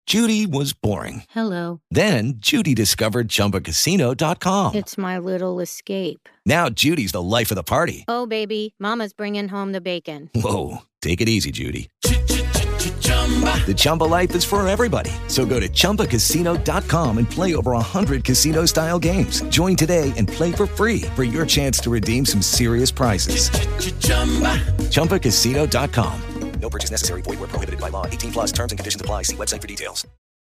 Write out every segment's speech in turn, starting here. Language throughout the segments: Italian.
Judy was boring. Hello. Then Judy discovered ChumbaCasino.com. It's my little escape. Now Judy's the life of the party. Oh, baby, mama's bringing home the bacon. Whoa, take it easy, Judy. The Chumba life is for everybody. So go to ChumbaCasino.com and play over 100 casino-style games. Join today and play for free for your chance to redeem some serious prizes. ChumbaCasino.com. No purchase necessary. Void where prohibited by law. 18 plus terms and conditions apply. See website for details.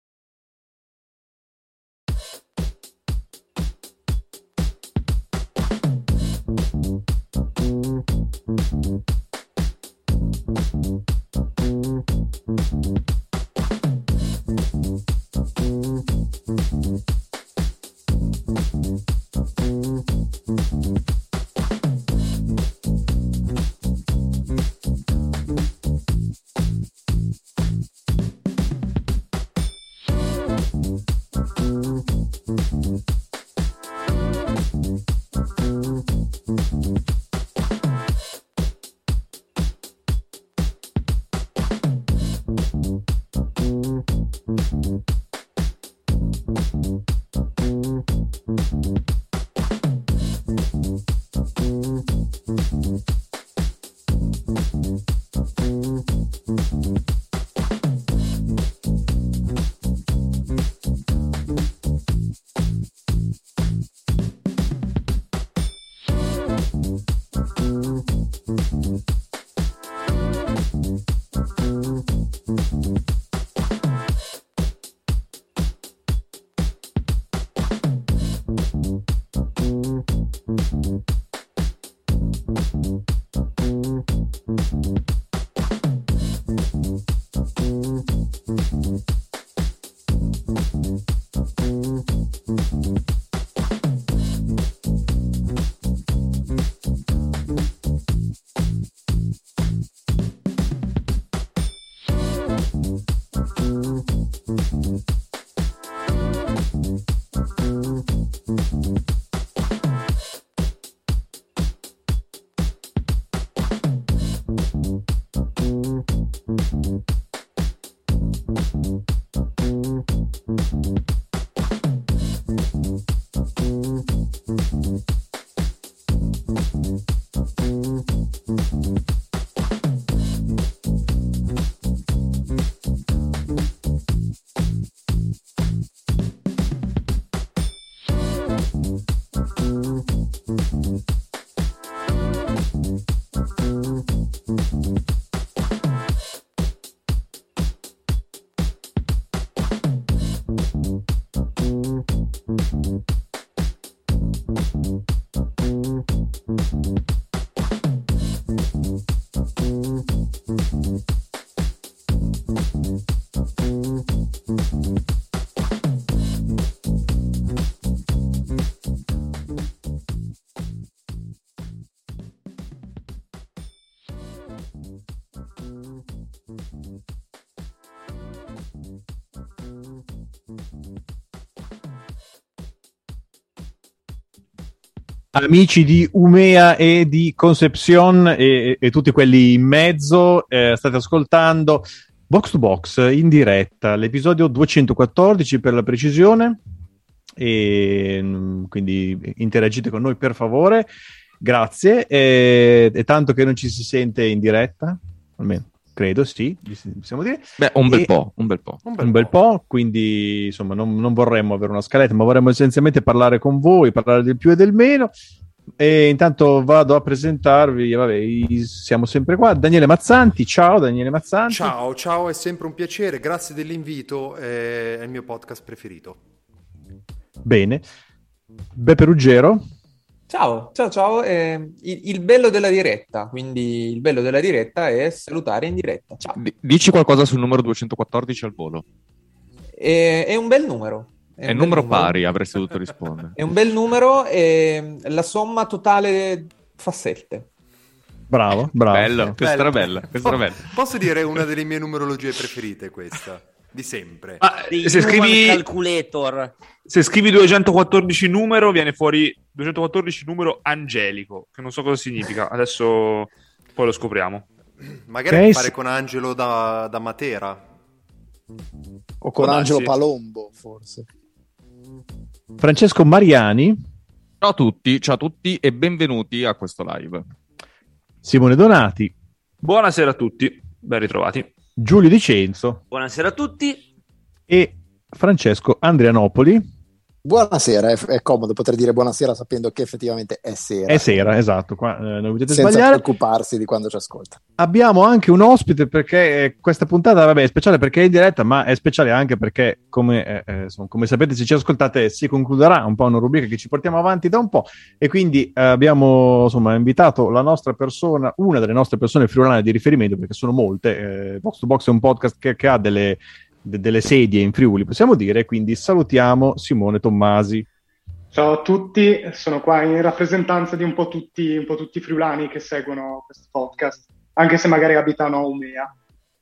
Amici di Umea e di Concepción e tutti quelli in mezzo, state ascoltando Box to Box in diretta, l'episodio 214 per la precisione, e quindi interagite con noi per favore, grazie. È tanto che non ci si sente in diretta, almeno credo, sì, possiamo dire. Beh, un bel po', quindi insomma non vorremmo avere una scaletta, ma vorremmo essenzialmente parlare con voi, parlare del più e del meno. E intanto vado a presentarvi, vabbè, siamo sempre qua. Daniele Mazzanti, ciao Daniele Mazzanti. Ciao, è sempre un piacere, grazie dell'invito, è il mio podcast preferito. Bene. Beppe Ruggero. Ciao. Il bello della diretta, quindi il bello della diretta è salutare in diretta. Ciao. Dici qualcosa sul numero 214 al volo. È un bel numero. È un numero pari, avresti dovuto rispondere. È un bel numero e la somma totale fa 7. Bravo. Bello, questa era bella. Posso dire una delle mie numerologie preferite, questa? Di sempre. Se scrivi calculator, se scrivi 214 numero, viene fuori 214 numero angelico, che non so cosa significa. Adesso poi lo scopriamo. Magari a che fare con Angelo da Matera. O con Angelo Palombo, forse. Francesco Mariani. Ciao a tutti e benvenuti a questo live. Simone Donati. Buonasera a tutti, ben ritrovati. Giulio Dicenzo. Buonasera a tutti. E Francesco Andrianopoli. Buonasera, è comodo poter dire buonasera sapendo che effettivamente è sera. È sera, esatto, qua non potete senza sbagliare. preoccuparsi di quando ci ascolta. Abbiamo anche un ospite perché questa puntata, vabbè, è speciale perché è in diretta, ma è speciale anche perché, come sapete, se ci ascoltate, si concluderà un po' una rubrica che ci portiamo avanti da un po', e quindi abbiamo invitato la nostra persona, una delle nostre persone friulane di riferimento, perché sono molte. Box to Box è un podcast che ha delle sedie in Friuli, possiamo dire, quindi salutiamo Simone Tommasi. Ciao a tutti, sono qua in rappresentanza di un po' tutti i friulani che seguono questo podcast, anche se magari abitano a Umea.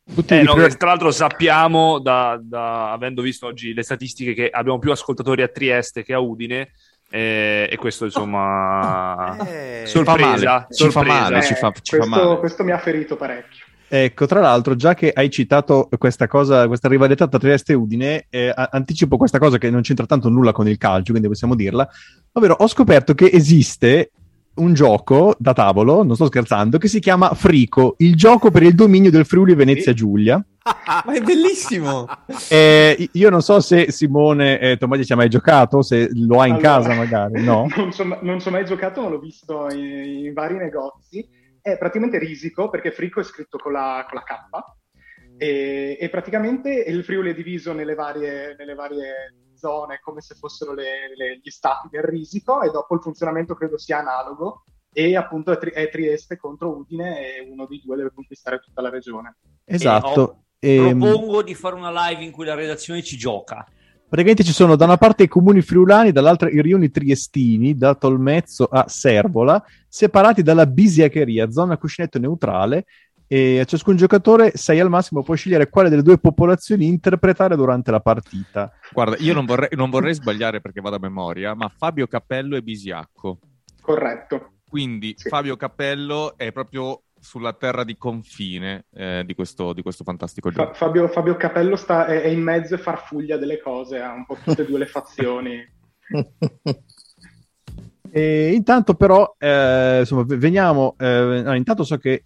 Tra l'altro sappiamo, avendo visto oggi le statistiche, che abbiamo più ascoltatori a Trieste che a Udine, e questo insomma sorpresa. Ci fa male. Questo mi ha ferito parecchio. Ecco, tra l'altro, già che hai citato questa rivalità tra Trieste e Udine, anticipo questa cosa che non c'entra tanto nulla con il calcio, quindi possiamo dirla, ovvero ho scoperto che esiste un gioco da tavolo, non sto scherzando, che si chiama Frico, il gioco per il dominio del Friuli Venezia Giulia. Ma è bellissimo! Io non so se Simone Tommasi ci ha mai giocato, se lo ha in casa magari, no? Non ci ho mai giocato, ma l'ho visto in vari negozi. È praticamente risico, perché Frico è scritto con la K, e praticamente il Friuli è diviso nelle varie zone come se fossero gli stati del risico, e dopo il funzionamento credo sia analogo, e appunto è Trieste contro Udine e uno dei due deve conquistare tutta la regione. Esatto. Propongo di fare una live in cui la redazione ci gioca. Praticamente ci sono da una parte i comuni friulani, dall'altra i rioni triestini, da Tolmezzo a Servola, separati dalla Bisiacheria, zona cuscinetto neutrale, e a ciascun giocatore 6 al massimo può scegliere quale delle due popolazioni interpretare durante la partita. Guarda, io non vorrei sbagliare perché vado a memoria, ma Fabio Cappello è bisiacco. Corretto. Quindi sì. Fabio Cappello è proprio sulla terra di confine di questo fantastico gioco. Fabio Cappello è in mezzo e farfuglia delle cose, ha un po' tutte e due le fazioni. E intanto però veniamo intanto so che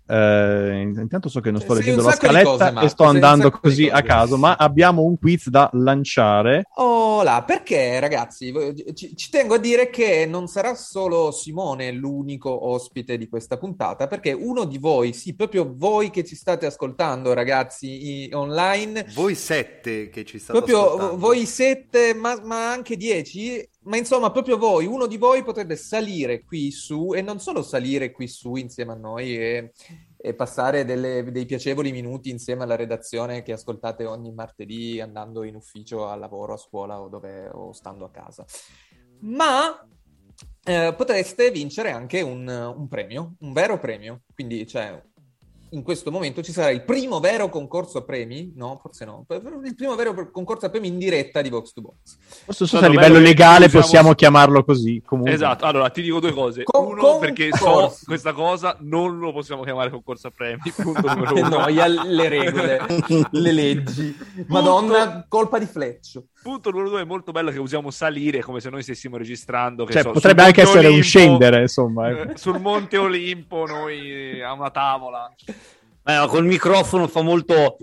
non sto leggendo la scaletta e sto andando così a caso, ma abbiamo un quiz da lanciare. Perché ragazzi ci tengo a dire che non sarà solo Simone l'unico ospite di questa puntata, perché uno di voi, sì, proprio voi che ci state ascoltando ragazzi online, voi 7 che ci state proprio ascoltando, voi 7 ma anche 10, ma insomma proprio voi, uno di voi potrebbe salire qui su, e non solo salire qui su insieme a noi e passare dei piacevoli minuti insieme alla redazione che ascoltate ogni martedì andando in ufficio, al lavoro, a scuola o stando a casa. Ma potreste vincere anche un premio, un vero premio. Quindi in questo momento ci sarà il primo vero concorso a premi, no, forse no, il primo vero concorso a premi in diretta di Box to Box. Forse a livello legale possiamo chiamarlo così, comunque. Esatto, allora ti dico due cose. Perché questa cosa non lo possiamo chiamare concorso a premi, punto numero uno. Noia, le regole, le leggi. Madonna, colpa di Fleccio. Punto numero 2, è molto bello che usiamo salire come se noi stessimo registrando. Potrebbe anche essere Olimpo, un scendere, insomma. Sul Monte Olimpo, noi a una tavola. Col microfono fa molto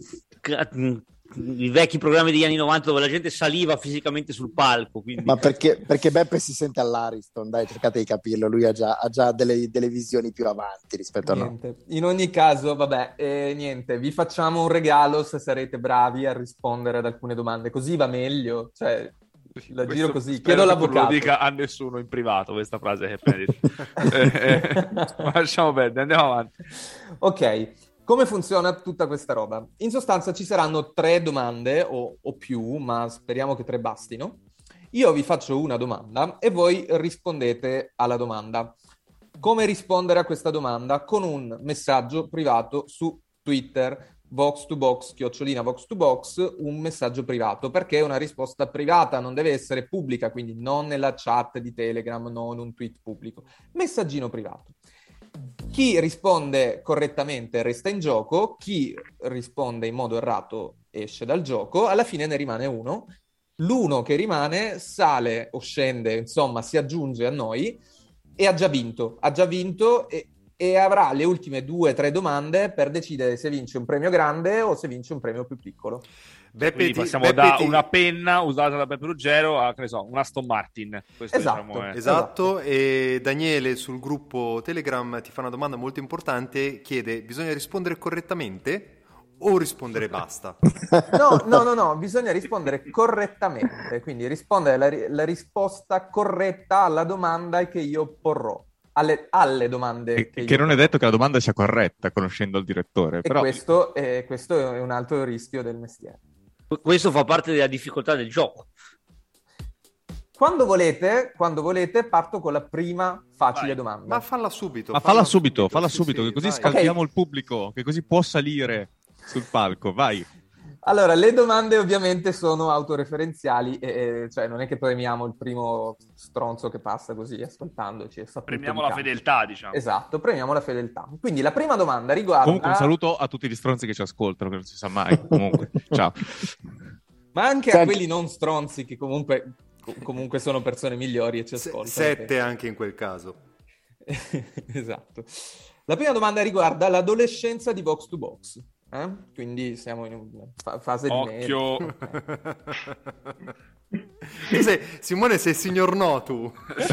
i vecchi programmi degli anni 90 dove la gente saliva fisicamente sul palco. Quindi... Ma perché Beppe si sente all'Ariston, dai, cercate di capirlo, lui ha già delle visioni più avanti rispetto a noi. In ogni caso, vabbè, vi facciamo un regalo se sarete bravi a rispondere ad alcune domande, così va meglio, la giro così, chiedo all'avvocato. Non lo dica a nessuno in privato questa frase che hai ma lasciamo perdere, andiamo avanti. Ok. Come funziona tutta questa roba? In sostanza ci saranno 3 domande o più, ma speriamo che 3 bastino. Io vi faccio una domanda e voi rispondete alla domanda. Come rispondere a questa domanda? Con un messaggio privato su Twitter, Vox2Box, @Vox2Box, un messaggio privato, perché è una risposta privata, non deve essere pubblica, quindi non nella chat di Telegram, non un tweet pubblico. Messaggino privato. Chi risponde correttamente resta in gioco, chi risponde in modo errato esce dal gioco, alla fine ne rimane uno. L'uno che rimane sale o scende, insomma, si aggiunge a noi e ha già vinto e avrà le ultime 2 o 3 domande per decidere se vince un premio grande o se vince un premio più piccolo. Quindi passiamo da una penna usata da Beppe Ruggero a, che ne so, un Aston Martin. Questo, esatto, esatto. E Daniele sul gruppo Telegram ti fa una domanda molto importante, chiede: bisogna rispondere correttamente o rispondere basta? No, bisogna rispondere correttamente, quindi rispondere la risposta corretta alla domanda che io porrò. Alle domande che non è detto che la domanda sia corretta, conoscendo il direttore. Però... questo è un altro rischio del mestiere. Questo fa parte della difficoltà del gioco. Quando volete, parto con la prima facile domanda. Ma falla subito. Falla subito, sì, che così vai. scaldiamo il pubblico, che così può salire sul palco. Vai. Allora, le domande ovviamente sono autoreferenziali, cioè non è che premiamo il primo stronzo che passa così ascoltandoci. Premiamo la fedeltà, diciamo. Esatto, premiamo la fedeltà. Quindi la prima domanda riguarda... Comunque un saluto a tutti gli stronzi che ci ascoltano, che non si sa mai. Comunque, ciao. Ma anche a quelli non stronzi che comunque sono persone migliori e ci ascoltano. 7 anche in quel caso. Esatto. La prima domanda riguarda l'adolescenza di Vox to Box. Quindi siamo in una fase Occhio. di Simone, sei signor no tu.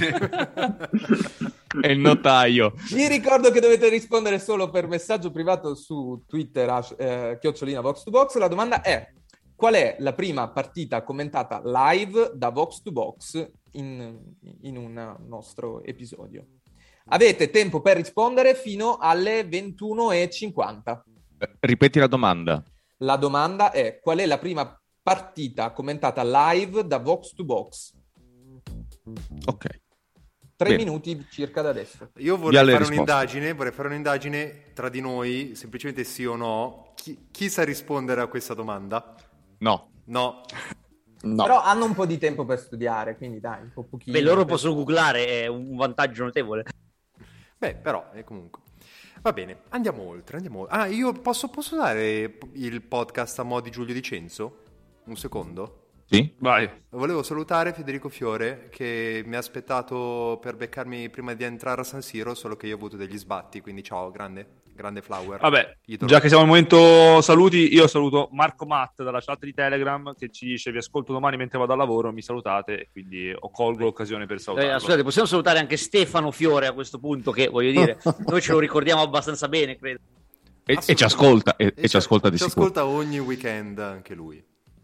È il notaio. Vi ricordo che dovete rispondere solo per messaggio privato su Twitter @Vox2Box. La domanda è: qual è la prima partita commentata live da Vox to Box in un nostro episodio? Avete tempo per rispondere fino alle 21:50. Ripeti la domanda. La domanda è: qual è la prima partita commentata live da Vox to Box? Ok. 3 Bene. minuti circa da adesso. Io vorrei fare un'indagine tra di noi, semplicemente sì o no. Chi sa rispondere a questa domanda? No. Però hanno un po' di tempo per studiare, quindi dai, un po' pochino. Beh, loro possono googlare, è un vantaggio notevole. Beh, però, comunque. Va bene, andiamo oltre. Ah, io posso dare il podcast a mo' di Giulio Di Cenzo? Un secondo? Sì? Vai. Volevo salutare Federico Fiore, che mi ha aspettato per beccarmi prima di entrare a San Siro, solo che io ho avuto degli sbatti, quindi ciao, grande Flower. Vabbè, già che siamo al momento saluti, io saluto Marco Matt dalla chat di Telegram che ci dice: vi ascolto domani mentre vado al lavoro, mi salutate, e quindi colgo l'occasione per salutarlo. Scusate, possiamo salutare anche Stefano Fiore a questo punto, che voglio dire, noi ce lo ricordiamo abbastanza bene, credo. E ci ascolta, e ci ascolta di sicuro. Ci ascolta ogni weekend anche lui.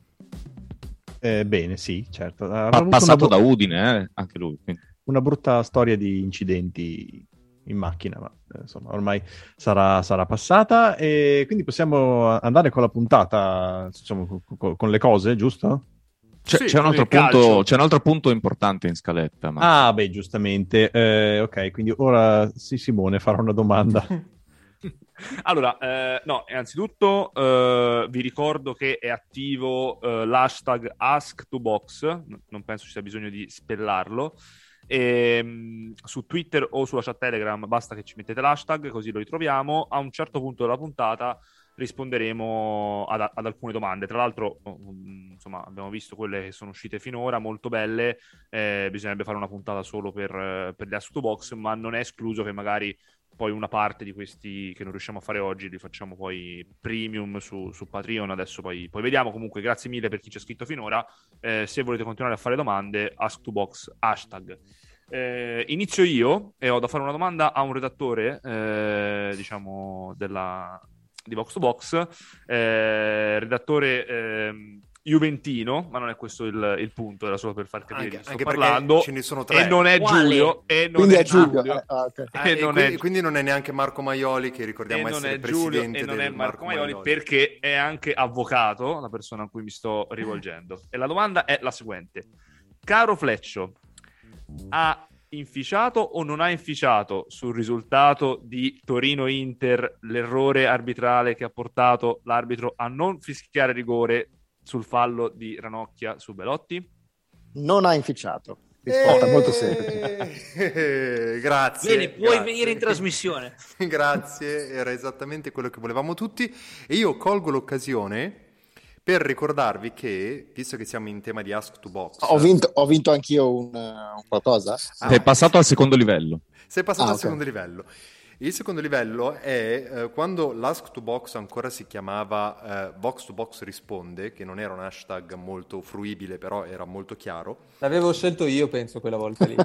Bene, sì, certo. Passato da Udine, anche lui. Quindi. Una brutta storia di incidenti in macchina, ma insomma ormai sarà passata, e quindi possiamo andare con la puntata, diciamo, con le cose, giusto? C'è un altro punto importante in scaletta. Ma... Ah, beh, giustamente. Ok, quindi ora sì, Simone farà una domanda. Allora, no, innanzitutto vi ricordo che è attivo l'hashtag Ask2Box, non penso ci sia bisogno di spellarlo, e, su Twitter o sulla chat Telegram basta che ci mettete l'hashtag, così lo ritroviamo. A un certo punto della puntata risponderemo ad alcune domande. Tra l'altro, insomma, abbiamo visto quelle che sono uscite finora, molto belle. Bisognerebbe fare una puntata solo per gli Ask2Box, ma non è escluso che magari poi una parte di questi che non riusciamo a fare oggi li facciamo poi premium su Patreon. Adesso poi vediamo. Comunque grazie mille per chi ci ha scritto finora. Se volete continuare a fare domande, Ask2Box hashtag. Inizio io e ho da fare una domanda a un redattore diciamo di Vox to Box, redattore juventino, ma non è questo il punto, era solo per far capire di chi sto parlando. Ce ne sono 3. E non è Giulio, quindi è Giulio. Quindi non è neanche Marco Maioli, che ricordiamo essere presidente e non è Marco Maioli, perché è anche avvocato, la persona a cui mi sto rivolgendo. E la domanda è la seguente: caro Fleccio, ha inficiato o non ha inficiato sul risultato di Torino-Inter l'errore arbitrale che ha portato l'arbitro a non fischiare rigore sul fallo di Ranocchia su Belotti? Non ha inficiato. Risposta molto semplice. Grazie. Bene, puoi venire in trasmissione. Grazie, era esattamente quello che volevamo tutti. E io colgo l'occasione per ricordarvi che, visto che siamo in tema di Ask to Box... Ho vinto anch'io un qualcosa? Sei passato al secondo livello. Sei passato al ok. secondo livello. Il secondo livello è quando l'Ask to Box ancora si chiamava Box to Box risponde, che non era un hashtag molto fruibile, però era molto chiaro. L'avevo scelto io, penso, quella volta lì.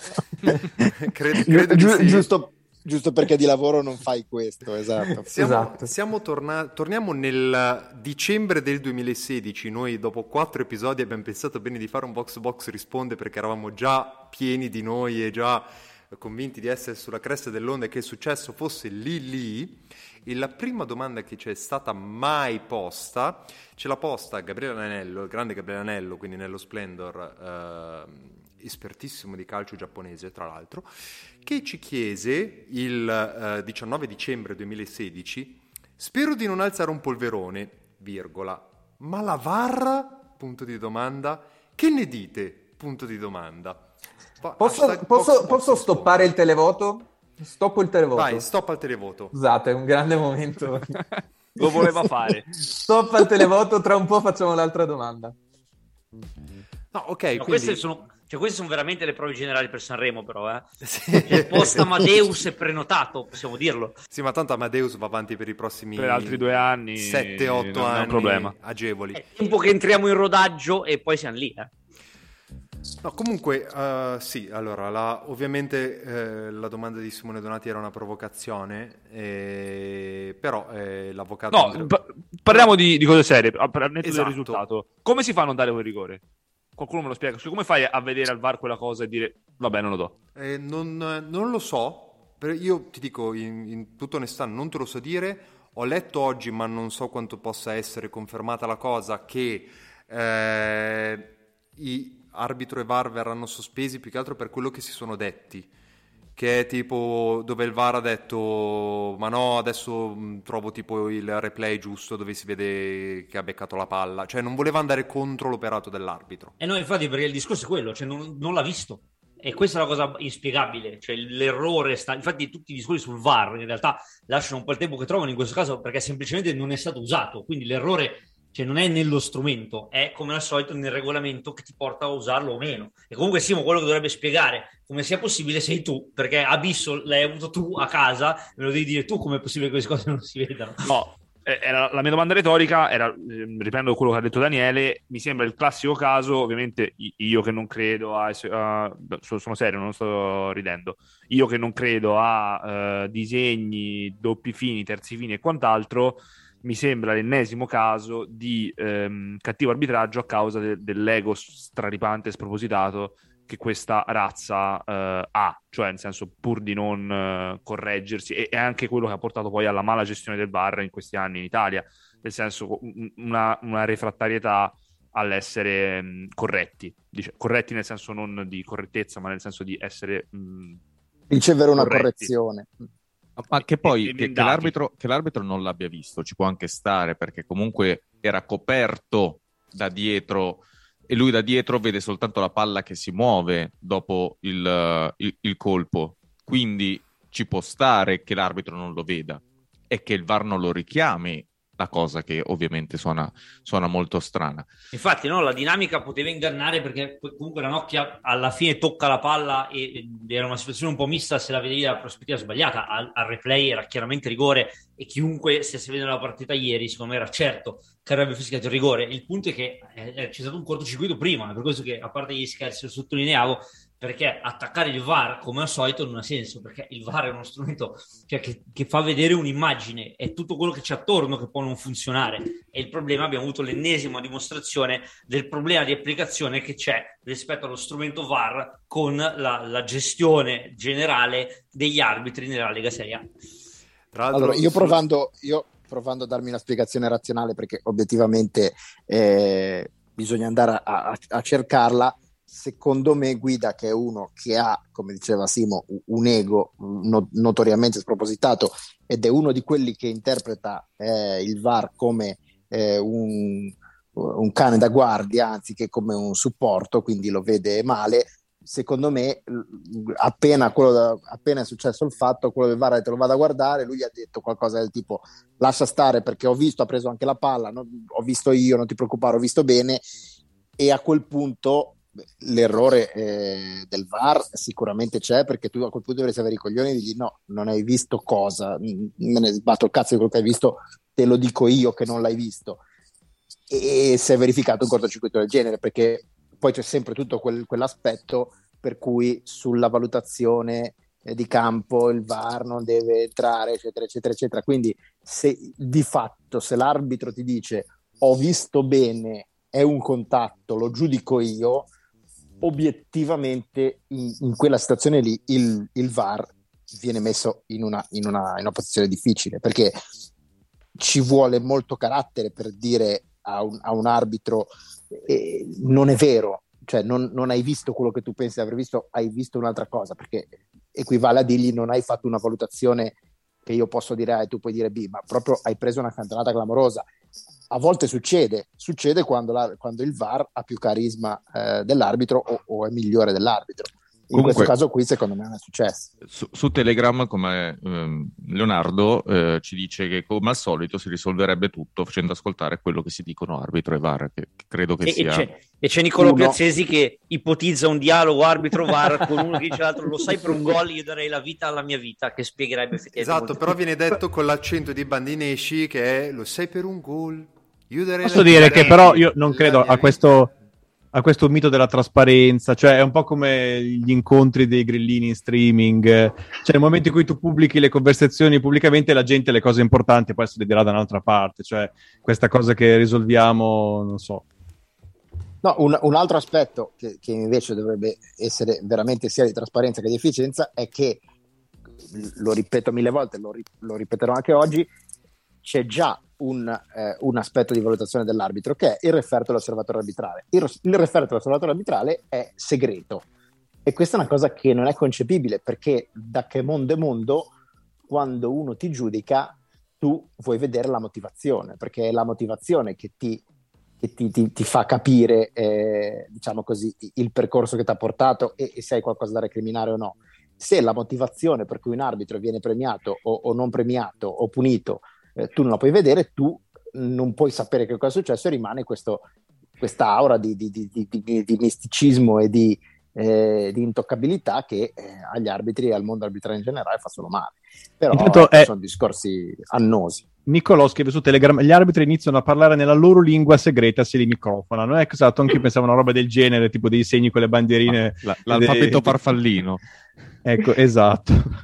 Credo di sì. Giusto perché di lavoro non fai questo, esatto. Torniamo nel dicembre del 2016. Noi dopo 4 episodi abbiamo pensato bene di fare un Box to Box risponde, perché eravamo già pieni di noi e già convinti di essere sulla cresta dell'onda e che il successo fosse lì. E la prima domanda che ci è stata mai posta ce l'ha posta Gabriele Anello, il grande Gabriele Anello, quindi nello Splendor, espertissimo di calcio giapponese tra l'altro, che ci chiese il 19 dicembre 2016: spero di non alzare un polverone, virgola, ma la VAR? Punto di domanda. Che ne dite? Punto di domanda. Posso stoppare il televoto? Stoppo il televoto. Vai, stoppa il televoto. Scusate, è un grande momento. Lo voleva fare. Stoppa il televoto, tra un po' facciamo l'altra domanda. No, ok, No, quindi... queste sono veramente le prove generali per Sanremo, però. Sì. Il post Amadeus è prenotato, possiamo dirlo. Sì, ma tanto Amadeus va avanti per i prossimi... Per altri 2 anni. 7-8 non anni. è un problema. Agevoli. È tempo che entriamo in rodaggio e poi siamo lì, No, comunque, sì, allora, ovviamente la domanda di Simone Donati era una provocazione, però l'avvocato... No, parliamo di cose serie, al netto Esatto. del risultato. Come si fa a non dare quel rigore? Qualcuno me lo spiega? Come fai a vedere al VAR quella cosa e dire, vabbè, non lo do? Non lo so, io ti dico in tutta onestà, non te lo so dire. Ho letto oggi, ma non so quanto possa essere confermata la cosa, che i arbitro e VAR verranno sospesi più che altro per quello che si sono detti, che è tipo dove il VAR ha detto ma no, adesso trovo tipo il replay giusto dove si vede che ha beccato la palla, cioè non voleva andare contro l'operato dell'arbitro. E no, infatti, perché il discorso è quello, cioè non l'ha visto. E questa è la cosa inspiegabile, cioè l'errore sta... Infatti tutti i discorsi sul VAR in realtà lasciano un po' il tempo che trovano in questo caso, perché semplicemente non è stato usato, quindi l'errore... Cioè non è nello strumento, è come al solito nel regolamento che ti porta a usarlo o meno. E comunque Simo, quello che dovrebbe spiegare come sia possibile sei tu, perché Abisso l'hai avuto tu a casa, me lo devi dire tu come è possibile che queste cose non si vedano. No, la mia domanda retorica era, riprendo quello che ha detto Daniele, mi sembra il classico caso, ovviamente io che non credo sono serio, non sto ridendo, io che non credo a disegni, doppi fini, terzi fini e quant'altro, mi sembra l'ennesimo caso di cattivo arbitraggio a causa dell'ego straripante e spropositato che questa razza ha, cioè nel senso pur di non correggersi, e anche quello che ha portato poi alla mala gestione del VAR in questi anni in Italia, nel senso una refrattarietà all'essere corretti, corretti nel senso non di correttezza, ma nel senso di essere ricevere una corretti. Correzione. Ma che poi che l'arbitro non l'abbia visto ci può anche stare, perché comunque era coperto da dietro e lui da dietro vede soltanto la palla che si muove dopo il colpo, quindi ci può stare che l'arbitro non lo veda e che il VAR non lo richiami, la cosa che ovviamente suona molto strana. Infatti no, la dinamica poteva ingannare, perché comunque Ranocchia alla fine tocca la palla e era una situazione un po' mista se la vedevi dalla prospettiva sbagliata. Al replay era chiaramente rigore e chiunque stesse vedendo la partita ieri secondo me era certo che avrebbe fischiato il rigore. Il punto è che c'è stato un cortocircuito prima, per questo che a parte gli scherzi lo sottolineavo, perché attaccare il VAR come al solito non ha senso, perché il VAR è uno strumento che fa vedere un'immagine, è tutto quello che c'è attorno che può non funzionare, e il problema, abbiamo avuto l'ennesima dimostrazione del problema di applicazione che c'è rispetto allo strumento VAR con la gestione generale degli arbitri nella Lega Serie A. Allora, io provando a darmi una spiegazione razionale, perché obiettivamente bisogna andare a cercarla. Secondo me Guida, che è uno che ha, come diceva Simo, un ego notoriamente spropositato ed è uno di quelli che interpreta il VAR come un cane da guardia anziché come un supporto, quindi lo vede male, secondo me, appena è successo il fatto, quello del VAR ha detto lo vado a guardare, lui gli ha detto qualcosa del tipo lascia stare perché ho visto, ha preso anche la palla, ho visto io, non ti preoccupare, ho visto bene, e a quel punto l'errore del VAR sicuramente c'è, perché tu a quel punto dovresti avere i coglioni e dirgli no, non hai visto cosa, me ne sbatto il cazzo di quello che hai visto, te lo dico io che non l'hai visto, e si è verificato un cortocircuito del genere, perché poi c'è sempre tutto quell'aspetto per cui sulla valutazione di campo il VAR non deve entrare, eccetera, eccetera, eccetera. Quindi se di fatto, se l'arbitro ti dice ho visto bene, è un contatto, lo giudico io, obiettivamente in quella situazione lì il VAR viene messo in una posizione difficile, perché ci vuole molto carattere per dire a un arbitro non è vero, cioè non hai visto quello che tu pensi di aver visto, hai visto un'altra cosa, perché equivale a dirgli non hai fatto una valutazione che io posso dire A e tu puoi dire B, ma proprio hai preso una cantonata clamorosa. A volte succede quando il VAR ha più carisma dell'arbitro o è migliore dell'arbitro. In Comunque, questo caso qui secondo me non è successo. Su Telegram, come Leonardo ci dice che come al solito si risolverebbe tutto facendo ascoltare quello che si dicono arbitro e VAR, che credo che sia... E c'è Niccolò Piazzesi che ipotizza un dialogo arbitro-VAR con uno che dice l'altro lo sai, per un gol io darei la vita alla mia vita, che spiegherebbe effettivamente. Esatto, però viene detto con l'accento di Bandinesci che è lo sai per un gol io darei posso dire che però io non credo a questo mito della trasparenza, cioè è un po' come gli incontri dei grillini in streaming, cioè nel momento in cui tu pubblichi le conversazioni pubblicamente, la gente le cose importanti poi se le dirà da un'altra parte, cioè questa cosa che risolviamo, non so. No, un altro aspetto che invece dovrebbe essere veramente sia di trasparenza che di efficienza è che, lo ripeto 1000 volte, lo ripeterò anche oggi, c'è già un aspetto di valutazione dell'arbitro che è il referto dell'osservatorio arbitrale. Il referto dell'osservatorio arbitrale è segreto e questa è una cosa che non è concepibile, perché da che mondo è mondo, quando uno ti giudica tu vuoi vedere la motivazione, perché è la motivazione che ti fa capire diciamo così il percorso che ti ha portato e se hai qualcosa da recriminare o no. Se la motivazione per cui un arbitro viene premiato o non premiato o punito tu non la puoi vedere, tu non puoi sapere che cosa è successo e rimane questa aura di misticismo e di intoccabilità che agli arbitri e al mondo arbitrale in generale fa solo male. Però sono discorsi annosi. Niccolò scrive su Telegram: gli arbitri iniziano a parlare nella loro lingua segreta se li microfonano. Esatto, anche io pensavo una roba del genere, tipo dei segni con le bandierine, l'alfabeto farfallino. Ecco, esatto.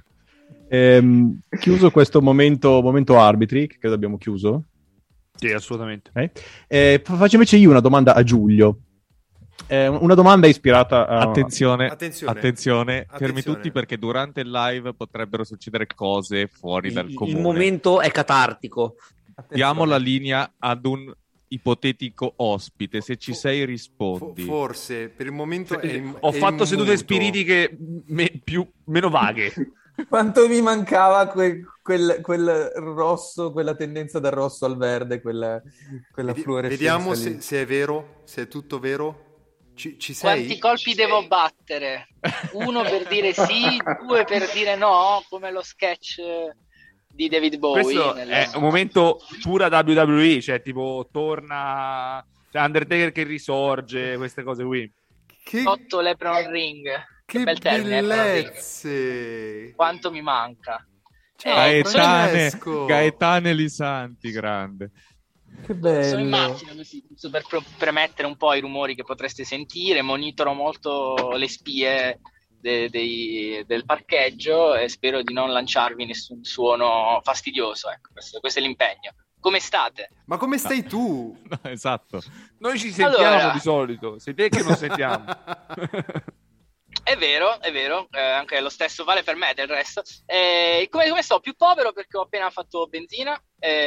Chiuso questo momento arbitri, che credo abbiamo chiuso. Sì, assolutamente. Faccio invece io una domanda a Giulio. Una domanda ispirata a... Attenzione, fermi tutti, perché durante il live potrebbero succedere cose fuori dal comune. Il momento è catartico. Diamo la linea ad un ipotetico ospite, se ci sei rispondi. Forse, per il momento ho fatto sedute spiritiche meno vaghe. Quanto mi mancava quel rosso, quella tendenza dal rosso al verde, quella fluorescenza. Vediamo se è vero, se è tutto vero. Ci sei? Quanti colpi devo battere? 1 per dire sì, 2 per dire no, come lo sketch di David Bowie. Questo è un momento pura WWE, cioè tipo torna, cioè Undertaker che risorge, queste cose qui. 8 Lepron Ring. Che bel termine, bellezze! Quanto mi manca. Gaetane Lisanti, grande. Che bello. Sono in macchina così, per premettere un po' i rumori che potreste sentire, monitoro molto le spie del parcheggio e spero di non lanciarvi nessun suono fastidioso, ecco, questo è l'impegno. Come state? Ma come stai tu? No, esatto. Noi ci sentiamo di solito, sei te che non sentiamo. È vero, anche lo stesso vale per me del resto. Come sto? Più povero perché ho appena fatto benzina,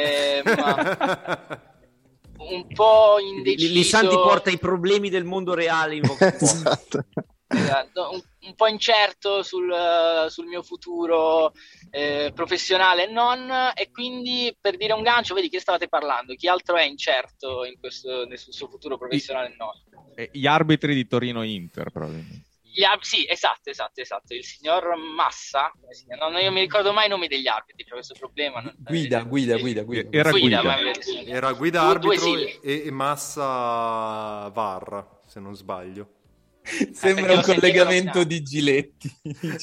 ma un po' indeciso. Lisanti porta i problemi del mondo reale in Esatto. Un po' incerto sul mio futuro professionale e non, e quindi per dire un gancio, vedi che stavate parlando, chi altro è incerto nel suo futuro professionale e non? Gli arbitri di Torino Inter, probabilmente. Sì, esatto. Il signor Massa, no, io mi ricordo mai i nomi degli arbitri, c'è questo problema. Guida. Era guida arbitro e Massa VAR, se non sbaglio. Sembra un collegamento di Giletti,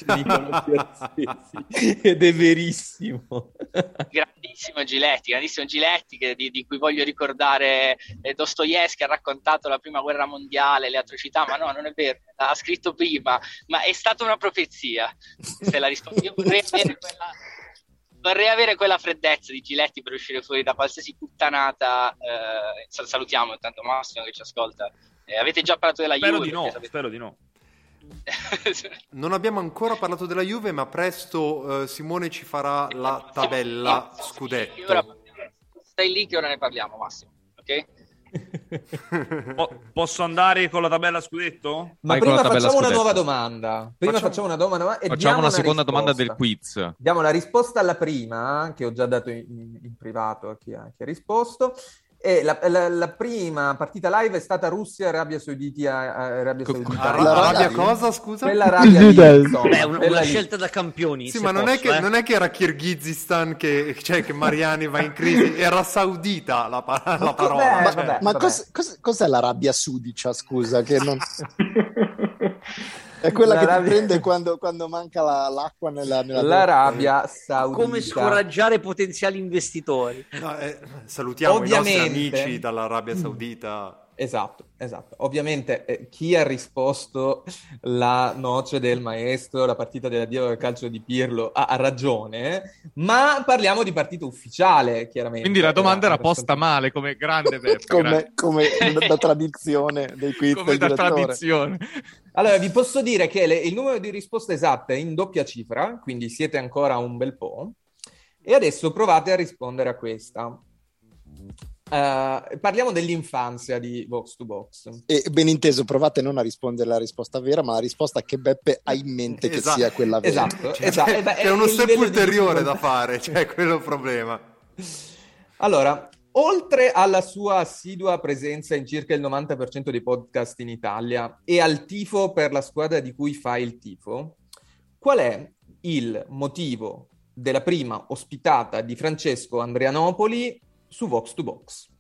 ed è verissimo. Grandissimo Giletti di cui voglio ricordare Dostoevskij ha raccontato la prima guerra mondiale, le atrocità, ma no, non è vero, ha scritto prima, ma è stata una profezia. Questa è la risposta. Io vorrei avere quella freddezza di Giletti per uscire fuori da qualsiasi puttanata. Salutiamo intanto Massimo che ci ascolta. Avete già parlato della Juve? Spero di no. Non abbiamo ancora parlato della Juve, ma presto Simone ci farà la tabella scudetto. Stai lì che ora ne parliamo, Massimo, ok? Posso andare con la tabella scudetto? Ma Vai prima facciamo una nuova domanda. Facciamo una seconda domanda del quiz. Diamo la risposta alla prima, che ho già dato in privato a chi ha risposto. E la prima partita live è stata Russia-Arabia Saudita. Arabia cosa, scusa? Quella Arabia una scelta da campioni. Sì, ma non è che era Kirghizistan che Mariani va in crisi, era saudita la parola. Cos'è l'Arabia Sudicia, scusa? Che non... È quella che ti prende quando manca l'acqua nella l'Arabia Saudita. Come scoraggiare potenziali investitori. No, salutiamo i nostri amici dall'Arabia Saudita. Esatto. Ovviamente chi ha risposto la noce del maestro, la partita della Dio del calcio di Pirlo ha ragione, ma parliamo di partita ufficiale, chiaramente. Quindi la domanda era posta male, come grande Beppe. come da tradizione dei quiz. Come da tradizione. Allora, vi posso dire che il numero di risposte esatte è in doppia cifra, quindi siete ancora un bel po', e adesso provate a rispondere a questa. Parliamo dell'infanzia di Vox to Box. E ben inteso, provate non a rispondere la risposta vera, ma la risposta che Beppe ha in mente che sia quella vera. Esatto. È uno step ulteriore da fare, quello è il problema. Allora, oltre alla sua assidua presenza in circa il 90% dei podcast in Italia e al tifo per la squadra di cui fa il tifo, qual è il motivo della prima ospitata di Francesco Andrianopoli su Vox to Box?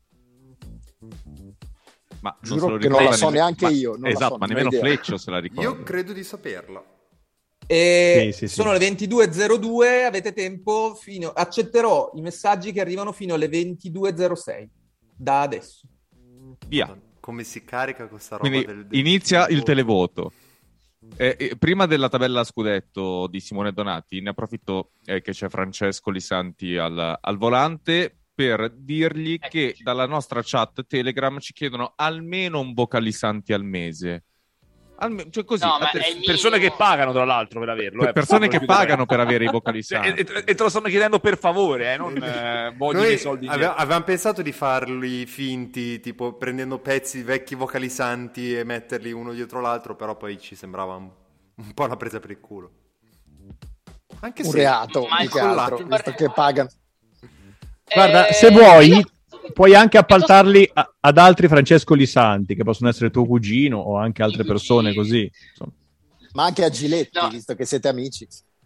Ma giuro che non la so neanche io. Ma nemmeno Fleccio se la ricorda. Io credo di saperla. Sono le 22.02, avete tempo accetterò i messaggi che arrivano fino alle 22.06 da adesso. Via. Come si carica questa roba? Quindi inizia il televoto. Prima della tabella scudetto di Simone Donati, ne approfitto che c'è Francesco Lisanti al volante per dirgli che dalla nostra chat Telegram ci chiedono almeno un Vocalisanti al mese. Cioè così, persone che pagano tra l'altro per averlo, persone che pagano per avere i vocalisanti e te lo stanno chiedendo per favore, non voglio dei soldi. Avevamo pensato di farli finti, tipo prendendo pezzi vecchi vocalisanti e metterli uno dietro l'altro, però poi ci sembrava un po' una presa per il culo. Anche un reato, visto che pagano. Guarda, se vuoi puoi anche appaltarli ad altri Francesco Lisanti, che possono essere tuo cugino o anche altre persone così. Insomma. Ma anche a Giletti, visto che siete amici.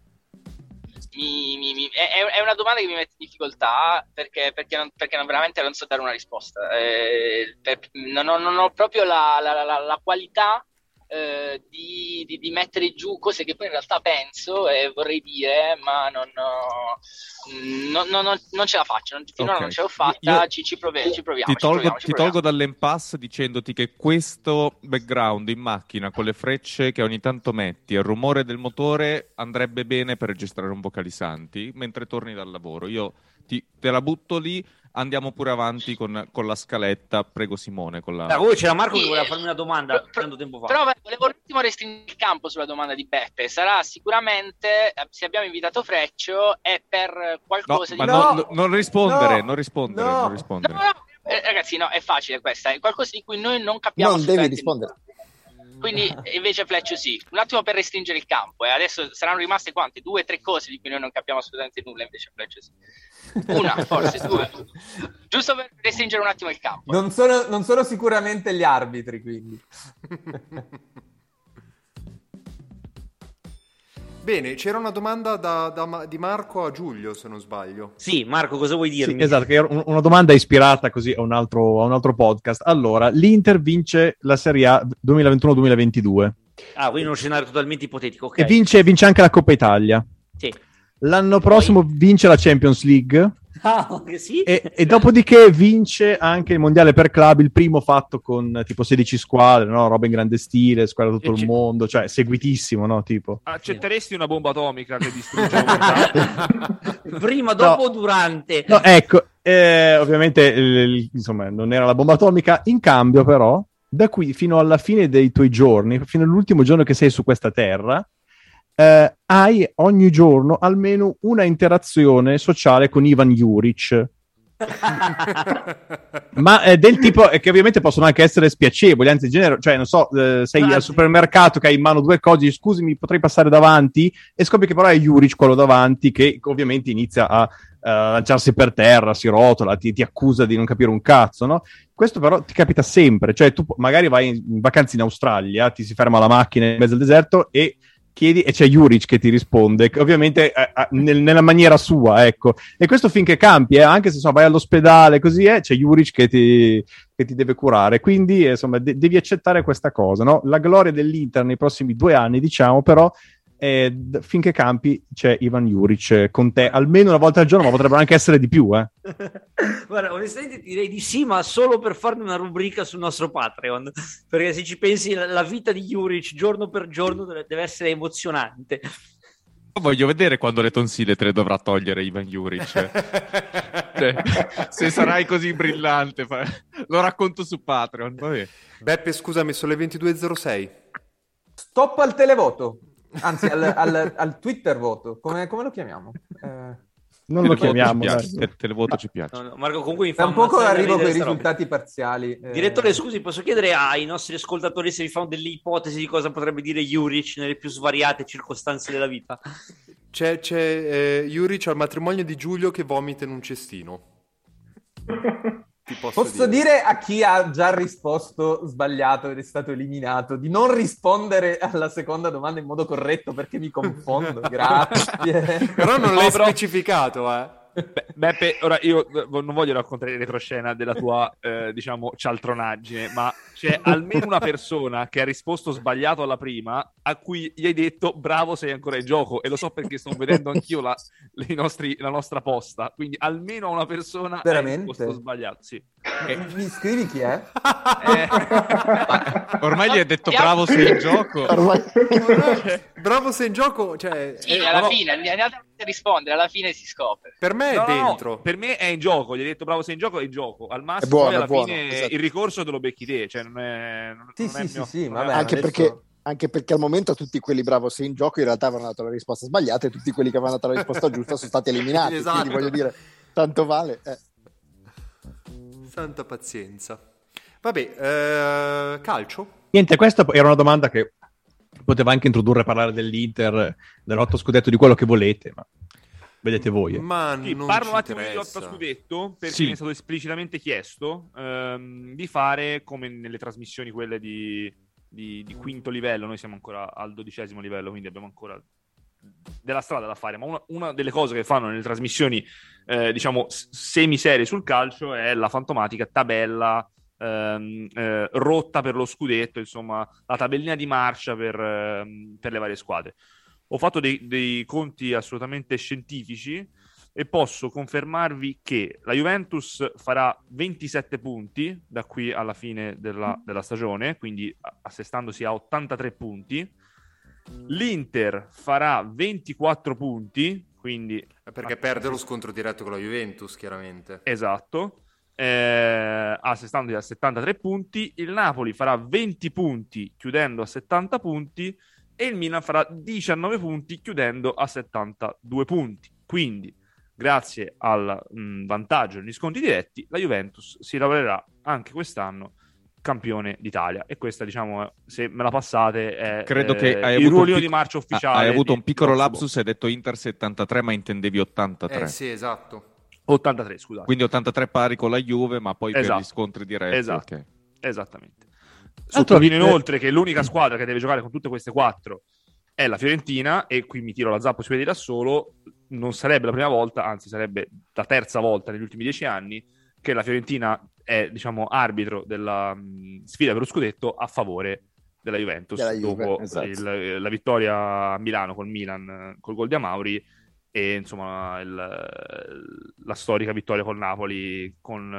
È una domanda che mi mette in difficoltà perché veramente non so dare una risposta. Non ho proprio la qualità di mettere giù cose che poi in realtà penso e vorrei dire, ma non ce la faccio, finora non ce l'ho fatta. Ci proviamo. Ti tolgo dall'impasse dicendoti che questo background in macchina con le frecce che ogni tanto metti e il rumore del motore andrebbe bene per registrare un vocalisanti mentre torni dal lavoro. Io te la butto lì. Andiamo pure avanti con la scaletta. Prego Simone. C'era Marco che voleva farmi una domanda tanto tempo fa. Però volevo un attimo restringere il campo sulla domanda di Beppe. Sarà sicuramente, se abbiamo invitato Freccio, è per qualcosa di... Non rispondere. No, ragazzi, no, è facile questa. È qualcosa di cui noi non capiamo. Non devi rispondere. Quindi invece Fleccio sì. Un attimo per restringere il campo. Adesso saranno rimaste quante? 2 o 3 cose di cui noi non capiamo assolutamente nulla, invece Fleccio sì. Una, forse 2. Giusto per restringere un attimo il campo. Non sono sicuramente gli arbitri, quindi. Bene, c'era una domanda di Marco a Giulio, se non sbaglio. Sì, Marco, cosa vuoi dirmi? Sì, esatto, che era una domanda ispirata così a un altro podcast. Allora, l'Inter vince la Serie A 2021-2022. Ah, quindi uno scenario totalmente ipotetico, ok. E vince anche la Coppa Italia. Sì. L'anno prossimo vince la Champions League. Ah, sì? E dopodiché vince anche il mondiale per club, il primo fatto con tipo 16 squadre, no? Roba in grande stile, squadre da tutto il mondo, cioè seguitissimo, no? Tipo. Accetteresti una bomba atomica che distrugge prima, dopo o durante? No, ecco, ovviamente insomma non era la bomba atomica, in cambio però da qui fino alla fine dei tuoi giorni, fino all'ultimo giorno che sei su questa terra, hai ogni giorno almeno una interazione sociale con Ivan Juric. Ma del tipo che ovviamente possono anche essere spiacevoli, anzi in genere, cioè non so, sei al supermercato che hai in mano due cose, scusi, mi potrei passare davanti, e scopri che però è Juric quello davanti, che ovviamente inizia a lanciarsi per terra, si rotola, ti accusa di non capire un cazzo, no? Questo però ti capita sempre, cioè tu magari vai in vacanze in Australia, ti si ferma la macchina in mezzo al deserto e chiedi e c'è Juric che ti risponde, che ovviamente nella maniera sua, ecco. E questo finché campi, anche se vai all'ospedale, così c'è Juric che ti deve curare. Quindi, insomma, devi accettare questa cosa, no? La gloria dell'Inter nei prossimi 2 anni, diciamo, però finché campi c'è Ivan Juric con te almeno una volta al giorno, ma potrebbero anche essere di più, Guarda, onestamente direi di sì, ma solo per farne una rubrica sul nostro Patreon, perché se ci pensi la vita di Juric giorno per giorno deve essere emozionante. Voglio vedere quando le tonsille te le dovrà togliere Ivan Juric. Cioè, se sarai così brillante, lo racconto su Patreon. Vabbè. Beppe, scusami, sono le 22.06. Stop al televoto. Anzi, al Twitter voto. Come lo chiamiamo? Non lo chiamiamo. Televoto ci piace. No, Marco, comunque mi fa un poco arrivo con i risultati parziali. Direttore, scusi, posso chiedere ai nostri ascoltatori se vi fanno delle ipotesi di cosa potrebbe dire Juric nelle più svariate circostanze della vita? C'è Juric al matrimonio di Giulio che vomita in un cestino. Posso dire a chi ha già risposto sbagliato ed è stato eliminato di non rispondere alla seconda domanda in modo corretto perché mi confondo. Grazie. Però non l'hai specificato, Beppe, ora io non voglio raccontare retroscena della tua diciamo cialtronaggine, ma c'è almeno una persona che ha risposto sbagliato alla prima a cui gli hai detto bravo, sei ancora in gioco, e lo so perché sto vedendo anch'io la nostra posta, quindi almeno una persona ha risposto sbagliato. Sì. Mi scrivi chi è? Ormai gli hai detto bravo, sei in gioco. Bravo, sei in gioco, cioè sì, alla fine rispondere, alla fine si scopre. Per me è dentro. No, per me è in gioco, gli hai detto bravo, sei in gioco, è in gioco. Al massimo poi alla fine esatto. Il ricorso te lo becchi te, cioè non è sì, vabbè, anche perché al momento tutti quelli bravo sei in gioco in realtà avevano dato la risposta sbagliata e tutti quelli che avevano dato la risposta giusta sono stati eliminati. Esatto. Quindi voglio dire, tanto vale. Santa pazienza. Vabbè, calcio? Niente, questa era una domanda che poteva anche introdurre a parlare dell'Inter, dell'8 scudetto, di quello che volete, ma vedete voi. Ma sì, parlo un attimo di lotta scudetto, perché mi è stato esplicitamente chiesto di fare come nelle trasmissioni quelle di quinto livello. Noi siamo ancora al 12° livello, quindi abbiamo ancora della strada da fare, ma una delle cose che fanno nelle trasmissioni diciamo semiserie sul calcio è la fantomatica tabella rotta per lo scudetto, insomma la tabellina di marcia per le varie squadre. Ho fatto dei conti assolutamente scientifici e posso confermarvi che la Juventus farà 27 punti da qui alla fine della stagione, quindi assestandosi a 83 punti. L'Inter farà 24 punti, quindi perché perde lo scontro diretto con la Juventus, chiaramente. Esatto. Assestandosi a 73 punti. Il Napoli farà 20 punti chiudendo a 70 punti e il Milan farà 19 punti chiudendo a 72 punti. Quindi grazie al vantaggio negli scontri diretti la Juventus si lavorerà anche quest'anno campione d'Italia, e questa, diciamo, se me la passate è credo che il ruolino di marcia ufficiale. Hai avuto un piccolo lapsus, hai detto Inter 73 ma intendevi 83. Sì, esatto. 83, scusate. Quindi 83 pari con la Juve, ma poi per gli scontri diretti. Esatto. Okay. Esattamente. Sottolineo inoltre che l'unica squadra che deve giocare con tutte queste 4 è la Fiorentina, e qui mi tiro la zappa sui piedi da solo. Non sarebbe la prima volta, anzi sarebbe la terza volta negli ultimi 10 anni che la Fiorentina è, diciamo, arbitro della sfida per lo scudetto a favore della Juventus, dopo la vittoria a Milano col Milan, col gol di Amauri, e insomma la storica vittoria col Napoli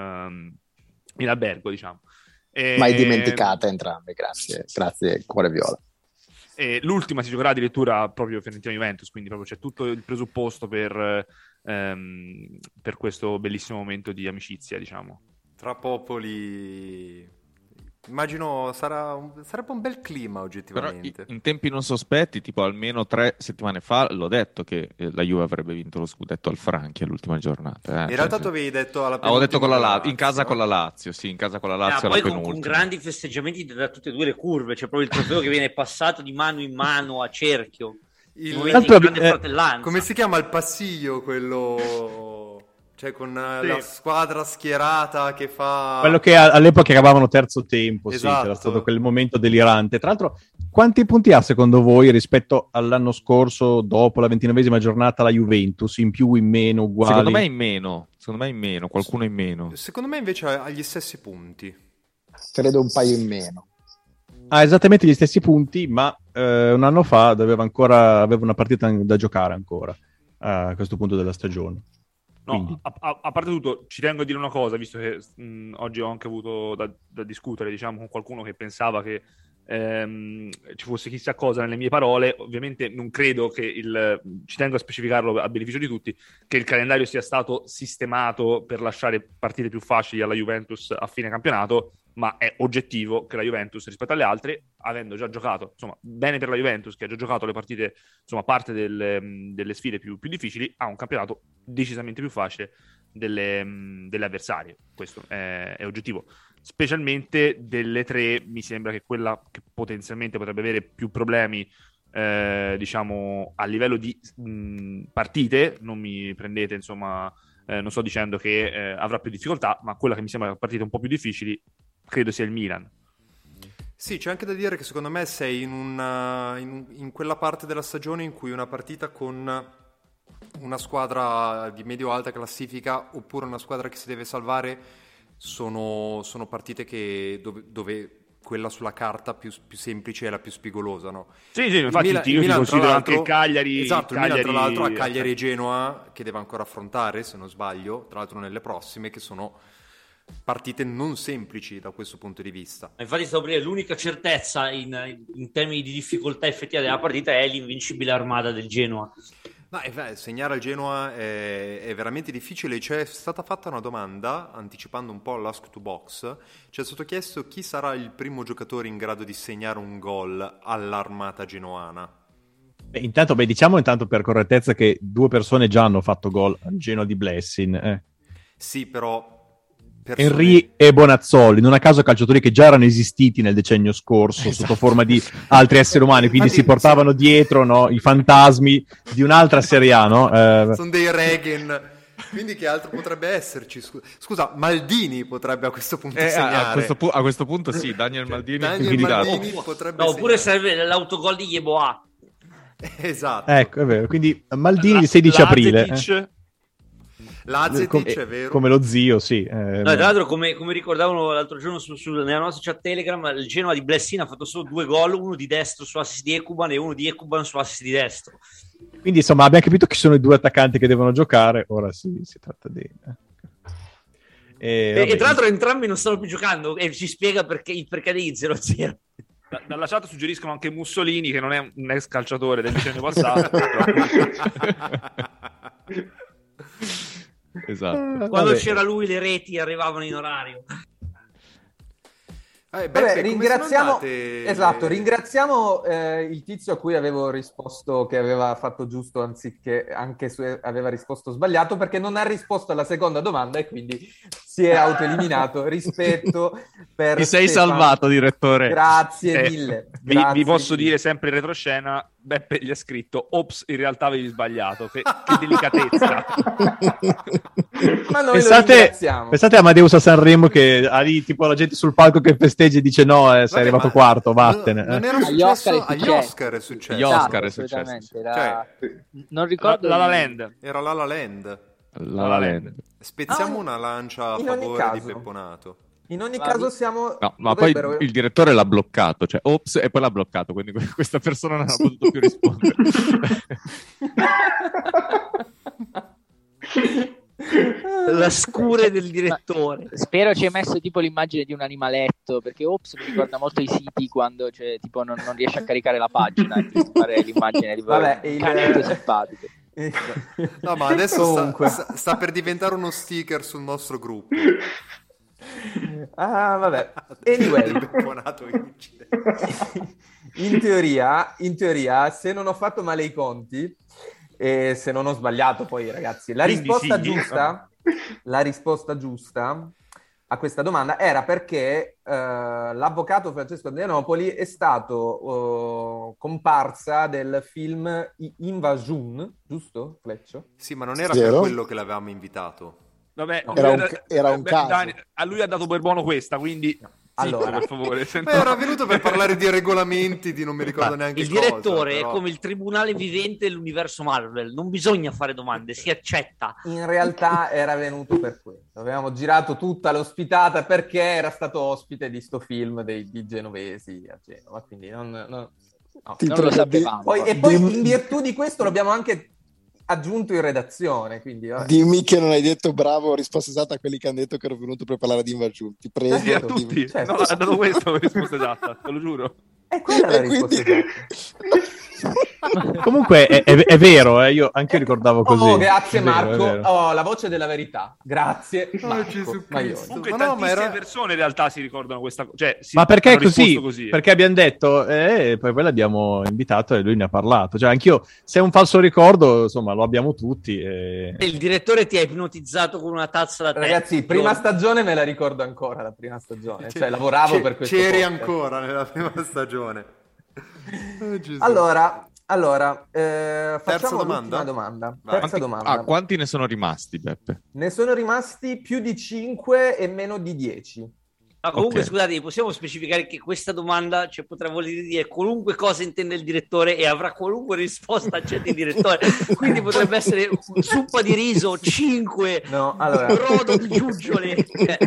in albergo, diciamo. Mai dimenticate entrambe, grazie cuore viola. E l'ultima si giocherà addirittura proprio Fiorentina-Juventus, quindi proprio c'è tutto il presupposto per questo bellissimo momento di amicizia, diciamo. Tra popoli... Immagino sarebbe un bel clima oggettivamente. Però in tempi non sospetti, tipo almeno 3 settimane fa, l'ho detto che la Juve avrebbe vinto lo scudetto al Franchi all'ultima giornata. In realtà tu avevi detto alla avevo detto con la Lazio, in casa con la Lazio, sì, in casa con la Lazio alla poi penultima. con grandi festeggiamenti da tutte e due le curve, c'è proprio il trofeo che viene passato di mano in mano a cerchio. Come si chiama il passiglio quello? Cioè con la squadra schierata che fa... Quello che all'epoca eravamo terzo tempo, esatto. Sì, c'era stato quel momento delirante. Tra l'altro, quanti punti ha secondo voi rispetto all'anno scorso, dopo la 29esima giornata, la Juventus? In più, in meno, uguali? Secondo me in meno, qualcuno in meno. Secondo me invece ha gli stessi punti. Credo un paio in meno. Ha esattamente gli stessi punti, ma un anno fa aveva una partita da giocare ancora, a questo punto della stagione. No, a parte tutto, ci tengo a dire una cosa, visto che oggi ho anche avuto da discutere, diciamo, con qualcuno che pensava che ci fosse chissà cosa nelle mie parole. Ovviamente non credo che ci tengo a specificarlo a beneficio di tutti, che il calendario sia stato sistemato per lasciare partite più facili alla Juventus a fine campionato, ma è oggettivo che la Juventus rispetto alle altre, avendo già giocato, insomma, bene per la Juventus che ha già giocato le partite, insomma, parte delle sfide più difficili, ha un campionato decisamente più facile delle avversarie. Questo è oggettivo. Specialmente delle tre mi sembra che quella che potenzialmente potrebbe avere più problemi, diciamo, a livello di partite, non mi prendete, insomma, non sto dicendo che avrà più difficoltà, ma quella che mi sembra partite un po' più difficili credo sia il Milan. Sì, c'è anche da dire che secondo me sei in quella parte della stagione in cui una partita con una squadra di medio-alta classifica oppure una squadra che si deve salvare sono partite dove quella sulla carta più semplice è la più spigolosa, no? Sì, infatti io ti considero anche il Cagliari. Esatto, il Milan tra l'altro ha Cagliari e Genoa che deve ancora affrontare, se non sbaglio, tra l'altro nelle prossime, che sono partite non semplici da questo punto di vista. Infatti stavo per dire, l'unica certezza in termini di difficoltà effettiva della partita è l'invincibile armata del Genoa. Segnare al Genoa è veramente difficile. C'è stata fatta una domanda, anticipando un po' l'Ask to Box, ci è stato chiesto chi sarà il primo giocatore in grado di segnare un gol all'armata genoana. Diciamo intanto per correttezza che 2 persone già hanno fatto gol al Genoa di Blessing. Sì, però... Henry e Bonazzoli, non a caso calciatori che già erano esistiti nel decennio scorso, esatto, sotto forma di altri esseri umani, quindi si portavano dietro, no, i fantasmi di un'altra Serie A, no? Sono dei Reagan, quindi che altro potrebbe esserci? Scusa, Maldini potrebbe a questo punto segnare. A questo punto sì, Daniel Maldini potrebbe oppure serve l'autogol di Yeboah. Esatto. Ecco, è vero, quindi Maldini il 16 aprile. Lazetic, è vero. Come lo zio, sì. Tra l'altro, come ricordavano l'altro giorno nella nostra chat Telegram, il Genoa di Blessing ha fatto solo 2 gol, uno di destro su assist di Ekuban e uno di Ekuban su assist di destro. Quindi insomma abbiamo capito che ci sono i 2 attaccanti che devono giocare, ora si tratta di... E tra l'altro entrambi non stanno più giocando e ci spiega il perché degli 0-0. Dalla chat suggeriscono anche Mussolini, che non è un ex calciatore del decennio passato. Esatto. Quando c'era lui le reti arrivavano in orario. Ringraziamo il tizio a cui avevo risposto che aveva fatto giusto anziché anche se aveva risposto sbagliato, perché non ha risposto alla seconda domanda e quindi si è autoeliminato. Rispetto per Ti sei salvato, direttore. Grazie mille. Vi posso dire sempre in retroscena, Beppe gli ha scritto ops, in realtà avevi sbagliato, che delicatezza. Ma noi lo ringraziamo. Pensate a Amadeus a Sanremo che ha lì tipo la gente sul palco che festeggia e dice no, sei arrivato quarto, vattene. Non era successo agli Oscar, è successo. Agli Oscar è successo. Non ricordo. La La Land. Era La La Land. La La Land. Spezziamo una lancia a favore di Pepponato. In ogni caso siamo... No, ma poi il direttore l'ha bloccato, cioè ops, e poi l'ha bloccato, quindi questa persona non ha potuto più rispondere. La scure del direttore. Spero ci hai messo tipo l'immagine di un animaletto, perché ops mi ricorda molto i siti quando tipo non riesci a caricare la pagina e ti fare l'immagine di un cane simpatico. No, ma adesso sta per diventare uno sticker sul nostro gruppo. Ah, vabbè. Anyway, in teoria, se non ho fatto male i conti e se non ho sbagliato, poi ragazzi, la risposta giusta a questa domanda era perché l'avvocato Francesco De Napoli è stato comparsa del film Invasion, giusto, Fleccio? Sì, ma non era per quello che l'avevamo invitato. Vabbè, era un caso. Dani, a lui ha dato per buono questa, quindi allora, per favore. Era venuto per parlare di regolamenti, di non mi ricordo neanche il cosa. Il direttore però... è come il tribunale vivente dell'universo Marvel, non bisogna fare domande, si accetta. In realtà era venuto per questo. Avevamo girato tutta l'ospitata perché era stato ospite di sto film di genovesi a Genova, quindi non lo sapevamo. Poi in virtù di questo l'abbiamo anche aggiunto in redazione, quindi dimmi che non hai detto bravo, risposta esatta a quelli che hanno detto che ero venuto per parlare di Invasion. Ti prego, a tutti. Certo. No, ha dato questa la risposta esatta, te lo giuro. È quella la risposta esatta. Comunque è vero, anche io ricordavo così. Oh, grazie è vero, Marco. è vero. Oh, la voce della verità. Grazie Marco. Comunque tantissime persone in realtà si ricordano questa cosa. Cioè, ma perché è così? Perché abbiamo detto poi l'abbiamo invitato e lui ne ha parlato. Cioè anch'io, se è un falso ricordo, insomma, lo abbiamo tutti. Il direttore ti ha ipnotizzato con una tazza da tè. Ragazzi, prima stagione me la ricordo ancora, la prima stagione. Cioè lavoravo per questo c'eri podcast. ancora nella prima stagione. Allora facciamo domanda? l'ultima domanda. Terza domanda. Quanti ne sono rimasti, Beppe? Ne sono rimasti più di 5 e meno di 10. Ma comunque, scusate, possiamo specificare che questa domanda potrà voler dire qualunque cosa intende il direttore e avrà qualunque risposta accetta il direttore. Quindi potrebbe essere zuppa di riso, 5, brodo di giuggiole.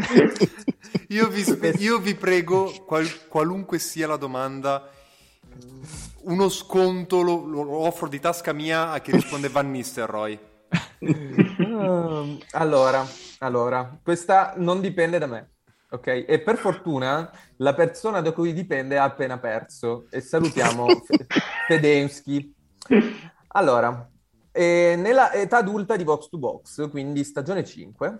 Io vi prego, qualunque sia la domanda, uno sconto lo offro di tasca mia a chi risponde Van Nistelrooy. Allora, questa non dipende da me. Ok, e per fortuna la persona da cui dipende ha appena perso e salutiamo Fedensky. Allora, nella età adulta di Box to Box, quindi stagione 5,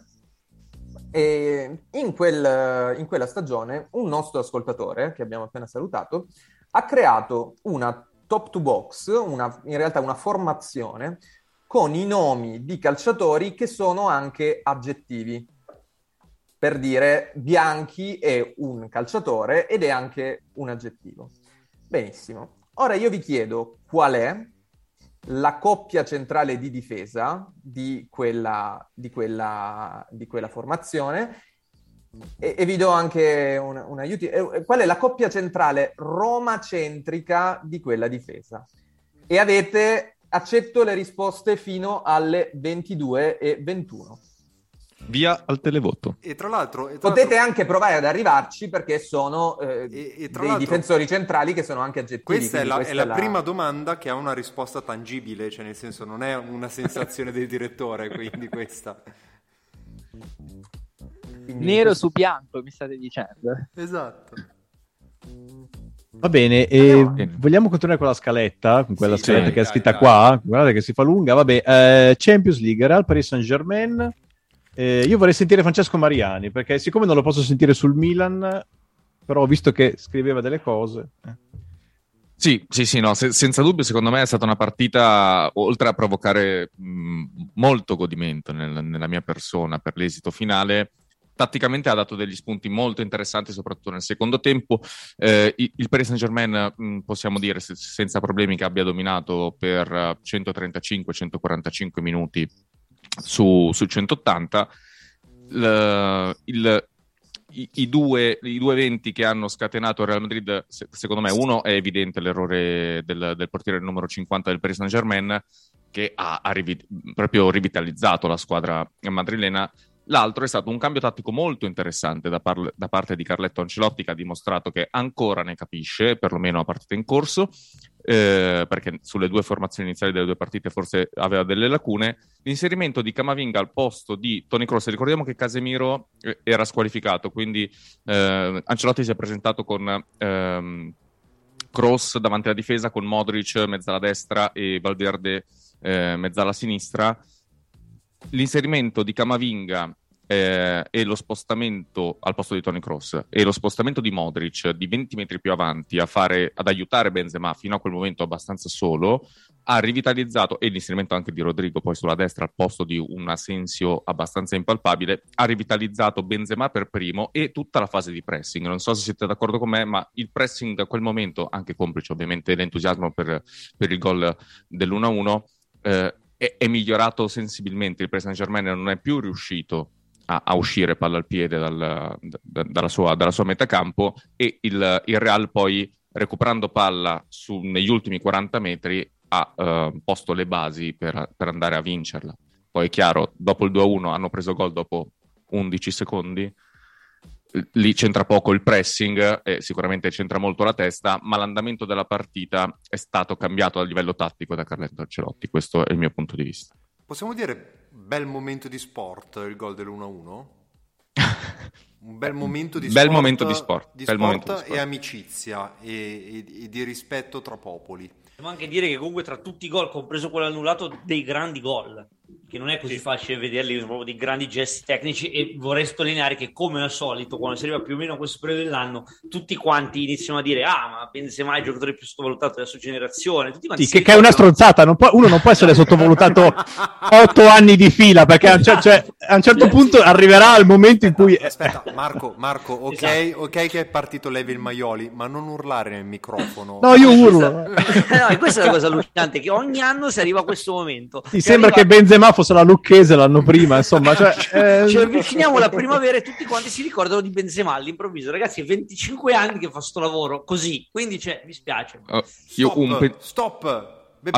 in quella stagione un nostro ascoltatore, che abbiamo appena salutato, ha creato una top to box, in realtà una formazione con i nomi di calciatori che sono anche aggettivi. Per dire Bianchi è un calciatore ed è anche un aggettivo. Benissimo. Ora io vi chiedo qual è la coppia centrale di difesa di quella formazione e vi do anche un aiuto. Qual è la coppia centrale roma-centrica di quella difesa? E accetto le risposte fino alle 22:21. Via al televoto. E tra l'altro potete anche provare ad arrivarci perché sono dei difensori centrali che sono anche aggettivi. Questa è la prima domanda che ha una risposta tangibile, cioè nel senso non è una sensazione del direttore, quindi questa. Nero su bianco, mi state dicendo. Esatto. Va bene, vogliamo continuare con la scaletta, con quella scaletta che è scritta qua? Guardate che si fa lunga. Vabbè, Champions League, Real Paris Saint-Germain. Io vorrei sentire Francesco Mariani, perché siccome non lo posso sentire sul Milan, però ho visto che scriveva delle cose. Sì, no, senza dubbio secondo me è stata una partita, oltre a provocare molto godimento nella mia persona per l'esito finale, tatticamente ha dato degli spunti molto interessanti, soprattutto nel secondo tempo. Il Paris Saint-Germain possiamo dire senza problemi che abbia dominato per 135-145 minuti su 180. I due eventi che hanno scatenato il Real Madrid, secondo me, uno è evidente l'errore del portiere numero 50 del Paris Saint-Germain, che ha proprio rivitalizzato la squadra madrilena. L'altro è stato un cambio tattico molto interessante da parte di Carletto Ancelotti, che ha dimostrato che ancora ne capisce, perlomeno a partita in corso, perché sulle due formazioni iniziali delle due partite forse aveva delle lacune. L'inserimento di Camavinga al posto di Toni Kroos. Ricordiamo che Casemiro era squalificato, quindi Ancelotti si è presentato con Kroos davanti alla difesa, con Modric mezzala destra e Valverde mezzala sinistra. L'inserimento di Camavinga e lo spostamento al posto di Toni Kroos e lo spostamento di Modric di 20 metri più avanti ad aiutare Benzema fino a quel momento abbastanza solo, ha rivitalizzato, e l'inserimento anche di Rodrigo poi sulla destra al posto di un Asensio abbastanza impalpabile, ha rivitalizzato Benzema per primo e tutta la fase di pressing. Non so se siete d'accordo con me, ma il pressing da quel momento, anche complice ovviamente l'entusiasmo per il gol dell'1-1, è migliorato sensibilmente. Il Paris Saint-Germain non è più riuscito a uscire palla al piede dalla sua metà campo, e il Real poi, recuperando palla negli ultimi 40 metri, ha posto le basi per andare a vincerla. Poi è chiaro, dopo il 2-1 hanno preso gol dopo 11 secondi, lì c'entra poco il pressing, sicuramente c'entra molto la testa, ma l'andamento della partita è stato cambiato a livello tattico da Carletto Ancelotti. Questo è il mio punto di vista. Possiamo dire bel momento di sport il gol dell'1-1? Un bel momento di sport e amicizia e di rispetto tra popoli. Possiamo anche dire che comunque tra tutti i gol, compreso quello annullato, dei grandi gol, che non è così facile vederli, sono proprio dei grandi gesti tecnici. E vorrei sottolineare che, come al solito, quando si arriva più o meno a questo periodo dell'anno, tutti quanti iniziano a dire ma Benzema è il giocatore più sottovalutato della sua generazione. Tutti quanti che è una stronzata, uno non può essere sottovalutato 8 anni di fila, perché a un certo punto arriverà il momento in cui... Aspetta, Marco, ok, esatto. Ok che è partito Levi Maioli, ma non urlare nel microfono. No, io urlo. E questa è la cosa allucinante, che ogni anno si arriva a questo momento. Ti sembra che Benzema fosse la Lucchese l'anno prima, insomma. Ci avviciniamo alla primavera e tutti quanti si ricordano di Benzema all'improvviso. Ragazzi, è 25 anni che fa sto lavoro così, quindi mi spiace. Stop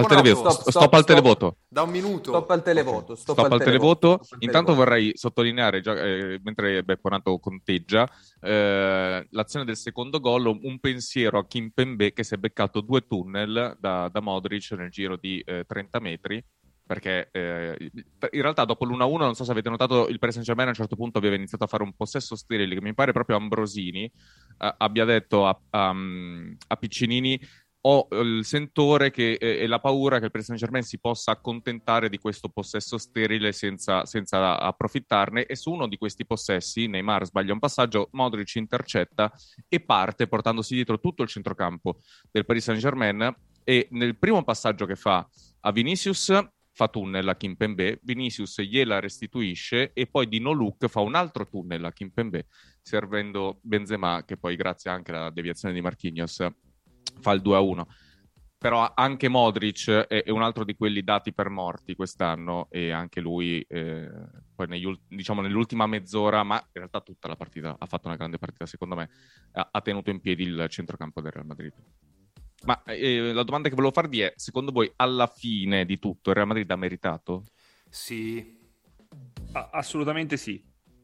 al televoto. Da un minuto. Stop al televoto. Intanto vorrei sottolineare, già, mentre Bepponato conteggia, l'azione del secondo gol, un pensiero a Kimpembe, che si è beccato 2 tunnel da Modric nel giro di 30 metri, perché in realtà dopo l'1-1, non so se avete notato, il Paris Saint-Germain a un certo punto aveva iniziato a fare un possesso sterile, che mi pare proprio Ambrosini abbia detto a Piccinini: ho il sentore e la paura che il Paris Saint-Germain si possa accontentare di questo possesso sterile senza approfittarne. E su uno di questi possessi Neymar sbaglia un passaggio, Modric intercetta e parte portandosi dietro tutto il centrocampo del Paris Saint-Germain, e nel primo passaggio che fa a Vinicius fa tunnel a Kimpembe, Vinicius gliela restituisce e poi di no look fa un altro tunnel a Kimpembe, servendo Benzema, che poi, grazie anche alla deviazione di Marquinhos, fa il 2-1. Però anche Modric è un altro di quelli dati per morti quest'anno, e anche lui poi nell'ultima mezz'ora, ma in realtà tutta la partita, ha fatto una grande partita secondo me, ha tenuto in piedi il centrocampo del Real Madrid. Ma la domanda che volevo farvi è: secondo voi alla fine di tutto il Real Madrid ha meritato? Sì. Assolutamente sì.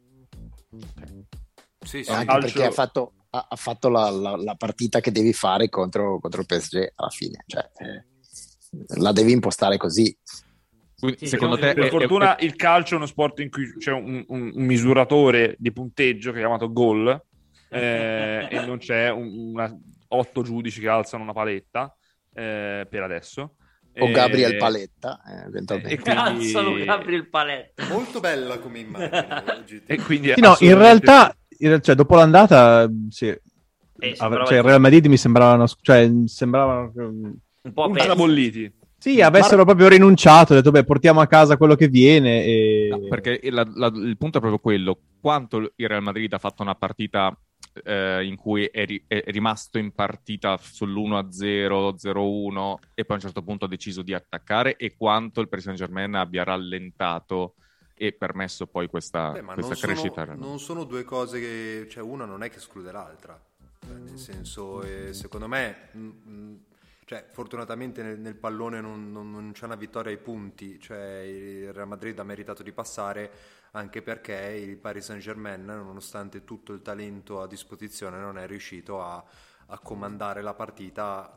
Sì. Anche perché ha fatto la partita che devi fare contro il PSG alla fine, cioè la devi impostare così. Quindi, secondo te, per fortuna il calcio è uno sport in cui c'è un misuratore di punteggio che è chiamato gol, e non c'è 8 giudici che alzano una paletta per adesso. O Gabriel Paletta, eventualmente. Alzano Gabriel Paletta. Molto bella come immagine. E quindi in realtà, dopo l'andata, sì. Il Real Madrid mi sembravano un po' trabolliti. Sì, avessero proprio rinunciato, detto, beh, portiamo a casa quello che viene. E... No, perché il punto è proprio quello. Quanto il Real Madrid ha fatto una partita in cui è rimasto in partita sull'1-0, 0-1 e poi a un certo punto ha deciso di attaccare, e quanto il Paris Saint-Germain abbia rallentato e permesso poi questa crescita. Non sono due cose che... Cioè, una non è che esclude l'altra. Nel senso, secondo me... Cioè, fortunatamente nel pallone non c'è una vittoria ai punti, cioè il Real Madrid ha meritato di passare, anche perché il Paris Saint-Germain, nonostante tutto il talento a disposizione, non è riuscito a comandare la partita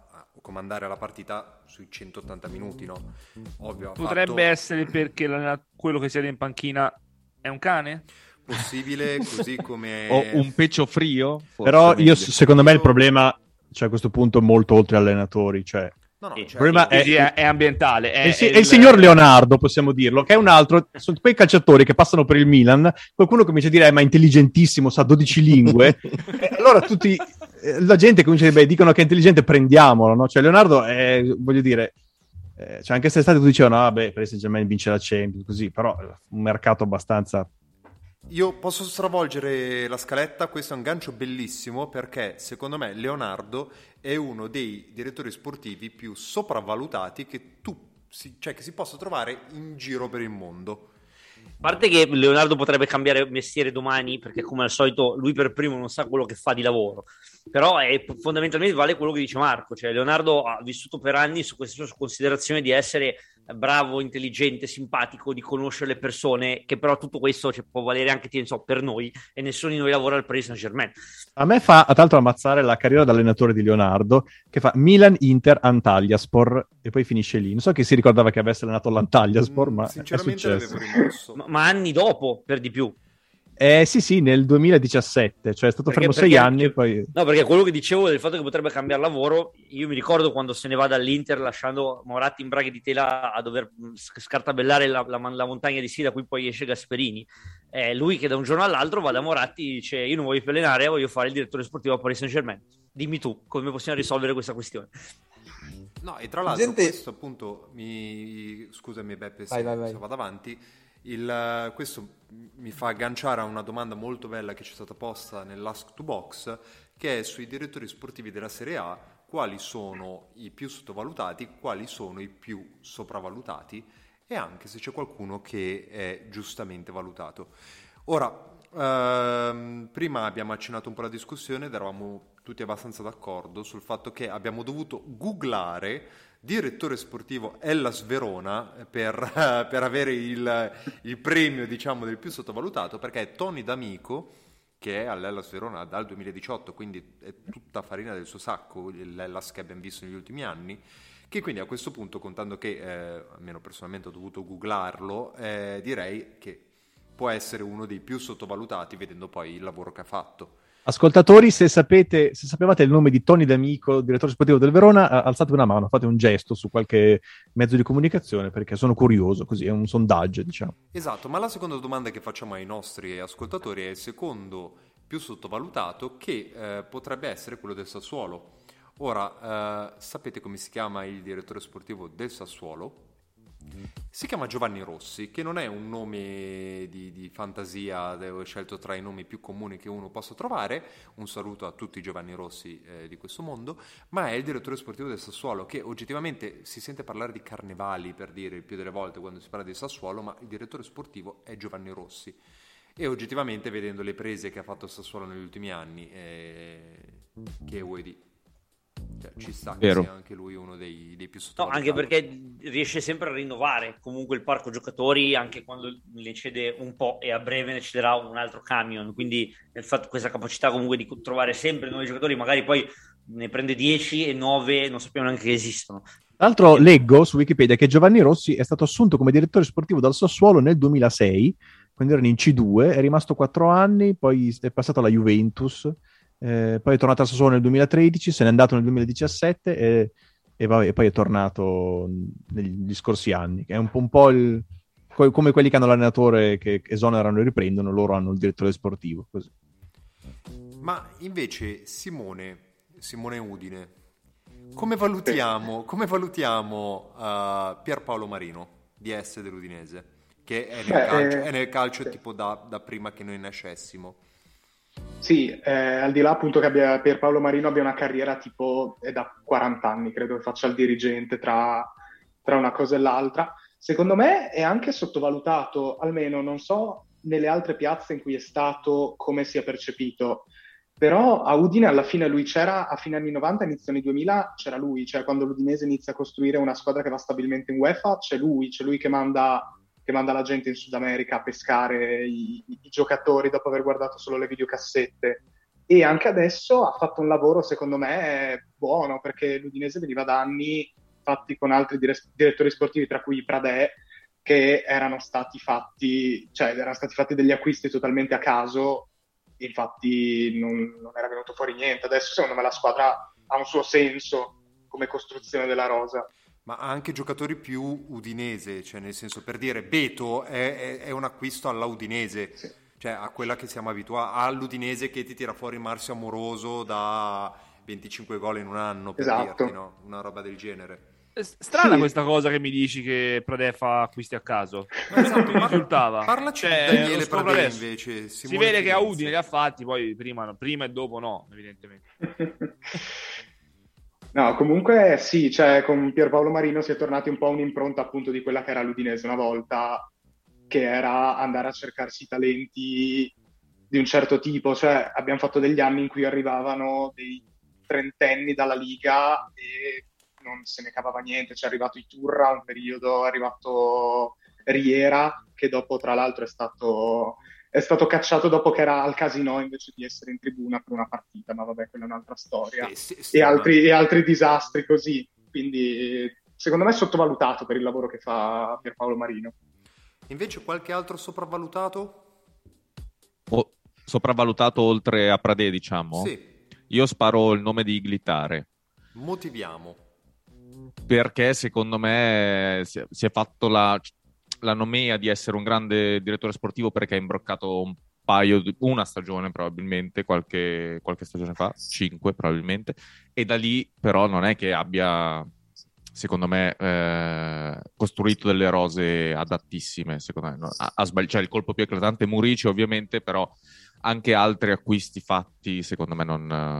sui 180 minuti, no? Ovvio, potrebbe essere perché quello che siede in panchina è un cane? Possibile, così come... O un pecio frio? Però secondo me il problema... Cioè, a questo punto molto oltre allenatori, cioè il problema è ambientale. È il signor Leonardo, possiamo dirlo, che è un altro, sono quei calciatori che passano per il Milan, qualcuno comincia a dire ma è intelligentissimo, sa 12 lingue, allora la gente comincia a dire, dicono che è intelligente, prendiamolo, no? Cioè Leonardo è, voglio dire, cioè anche se tu dicevano, vabbè, Paris Saint-Germain vince la Champions, così, però un mercato abbastanza... Io posso stravolgere la scaletta, questo è un gancio bellissimo, perché secondo me Leonardo è uno dei direttori sportivi più sopravvalutati che che si possa trovare in giro per il mondo. A parte che Leonardo potrebbe cambiare mestiere domani, perché come al solito lui per primo non sa quello che fa di lavoro, però fondamentalmente vale quello che dice Marco, cioè Leonardo ha vissuto per anni su questa sua considerazione di essere bravo, intelligente, simpatico, di conoscere le persone, che però tutto questo può valere anche per noi, e nessuno di noi lavora al Paris Saint-Germain. A me fa tra l'altro ammazzare la carriera da allenatore di Leonardo, che fa Milan, Inter, Antalyaspor e poi finisce lì. Non so chi si ricordava che avesse allenato l'Antalyaspor, ma sinceramente è successo. l'avevo rimosso. Ma anni dopo, per di più. Sì, nel 2017, cioè è stato fermo 6 anni e poi... No, perché quello che dicevo del fatto che potrebbe cambiare lavoro, io mi ricordo quando se ne va dall'Inter lasciando Moratti in braghe di tela a dover scartabellare la montagna di sci da cui poi esce Gasperini. Lui che da un giorno all'altro va da Moratti e dice io non voglio più allenare, voglio fare il direttore sportivo a Paris Saint-Germain. Dimmi tu, come possiamo risolvere questa questione? No, e tra l'altro questo appunto scusami Beppe se vado avanti. Questo mi fa agganciare a una domanda molto bella che ci è stata posta nell'Ask to Box, che è sui direttori sportivi della Serie A: quali sono i più sottovalutati, quali sono i più sopravvalutati, e anche se c'è qualcuno che è giustamente valutato. Ora, prima abbiamo accennato un po' alla discussione ed eravamo tutti abbastanza d'accordo sul fatto che abbiamo dovuto googlare direttore sportivo Hellas Verona per avere il premio, diciamo, del più sottovalutato, perché è Tony D'Amico, che è all'Hellas Verona dal 2018, quindi è tutta farina del suo sacco l'Hellas che abbiamo visto negli ultimi anni, che quindi a questo punto, contando che almeno personalmente ho dovuto googlarlo, direi che può essere uno dei più sottovalutati, vedendo poi il lavoro che ha fatto. Ascoltatori, se sapevate il nome di Tony D'Amico, direttore sportivo del Verona, alzate una mano, fate un gesto su qualche mezzo di comunicazione, perché sono curioso, così è un sondaggio, diciamo. Esatto, ma la seconda domanda che facciamo ai nostri ascoltatori è il secondo più sottovalutato, che potrebbe essere quello del Sassuolo. Ora, sapete come si chiama il direttore sportivo del Sassuolo? Si chiama Giovanni Rossi, che non è un nome di fantasia, ho scelto tra i nomi più comuni che uno possa trovare, un saluto a tutti i Giovanni Rossi di questo mondo, ma è il direttore sportivo del Sassuolo, che oggettivamente si sente parlare di carnevali, per dire, il più delle volte quando si parla di Sassuolo, ma il direttore sportivo è Giovanni Rossi, e oggettivamente, vedendo le prese che ha fatto il Sassuolo negli ultimi anni, che vuoi dire? Cioè, ci sta che sia anche lui uno dei più sottovalutati. No, anche perché riesce sempre a rinnovare comunque il parco giocatori, anche quando ne cede un po', e a breve ne cederà un altro camion, quindi questa capacità comunque di trovare sempre nuovi giocatori, magari poi ne prende 10 e 9 non sappiamo neanche che esistono. Tra l'altro leggo su Wikipedia che Giovanni Rossi è stato assunto come direttore sportivo dal Sassuolo nel 2006, quando erano in C2, è rimasto 4 anni, poi è passato alla Juventus, poi è tornato al Sassuolo nel 2013, se n'è andato nel 2017 e poi è tornato negli scorsi anni. È un po' come quelli che hanno l'allenatore che esonerano e riprendono, loro hanno il direttore sportivo. Così. Ma invece Simone Udine, Come valutiamo Pierpaolo Marino, DS dell'Udinese, che è nel calcio tipo da prima che noi nascessimo? Sì, al di là appunto che Pierpaolo Marino abbia una carriera tipo è da 40 anni, credo che faccia il dirigente tra una cosa e l'altra. Secondo me è anche sottovalutato, almeno non so nelle altre piazze in cui è stato come sia percepito, però a Udine alla fine lui c'era, a fine anni 90, inizio anni 2000 c'era lui, cioè quando l'Udinese inizia a costruire una squadra che va stabilmente in UEFA c'è lui che manda la gente in Sud America a pescare i giocatori dopo aver guardato solo le videocassette. E anche adesso ha fatto un lavoro, secondo me, buono, perché l'Udinese veniva da anni fatti con altri direttori sportivi, tra cui Pradè, che erano stati fatti degli acquisti totalmente a caso, infatti non era venuto fuori niente. Adesso secondo me la squadra ha un suo senso come costruzione della rosa. Ma ha anche giocatori più udinese, cioè nel senso, per dire, Beto è un acquisto alla Udinese, sì. Cioè a quella che siamo abituati, all'Udinese che ti tira fuori Marzio Amoroso da 25 gol in un anno, per dirti, no? Una roba del genere. Strana questa cosa che mi dici che Pradè fa acquisti a caso. Esatto, mi risultava. Parlaci di Daniele Pradè invece. Si vede che a Udine li ha fatti, poi prima e dopo no, evidentemente. No, comunque sì, cioè con Pierpaolo Marino si è tornati un po' a un'impronta appunto di quella che era l'Udinese una volta, che era andare a cercarsi i talenti di un certo tipo, cioè abbiamo fatto degli anni in cui arrivavano dei trentenni dalla Liga e non se ne cavava niente, c'è arrivato Iturra un periodo, è arrivato Riera, che dopo tra l'altro è stato cacciato dopo che era al Casino invece di essere in tribuna per una partita, ma vabbè, quella è un'altra storia. E altri disastri così, quindi secondo me è sottovalutato per il lavoro che fa Pierpaolo Marino. Invece qualche altro sopravvalutato? Sopravvalutato oltre a Pradè, diciamo? Sì. Io sparo il nome di Iglitare. Motiviamo. Perché secondo me si è fatto la nomea di essere un grande direttore sportivo, perché ha imbroccato una stagione probabilmente, qualche stagione fa, 5 probabilmente, e da lì però non è che abbia, secondo me, costruito delle rose adattissime, secondo me. No? Cioè, il colpo più eclatante è Murici, ovviamente, però anche altri acquisti fatti, secondo me,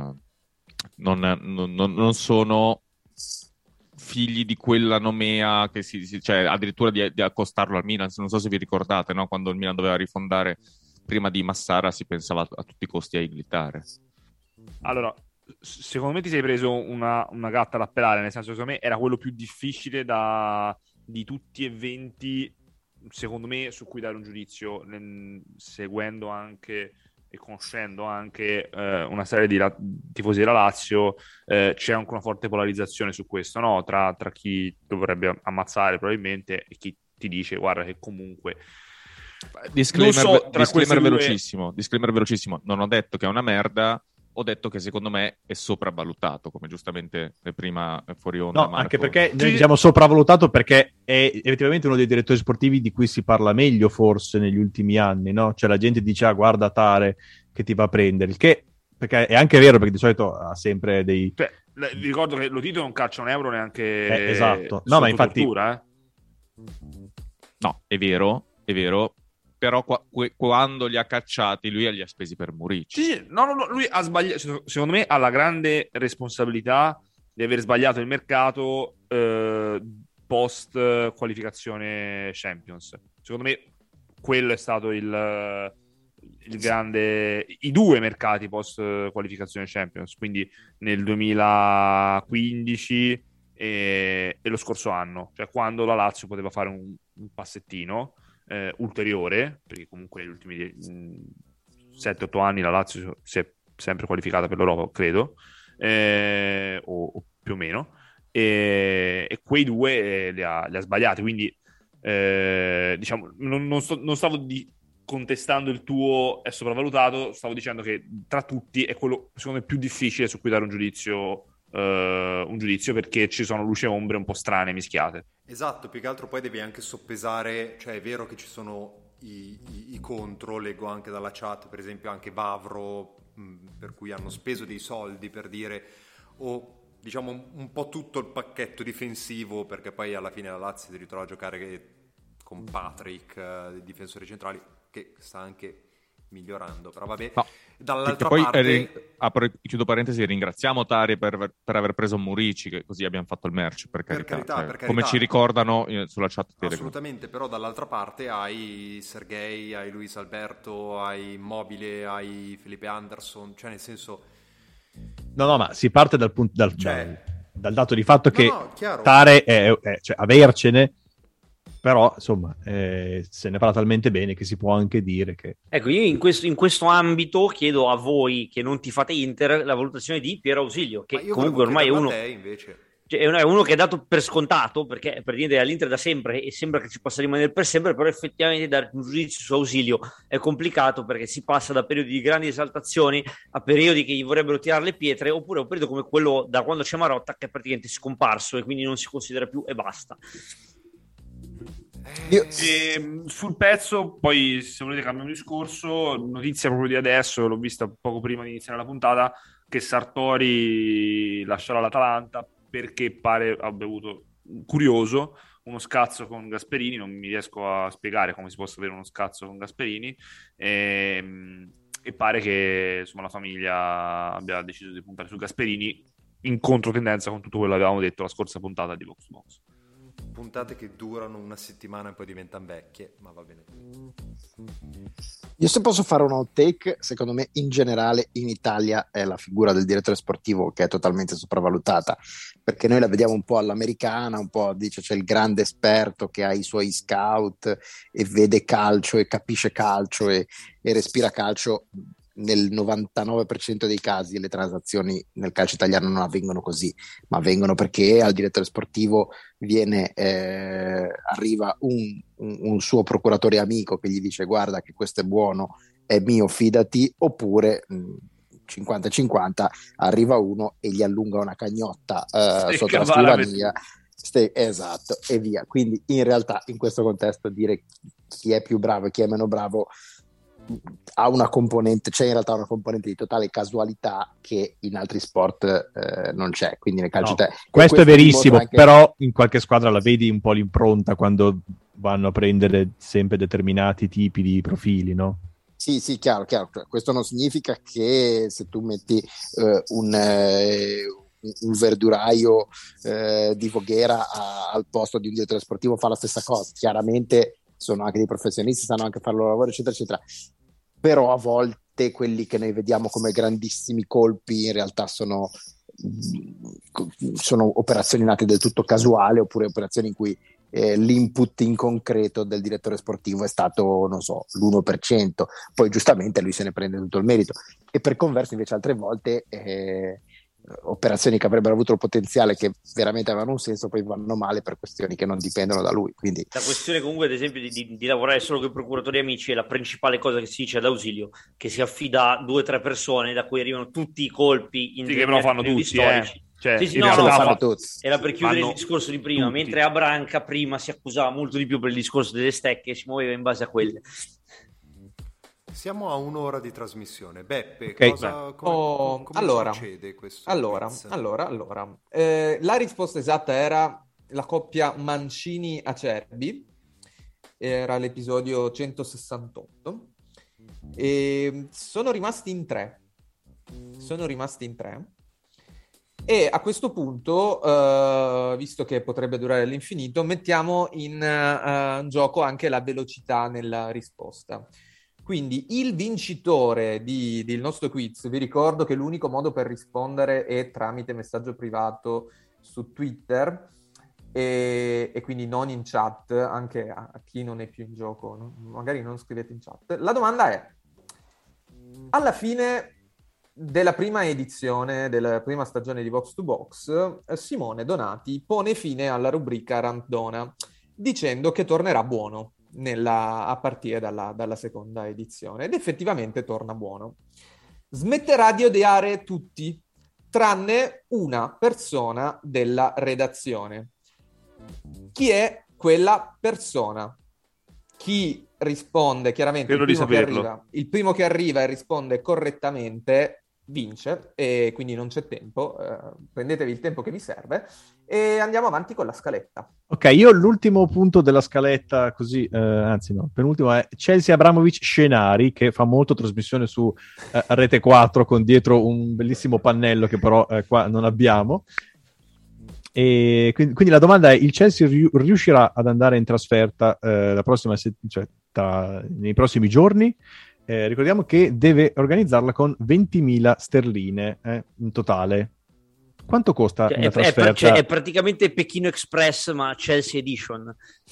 non sono figli di quella nomea che cioè addirittura di accostarlo al Milan. Non so se vi ricordate, no? Quando il Milan doveva rifondare prima di Massara si pensava a tutti i costi a Iglitare. Allora, secondo me ti sei preso una gatta da pelare, nel senso che secondo me era quello più difficile di tutti e 20, secondo me, su cui dare un giudizio, seguendo anche e conoscendo anche una serie di tifosi della Lazio. C'è anche una forte polarizzazione su questo, no? Tra chi dovrebbe ammazzare probabilmente e chi ti dice guarda che comunque disclaimer velocissimo, non ho detto che è una merda, ho detto che secondo me è sopravvalutato, come giustamente prima fuori onda no, Marco. Anche perché noi diciamo sopravvalutato perché è effettivamente uno dei direttori sportivi di cui si parla meglio forse negli ultimi anni, no? Cioè la gente dice guarda Tare che ti va a prendere, il che perché è anche vero, perché di solito ha sempre dei... Cioè, vi ricordo che Lotito non calcia un euro neanche esatto. No, ma infatti tortura, No, è vero, però quando li ha cacciati lui li ha spesi per Murici. Sì, no, lui ha sbagliato, secondo me ha la grande responsabilità di aver sbagliato il mercato post qualificazione Champions. Secondo me quello è stato il grande, i due mercati post qualificazione Champions, quindi nel 2015 e lo scorso anno, cioè quando la Lazio poteva fare un passettino ulteriore, perché comunque negli ultimi 7-8 anni la Lazio si è sempre qualificata per l'Europa, credo, o più o meno, e quei due li ha sbagliati, quindi diciamo non stavo contestando il tuo è sopravvalutato, stavo dicendo che tra tutti è quello secondo me più difficile su cui dare un giudizio, perché ci sono luci e ombre un po' strane mischiate. Esatto, più che altro poi devi anche soppesare, cioè è vero che ci sono i contro, leggo anche dalla chat per esempio anche Vavro, per cui hanno speso dei soldi per dire diciamo un po' tutto il pacchetto difensivo, perché poi alla fine la Lazio si ritrova a giocare con Patrick, difensori centrali, che sta anche migliorando, però vabbè. No. Dall'altra poi parte chiudo parentesi, ringraziamo Tari per aver preso Murici, che così abbiamo fatto il merch, per carità. Come ci ricordano sulla chat Telegram. Assolutamente, però dall'altra parte hai Sergei, hai Luis Alberto, hai Immobile, hai Felipe Anderson, cioè nel senso... No, ma si parte dal dato di fatto che chiaro. Tare cioè, avercene, però insomma se ne parla talmente bene che si può anche dire che... Ecco, io in questo ambito chiedo a voi che non tifate Inter la valutazione di Piero Ausilio, che comunque ormai è uno... Cioè, è uno che è dato per scontato, perché praticamente all'Inter da sempre e sembra che ci possa rimanere per sempre, però effettivamente dare un giudizio su Ausilio è complicato, perché si passa da periodi di grandi esaltazioni a periodi che gli vorrebbero tirare le pietre, oppure un periodo come quello da quando c'è Marotta, che è praticamente scomparso e quindi non si considera più e basta. Sul pezzo, poi se volete cambiamo discorso, notizia proprio di adesso, l'ho vista poco prima di iniziare la puntata, che Sartori lascerà l'Atalanta perché pare abbia avuto, curioso, uno scazzo con Gasperini. Non mi riesco a spiegare come si possa avere uno scazzo con Gasperini, e pare che insomma la famiglia abbia deciso di puntare su Gasperini, in controtendenza con tutto quello che avevamo detto la scorsa puntata di Vox Box. Puntate che durano una settimana e poi diventano vecchie, ma va bene. Io se posso fare un hot take, secondo me in generale in Italia è la figura del direttore sportivo che è totalmente sopravvalutata, perché noi la vediamo un po' all'americana, un po' dice c'è il grande esperto che ha i suoi scout e vede calcio e capisce calcio e respira calcio. Nel 99% dei casi le transazioni nel calcio italiano non avvengono così, ma avvengono perché al direttore sportivo arriva un suo procuratore amico che gli dice guarda che questo è buono, è mio, fidati, oppure 50-50 arriva uno e gli allunga una cagnotta sotto la scrivania. Esatto, e via. Quindi in realtà in questo contesto dire chi è più bravo e chi è meno bravo ha una componente, c'è in realtà una componente di totale casualità che in altri sport non c'è, quindi nel calcio questo è verissimo, anche... però in qualche squadra la vedi un po' l'impronta quando vanno a prendere sempre determinati tipi di profili, no? Sì, chiaro. Questo non significa che se tu metti un verduraio di Voghera al posto di un direttore sportivo fa la stessa cosa. Chiaramente sono anche dei professionisti, sanno anche fare il loro lavoro, eccetera eccetera, però a volte quelli che noi vediamo come grandissimi colpi in realtà sono operazioni nate del tutto casuali, oppure operazioni in cui l'input in concreto del direttore sportivo è stato, non so, l'1%, poi giustamente lui se ne prende tutto il merito, e per converso invece altre volte operazioni che avrebbero avuto il potenziale, che veramente avevano un senso, poi vanno male per questioni che non dipendono da lui. Quindi la questione comunque ad esempio di lavorare solo con i procuratori amici è la principale cosa che si dice ad Ausilio, che si affida a 2 o 3 persone da cui arrivano tutti i colpi in che però fanno tutti storici. Cioè, era per chiudere il discorso di prima, tutti. mentre a Branca prima si accusava molto di più per il discorso delle stecche e si muoveva in base a quelle. Siamo a un'ora di trasmissione. Beppe, come allora, succede questo? Allora, la risposta esatta era la coppia Mancini-Acerbi, era l'episodio 168, e sono rimasti in 3. E a questo punto, visto che potrebbe durare all'infinito, mettiamo in gioco anche la velocità nella risposta. Quindi il vincitore del nostro quiz, vi ricordo che l'unico modo per rispondere è tramite messaggio privato su Twitter, e quindi non in chat, anche a chi non è più in gioco, no? Magari non scrivete in chat. La domanda è: alla fine della prima edizione, della prima stagione di Vox to Box, Simone Donati pone fine alla rubrica Randona dicendo che tornerà buono a partire dalla seconda edizione, ed effettivamente torna buono. Smetterà di odiare tutti, tranne una persona della redazione. Chi è quella persona? Chi risponde chiaramente il primo che arriva e risponde correttamente vince e quindi non c'è tempo, prendetevi il tempo che vi serve e andiamo avanti con la scaletta. Ok, io l'ultimo punto della scaletta, così, anzi no, penultimo è Chelsea Abramovich scenari, che fa molto trasmissione su Rete 4 con dietro un bellissimo pannello che però qua non abbiamo. E quindi la domanda è: il Chelsea riuscirà ad andare in trasferta la prossima nei prossimi giorni? Ricordiamo che deve organizzarla con 20.000 sterline in totale. Quanto costa la trasferta? È praticamente Pechino Express, ma Chelsea Edition.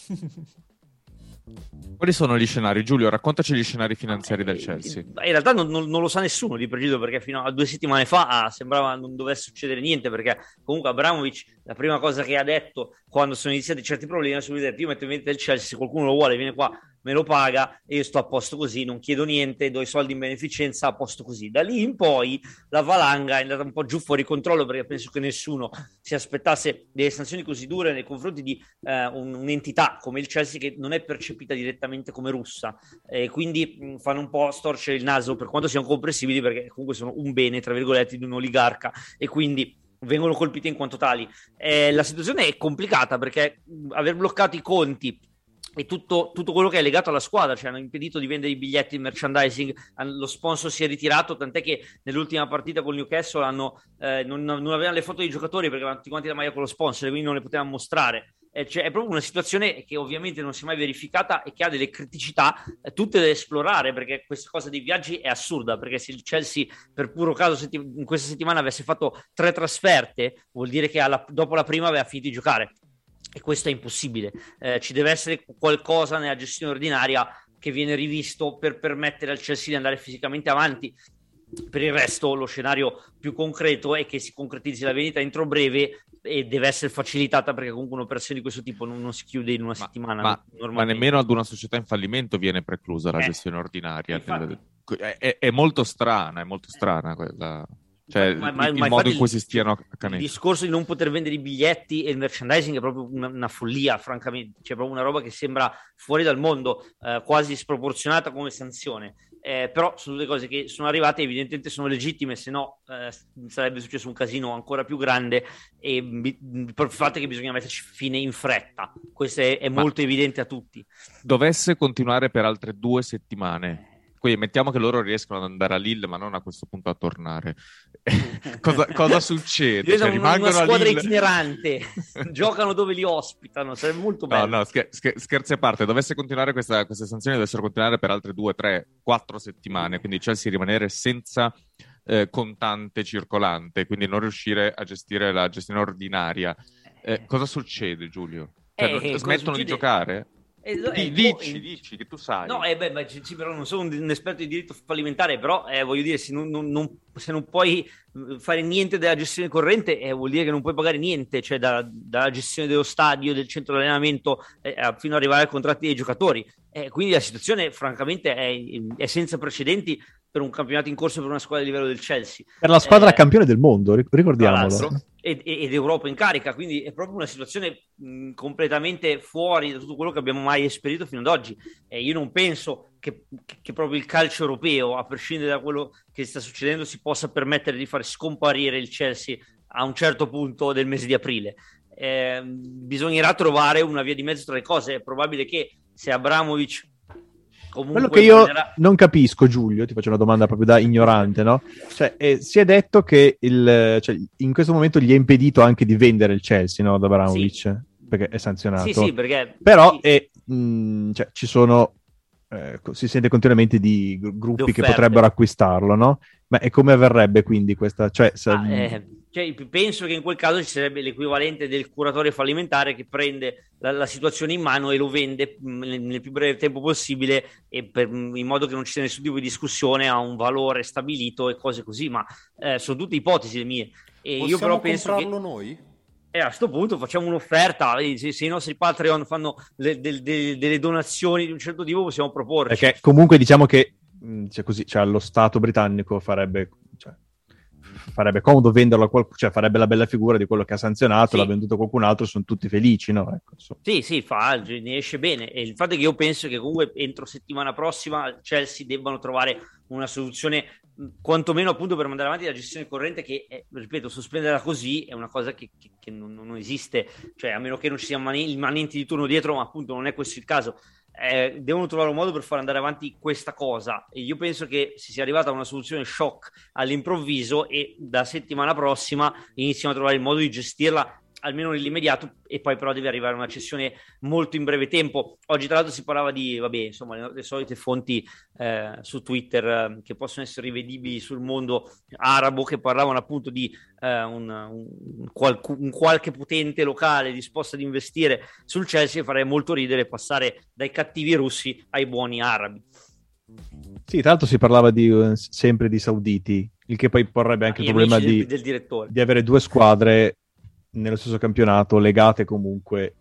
Quali sono gli scenari? Giulio, raccontaci gli scenari finanziari del Chelsea. In realtà non lo sa nessuno di preciso, perché fino a 2 settimane fa sembrava non dovesse succedere niente, perché comunque Abramovich, la prima cosa che ha detto quando sono iniziati certi problemi è subito detto: io metto in vendita il Chelsea, se qualcuno lo vuole viene qua, me lo paga e io sto a posto così, non chiedo niente, do i soldi in beneficenza, a posto così. Da lì in poi la valanga è andata un po' giù fuori controllo, perché penso che nessuno si aspettasse delle sanzioni così dure nei confronti di un'entità come il Chelsea, che non è percepita direttamente come russa, quindi fanno un po' storcere il naso, per quanto siano comprensibili, perché comunque sono un bene, tra virgolette, di un oligarca, e quindi vengono colpiti in quanto tali. La situazione è complicata, perché aver bloccato i conti e tutto quello che è legato alla squadra, cioè hanno impedito di vendere i biglietti, il merchandising, lo sponsor si è ritirato, tant'è che nell'ultima partita con Newcastle non avevano le foto dei giocatori perché avevano tutti quanti la maglia con lo sponsor, quindi non le potevano mostrare. Cioè, è proprio una situazione che ovviamente non si è mai verificata e che ha delle criticità tutte da esplorare, perché questa cosa dei viaggi è assurda, perché se il Chelsea per puro caso in questa settimana avesse fatto 3 trasferte, vuol dire che dopo la prima aveva finito di giocare. E questo è impossibile. Ci deve essere qualcosa nella gestione ordinaria che viene rivisto per permettere al Chelsea di andare fisicamente avanti. Per il resto lo scenario più concreto è che si concretizzi la vendita entro breve, e deve essere facilitata, perché comunque un'operazione di questo tipo non si chiude in una settimana. Ma nemmeno ad una società in fallimento viene preclusa la gestione ordinaria. È molto strana quella... Cioè, il modo in cui si stiano accanendo. Il discorso di non poter vendere i biglietti e il merchandising è proprio una follia, francamente. C'è proprio una roba che sembra fuori dal mondo, quasi sproporzionata come sanzione. Però sono due cose che sono arrivate, evidentemente sono legittime, se no sarebbe successo un casino ancora più grande, e il fatto è che bisogna metterci fine in fretta. Questo è molto evidente a tutti. Dovesse continuare per altre 2 settimane, quindi mettiamo che loro riescono ad andare a Lille, ma non a questo punto a tornare. Cosa succede? Cioè, rimangono una squadra itinerante, giocano dove li ospitano, sarebbe molto bello. No, scherzi a parte, dovesse continuare queste sanzioni, dovessero continuare per altre 2, 3, 4 settimane, quindi Chelsea rimanere senza contante circolante, quindi non riuscire a gestire la gestione ordinaria. Cosa succede, Giulio? Cioè, smettono di giocare? Dici che tu sai. No, però non sono un esperto di diritto fallimentare, però voglio dire, se non puoi fare niente della gestione corrente, vuol dire che non puoi pagare niente, cioè dalla gestione dello stadio, del centro di allenamento, fino ad arrivare ai contratti dei giocatori. Quindi la situazione francamente è senza precedenti per un campionato in corso per una squadra di livello del Chelsea. Per la squadra campione del mondo, ricordiamolo. Ed Europa in carica, quindi è proprio una situazione completamente fuori da tutto quello che abbiamo mai esperito fino ad oggi. Io non penso che proprio il calcio europeo, a prescindere da quello che sta succedendo, si possa permettere di far scomparire il Chelsea a un certo punto del mese di aprile. Bisognerà trovare una via di mezzo tra le cose. È probabile che se Abramovich quello che io non capisco, Giulio, ti faccio una domanda proprio da ignorante, no? Cioè, si è detto che in questo momento gli è impedito anche di vendere il Chelsea, no? Da Abramovich, sì, perché è sanzionato. Sì, perché... Però ci sono... si sente continuamente di gruppi che potrebbero acquistarlo, no? Ma e come avverrebbe quindi questa... penso che in quel caso ci sarebbe l'equivalente del curatore fallimentare che prende la situazione in mano e lo vende nel più breve tempo possibile, e in modo che non ci sia nessun tipo di discussione, a un valore stabilito e cose così, ma sono tutte ipotesi le mie. Io però penso comprarlo noi? A questo punto facciamo un'offerta, se i nostri Patreon fanno delle donazioni di un certo tipo, possiamo proporci. Perché comunque diciamo che allo Stato britannico farebbe... farebbe comodo venderlo a cioè farebbe la bella figura di quello che ha sanzionato, l'ha venduto qualcun altro, sono tutti felici, no? Ecco, Sì, ne esce bene. E il fatto è che io penso che comunque entro settimana prossima Chelsea debbano trovare una soluzione, quantomeno appunto per mandare avanti la gestione corrente, che ripeto, sospenderla così è una cosa che non esiste, cioè a meno che non ci siano immanenti di turno dietro, ma appunto non è questo il caso. Devono trovare un modo per far andare avanti questa cosa, e io penso che si sia arrivata a una soluzione shock all'improvviso, e da settimana prossima iniziano a trovare il modo di gestirla almeno nell'immediato, e poi però deve arrivare una cessione molto in breve tempo. Oggi tra l'altro si parlava di, insomma, le solite fonti su Twitter che possono essere rivedibili sul mondo arabo, che parlavano appunto di un qualche potente locale disposto ad investire sul Chelsea, e farei molto ridere passare dai cattivi russi ai buoni arabi. Sì, tra l'altro si parlava sempre di sauditi, il che poi porrebbe anche il problema del direttore, di avere due squadre nello stesso campionato, legate comunque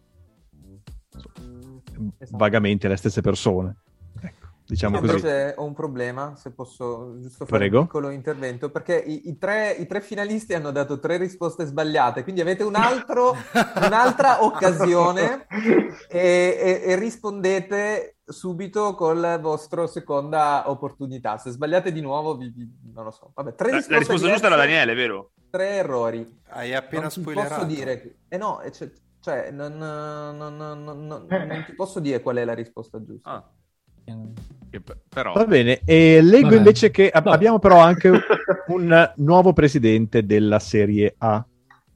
vagamente alle stesse persone. Ecco, diciamo così. Invece ho un problema, se posso giusto fare Prego. un piccolo intervento, perché i tre finalisti hanno dato 3 risposte sbagliate, quindi avete un'altra occasione e rispondete subito con la vostra seconda opportunità. Se sbagliate di nuovo, non lo so. Vabbè, 3 risposte la risposta giusta era Daniele, vero? 3 errori. Hai appena spoilerato. Posso dire, non ti posso dire qual è la risposta giusta. Però... Va bene, e leggo invece che abbiamo però anche un nuovo presidente della Serie A.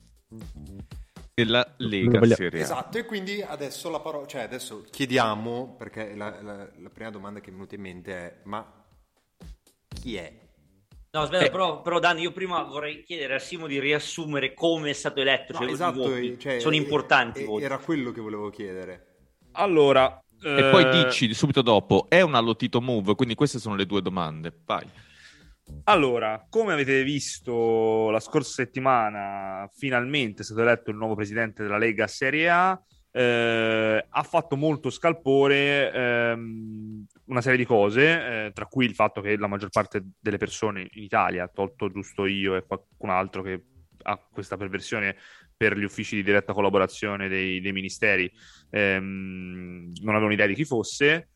Della Lega Serie A. Esatto, e quindi adesso la parola, cioè adesso chiediamo, perché la prima domanda che è venuta in mente è: ma chi è? No, aspetta, però Dani, io prima vorrei chiedere a Simo di riassumere come è stato eletto. No, esatto, sono importanti. Era quello che volevo chiedere. Allora, e poi dici subito dopo, è una Lotito move, quindi queste sono le 2 domande. Vai. Allora, come avete visto la scorsa settimana, finalmente è stato eletto il nuovo presidente della Lega Serie A. Ha fatto molto scalpore una serie di cose, tra cui il fatto che la maggior parte delle persone in Italia, tolto giusto io e qualcun altro che ha questa perversione per gli uffici di diretta collaborazione dei ministeri, non avevano idea di chi fosse,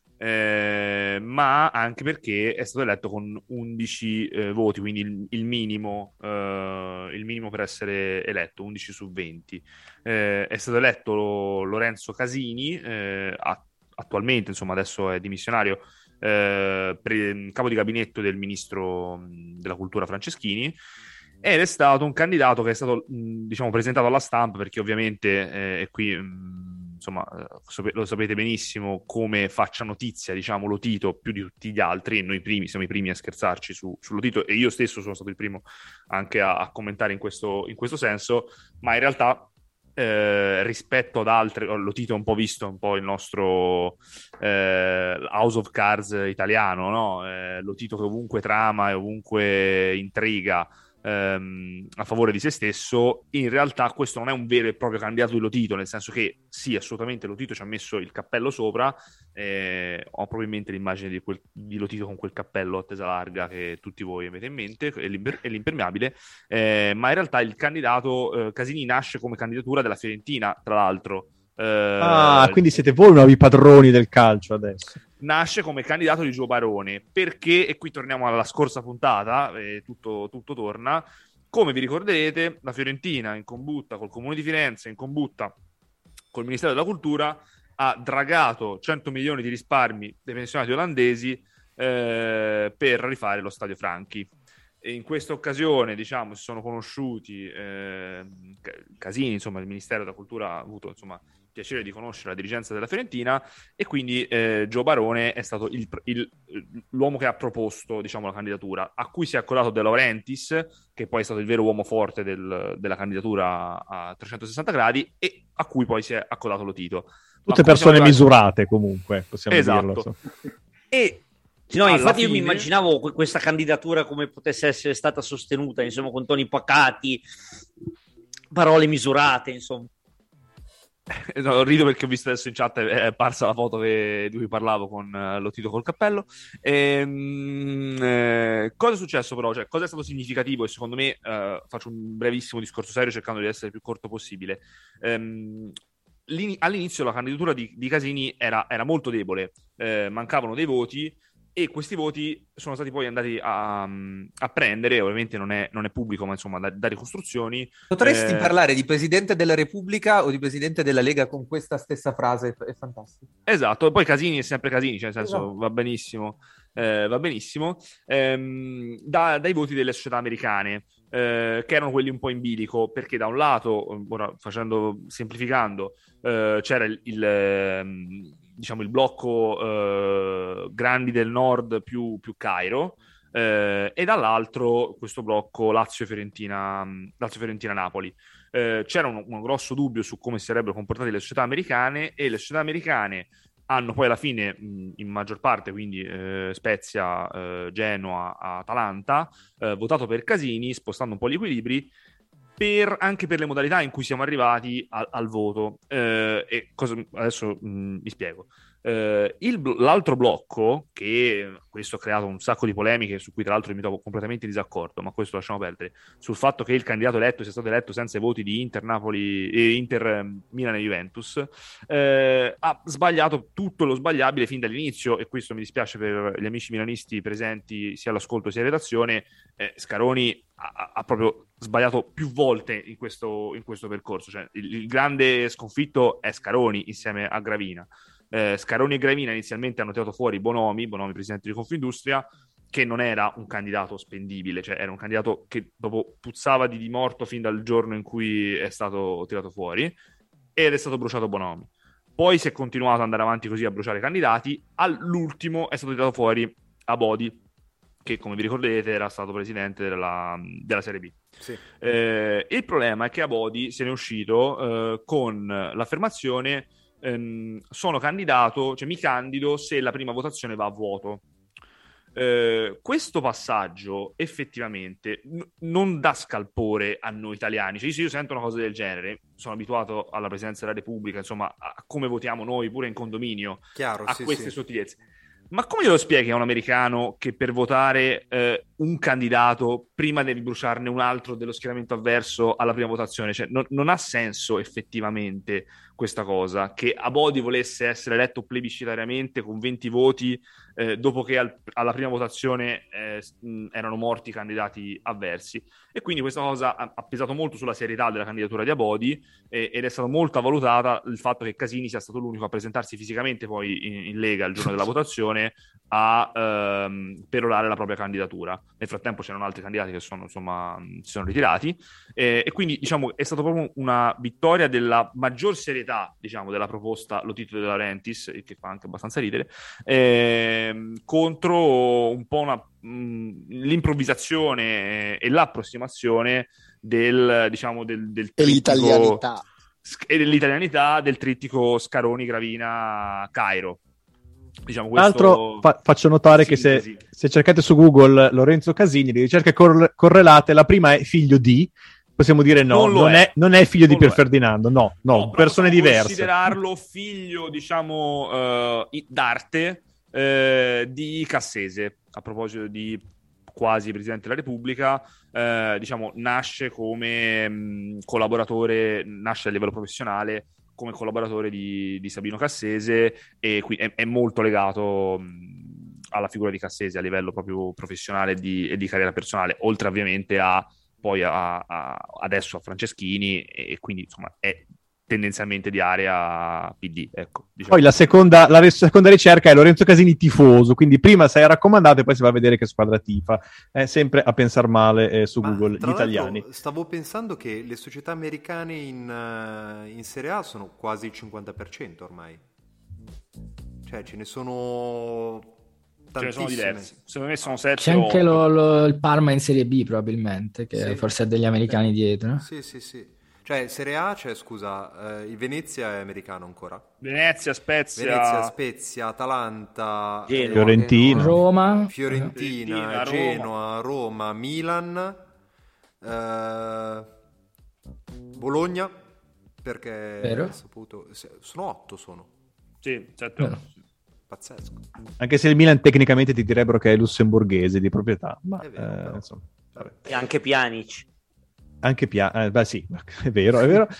ma anche perché è stato eletto con 11 voti, quindi il minimo per essere eletto, 11 su 20. È stato eletto Lorenzo Casini, attualmente, insomma, adesso è dimissionario, capo di gabinetto del ministro della cultura Franceschini, ed è stato un candidato che è stato, diciamo, presentato alla stampa, perché ovviamente e qui insomma lo sapete benissimo come faccia notizia, diciamo, Lotito più di tutti gli altri, e noi siamo i primi a scherzarci su Lotito, e io stesso sono stato il primo anche a commentare in questo senso, ma in realtà rispetto ad altri, Lotito è un po' visto un po' il nostro House of Cards italiano, no? Lotito che ovunque trama e ovunque intriga a favore di se stesso. In realtà questo non è un vero e proprio candidato di Lotito, nel senso che sì, assolutamente Lotito ci ha messo il cappello sopra, ho proprio in mente l'immagine di Lotito con quel cappello a tesa larga che tutti voi avete in mente, e l'impermeabile, ma in realtà il candidato Casini nasce come candidatura della Fiorentina, tra l'altro. Quindi siete voi nuovi padroni del calcio adesso. Nasce come candidato di Gio Barone, perché, e qui torniamo alla scorsa puntata, tutto torna, come vi ricorderete, la Fiorentina in combutta col Comune di Firenze, in combutta col Ministero della Cultura, ha dragato 100 milioni di risparmi dei pensionati olandesi per rifare lo Stadio Franchi. E in questa occasione, diciamo, si sono conosciuti Casini, insomma, il Ministero della Cultura ha avuto, insomma, piacere di conoscere la dirigenza della Fiorentina, e quindi Gio Barone è stato l'uomo che ha proposto, diciamo, la candidatura, a cui si è accodato De Laurentiis, che poi è stato il vero uomo forte della candidatura a 360 gradi, e a cui poi si è accodato Lotito. Tutte persone misurate, comunque, possiamo dirlo. Esatto. E no, infatti io mi immaginavo questa candidatura come potesse essere stata sostenuta, insomma, con toni pacati, parole misurate, insomma. No, rido perché ho visto adesso in chat è apparsa la foto di cui parlavo con Lotito col cappello. Cosa è successo però? Cioè, cosa è stato significativo? E secondo me faccio un brevissimo discorso serio cercando di essere il più corto possibile. All'inizio la candidatura di Casini era molto debole, mancavano dei voti e questi voti sono stati poi andati a prendere, ovviamente non è pubblico, ma insomma da ricostruzioni. Potresti parlare di Presidente della Repubblica o di Presidente della Lega con questa stessa frase, è fantastico. Esatto, poi Casini è sempre Casini, cioè nel senso esatto. va benissimo, dai voti delle società americane, che erano quelli un po' in bilico, perché da un lato, ora semplificando, c'era il blocco grandi del nord più Cairo, e dall'altro questo blocco Lazio-Fiorentina-Napoli. C'era un grosso dubbio su come si sarebbero comportate le società americane, e le società americane hanno poi alla fine, in maggior parte, quindi Spezia, Genoa, Atalanta, votato per Casini, spostando un po' gli equilibri, anche per le modalità in cui siamo arrivati al voto. Adesso mi spiego. L'altro blocco, che questo ha creato un sacco di polemiche su cui tra l'altro mi trovo completamente in disaccordo, ma questo lasciamo perdere, sul fatto che il candidato eletto sia stato eletto senza i voti di Inter, Napoli, Inter, Milan e Juventus, ha sbagliato tutto lo sbagliabile fin dall'inizio, e questo mi dispiace per gli amici milanisti presenti sia all'ascolto sia in redazione. Scaroni ha proprio sbagliato più volte in questo percorso, cioè il grande sconfitto è Scaroni insieme a Gravina. Scaroni e Gravina inizialmente hanno tirato fuori Bonomi, presidente di Confindustria, che non era un candidato spendibile, cioè era un candidato che dopo puzzava di morto fin dal giorno in cui è stato tirato fuori, ed è stato bruciato Bonomi. Poi si è continuato ad andare avanti così a bruciare candidati. All'ultimo è stato tirato fuori Abodi, che come vi ricorderete era stato presidente della Serie B. Sì. Il problema è che Abodi se ne è uscito con l'affermazione: sono candidato, cioè mi candido se la prima votazione va a vuoto. Questo passaggio effettivamente non dà scalpore a noi italiani. Cioè, se io sento una cosa del genere, sono abituato alla Presidenza della Repubblica, insomma, a come votiamo noi pure in condominio, chiaro, a queste sottigliezze. Ma come glielo spieghi a un americano che per votare un candidato prima devi bruciarne un altro dello schieramento avverso alla prima votazione? Cioè, non ha senso effettivamente questa cosa, che Abodi volesse essere eletto plebiscitariamente con 20 voti dopo che alla prima votazione erano morti i candidati avversi. E quindi questa cosa ha pesato molto sulla serietà della candidatura di Abodi, ed è stato molto valutata il fatto che Casini sia stato l'unico a presentarsi fisicamente poi in Lega il giorno della votazione a perorare la propria candidatura. Nel frattempo c'erano altri candidati che si sono ritirati, e quindi diciamo è stata proprio una vittoria della maggior serietà, diciamo, della proposta Lotito De Laurentiis, che fa anche abbastanza ridere, contro un po' l'improvvisazione e l'approssimazione del trittico e dell'italianità del trittico Scaroni, Gravina, Cairo. Diciamo, Tra l'altro faccio notare che se cercate su Google Lorenzo Casini, le ricerche correlate, la prima è figlio di, possiamo dire no, non è figlio di Pier Ferdinando, no, persone diverse. Considerarlo figlio, diciamo, d'arte di Cassese, a proposito di quasi Presidente della Repubblica, diciamo, nasce come collaboratore, nasce a livello professionale come collaboratore di Sabino Cassese, e qui è molto legato alla figura di Cassese a livello proprio professionale e di carriera personale, oltre ovviamente adesso a Franceschini, e quindi insomma è tendenzialmente di area PD, ecco, diciamo. Poi la seconda ricerca è Lorenzo Casini tifoso, quindi prima sei raccomandato e poi si va a vedere che squadra tifa. È sempre a pensar male su Google gli italiani. Stavo pensando che le società americane in Serie A sono quasi il 50% ormai, cioè ce ne sono diversi, secondo me sono 7. C'è anche il Parma in Serie B probabilmente, che forse ha degli americani dietro, no? Sì. Cioè, Serie A, il Venezia è americano ancora. Venezia, Spezia, Atalanta, Fiorentina, Roma, Genoa, Roma, Milan, Bologna. perché ho saputo... sono 8 sono. Sì, 7. Pazzesco. Anche se il Milan tecnicamente ti direbbero che è lussemburghese di proprietà, ma è vero, insomma, e anche Pjanic. Anche beh sì, è vero.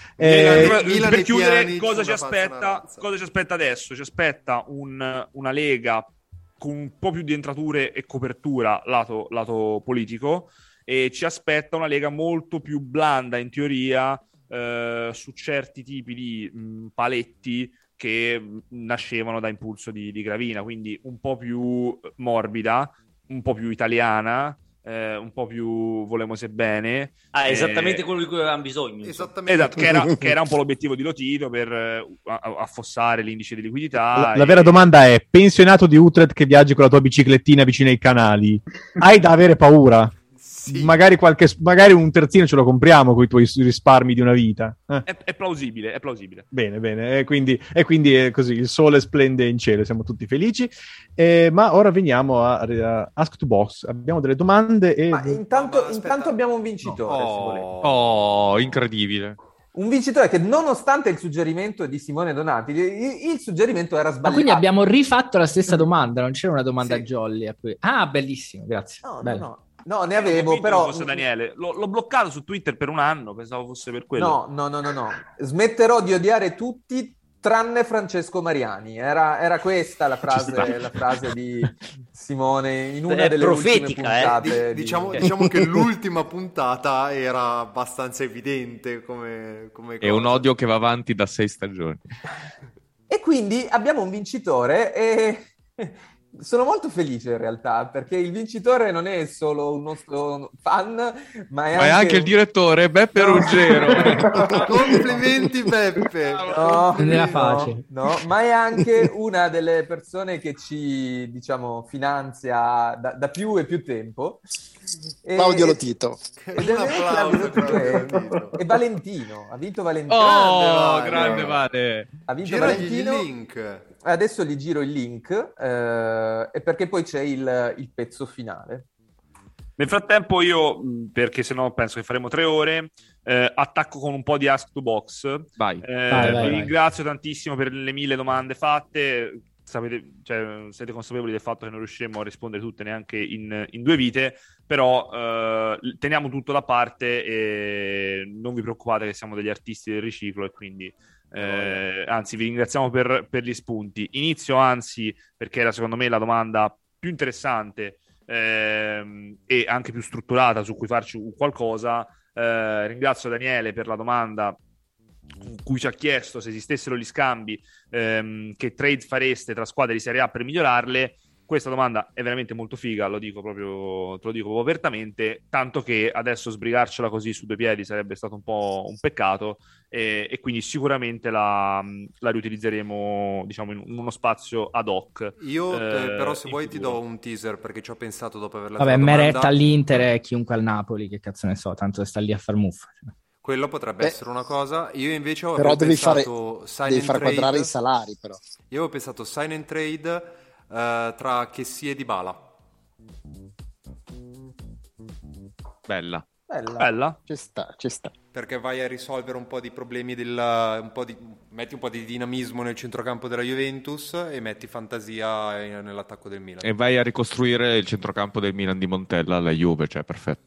Per chiudere, cosa ci aspetta adesso? Ci aspetta una Lega con un po' più di entrature e copertura lato politico, e ci aspetta una Lega molto più blanda in teoria su certi tipi di paletti che nascevano da impulso di Gravina, quindi un po' più morbida, un po' più italiana, un po' più volemose bene. Esattamente quello di cui avevamo bisogno. Esatto, che era un po' l'obiettivo di Lotito per affossare l'indice di liquidità. La vera domanda è: pensionato di Utrecht che viaggi con la tua biciclettina vicino ai canali, hai da avere paura? Sì. Magari un terzino ce lo compriamo con i tuoi risparmi di una vita. È plausibile. Bene. E quindi è così, il sole splende in cielo, siamo tutti felici. Ma ora veniamo a Ask to Box. Abbiamo delle domande e... Ma intanto abbiamo un vincitore. Oh, incredibile. Un vincitore che, nonostante il suggerimento di Simone Donati, il suggerimento era sbagliato. Ma quindi abbiamo rifatto la stessa domanda, non c'era una domanda jolly a cui... Ah, bellissimo, grazie. No, ne avevo, però... Fosse Daniele. L'ho bloccato su Twitter per un anno, pensavo fosse per quello. No. Smetterò di odiare tutti tranne Francesco Mariani. Era questa la frase di Simone in una delle ultime puntate. Diciamo che l'ultima puntata era abbastanza evidente come È un odio che va avanti da 6 stagioni. E quindi abbiamo un vincitore e... Sono molto felice in realtà, perché il vincitore non è solo un nostro fan, ma è anche il direttore Beppe Ruggero. Complimenti Beppe. No, ma è anche una delle persone che ci, finanzia da più e più tempo. Claudio Lotito. E Valentino, ha vinto Valentino. Grande Vale. Ha vinto Valentino. Il link. Adesso gli giro il link e perché poi c'è il pezzo finale. Nel frattempo io, perché sennò penso che faremo 3 ore, attacco con un po' di Ask to Box. Vai. Vi ringrazio tantissimo per le 1000 domande fatte. Siete consapevoli del fatto che non riusciremo a rispondere tutte neanche in 2 vite, però teniamo tutto da parte e non vi preoccupate che siamo degli artisti del riciclo, e quindi anzi vi ringraziamo per gli spunti. Inizio perché era secondo me la domanda più interessante e anche più strutturata su cui farci qualcosa. Ringrazio Daniele per la domanda con cui ci ha chiesto se esistessero gli scambi, che trade fareste tra squadre di Serie A per migliorarle. Questa domanda è veramente molto figa, te lo dico proprio apertamente, tanto che adesso sbrigarcela così su 2 piedi sarebbe stato un po' un peccato, e quindi sicuramente la riutilizzeremo in uno spazio ad hoc. Io però se vuoi ti do un teaser, perché ci ho pensato dopo averla Vabbè, Meret all'Inter e chiunque al Napoli, che cazzo ne so, tanto sta lì a far muffa. Quello potrebbe essere una cosa. Io invece ho devi pensato devi far quadrare i salari, però. Io avevo pensato sign and trade tra Kessie e Dybala. Bella. Ci sta. Perché vai a risolvere un po' di problemi metti un po' di dinamismo nel centrocampo della Juventus e metti fantasia nell'attacco del Milan. E vai a ricostruire il centrocampo del Milan di Montella alla Juve, perfetto.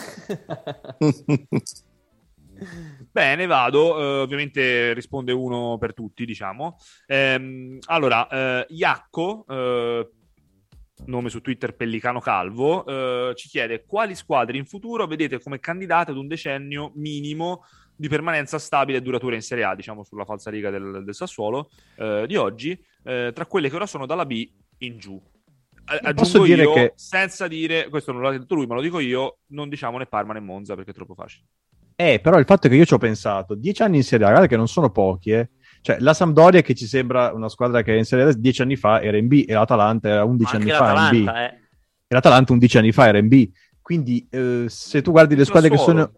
Bene, vado. Ovviamente risponde uno per tutti, diciamo. Allora, Iacco, nome su Twitter Pellicano Calvo, ci chiede: quali squadre in futuro vedete come candidate ad un decennio minimo di permanenza stabile e duratura in Serie A, diciamo sulla falsariga del Sassuolo di oggi, tra quelle che ora sono dalla B in giù. Aggiungo dire io, che... senza dire, questo non l'ha detto lui, ma lo dico io, non diciamo né Parma né Monza perché è troppo facile. Però il fatto è che io ci ho pensato, 10 anni in Serie A, guarda che non sono pochi, Cioè, la Sampdoria, che ci sembra una squadra che è in Serie A 10 anni fa, era in B, e l'Atalanta era 11 anni fa in B. E l'Atalanta 11 anni fa era in B. Quindi, se tu guardi le squadre che sono...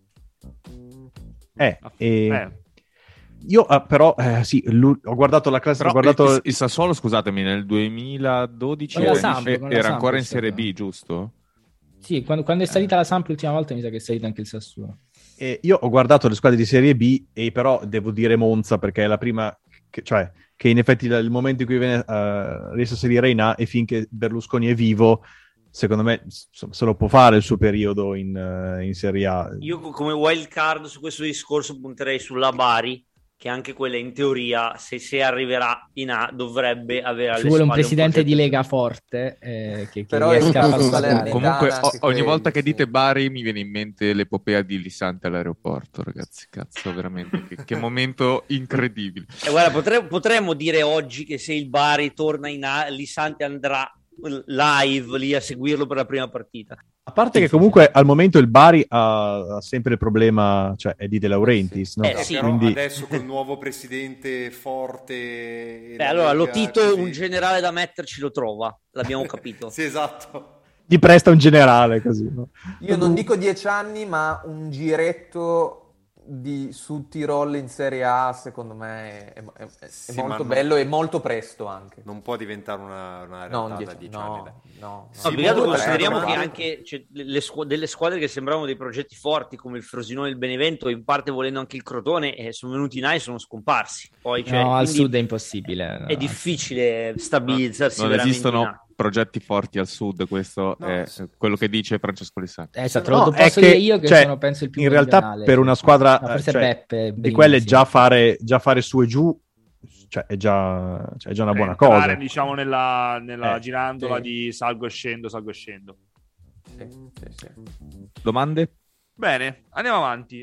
Io però, sì, ho guardato la classe... Il Sassuolo, scusatemi, nel 2012 era ancora in Serie B, giusto? Sì, quando è salita la Samp l'ultima volta mi sa che è salita anche il Sassuolo. Io ho guardato le squadre di Serie B e però devo dire Monza perché è la prima, che in effetti il momento in cui riesce a salire in A e finché Berlusconi è vivo, secondo me se lo può fare il suo periodo in Serie A. Io come wild card su questo discorso punterei sulla Bari, che anche quella in teoria, se arriverà in A, dovrebbe avere alle Ci vuole un spalle presidente di Lega forte che Però riesca a far passare. Comunque ogni volta che dite Bari mi viene in mente l'epopea di Lissante all'aeroporto, ragazzi, cazzo, veramente che momento incredibile. Guarda, potremmo dire oggi che se il Bari torna in A, Lissante andrà live lì a seguirlo per la prima partita. A parte che comunque al momento il Bari ha sempre il problema, cioè è di De Laurentiis, no? Sì. Però quindi adesso col nuovo presidente forte... allora Lotito un generale da metterci lo trova, l'abbiamo capito. Sì, esatto. Gli presta un generale così, no? Io non dico 10 anni, ma un giretto su Tirol in Serie A secondo me è molto bello e molto presto anche. Non può diventare una realtà da 10 anni. Consideriamo che anche delle squadre che sembravano dei progetti forti come il Frosinone e il Benevento, in parte volendo anche il Crotone, sono venuti in A e sono scomparsi. Poi, al sud è impossibile. È difficile stabilizzarsi. Non esistono progetti forti al sud, questo è quello che dice Francesco Lissante. Esatto, lo posso dire io che sono penso il più in realtà per una squadra Beppe, di quelle già fare su e giù, cioè è già una buona cosa. Diciamo nella girandola di salgo e scendo. Sì. Domande? Bene, andiamo avanti.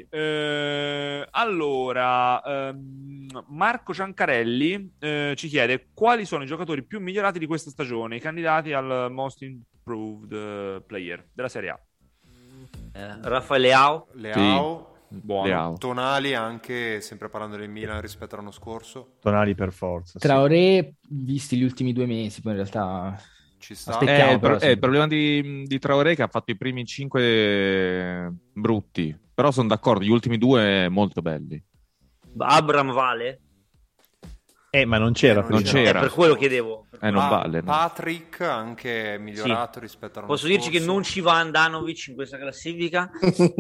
Allora, Marco Ciancarelli ci chiede quali sono i giocatori più migliorati di questa stagione, i candidati al Most Improved Player della Serie A. Raffaele Leao. Sì. Buono. Leao. Tonali anche, sempre parlando del Milan rispetto all'anno scorso. Tonali per forza. Traoré, visti gli ultimi 2 mesi, poi in realtà... Ci sta. Il problema di Traoré che ha fatto i primi 5 brutti, però sono d'accordo, gli ultimi 2 molto belli. Abram vale? Ma non c'era. Non c'era. Per quello chiedevo. Non vale. No. Patrick anche migliorato rispetto all'anno scorso. Posso dirci che non ci va Andanovic in questa classifica?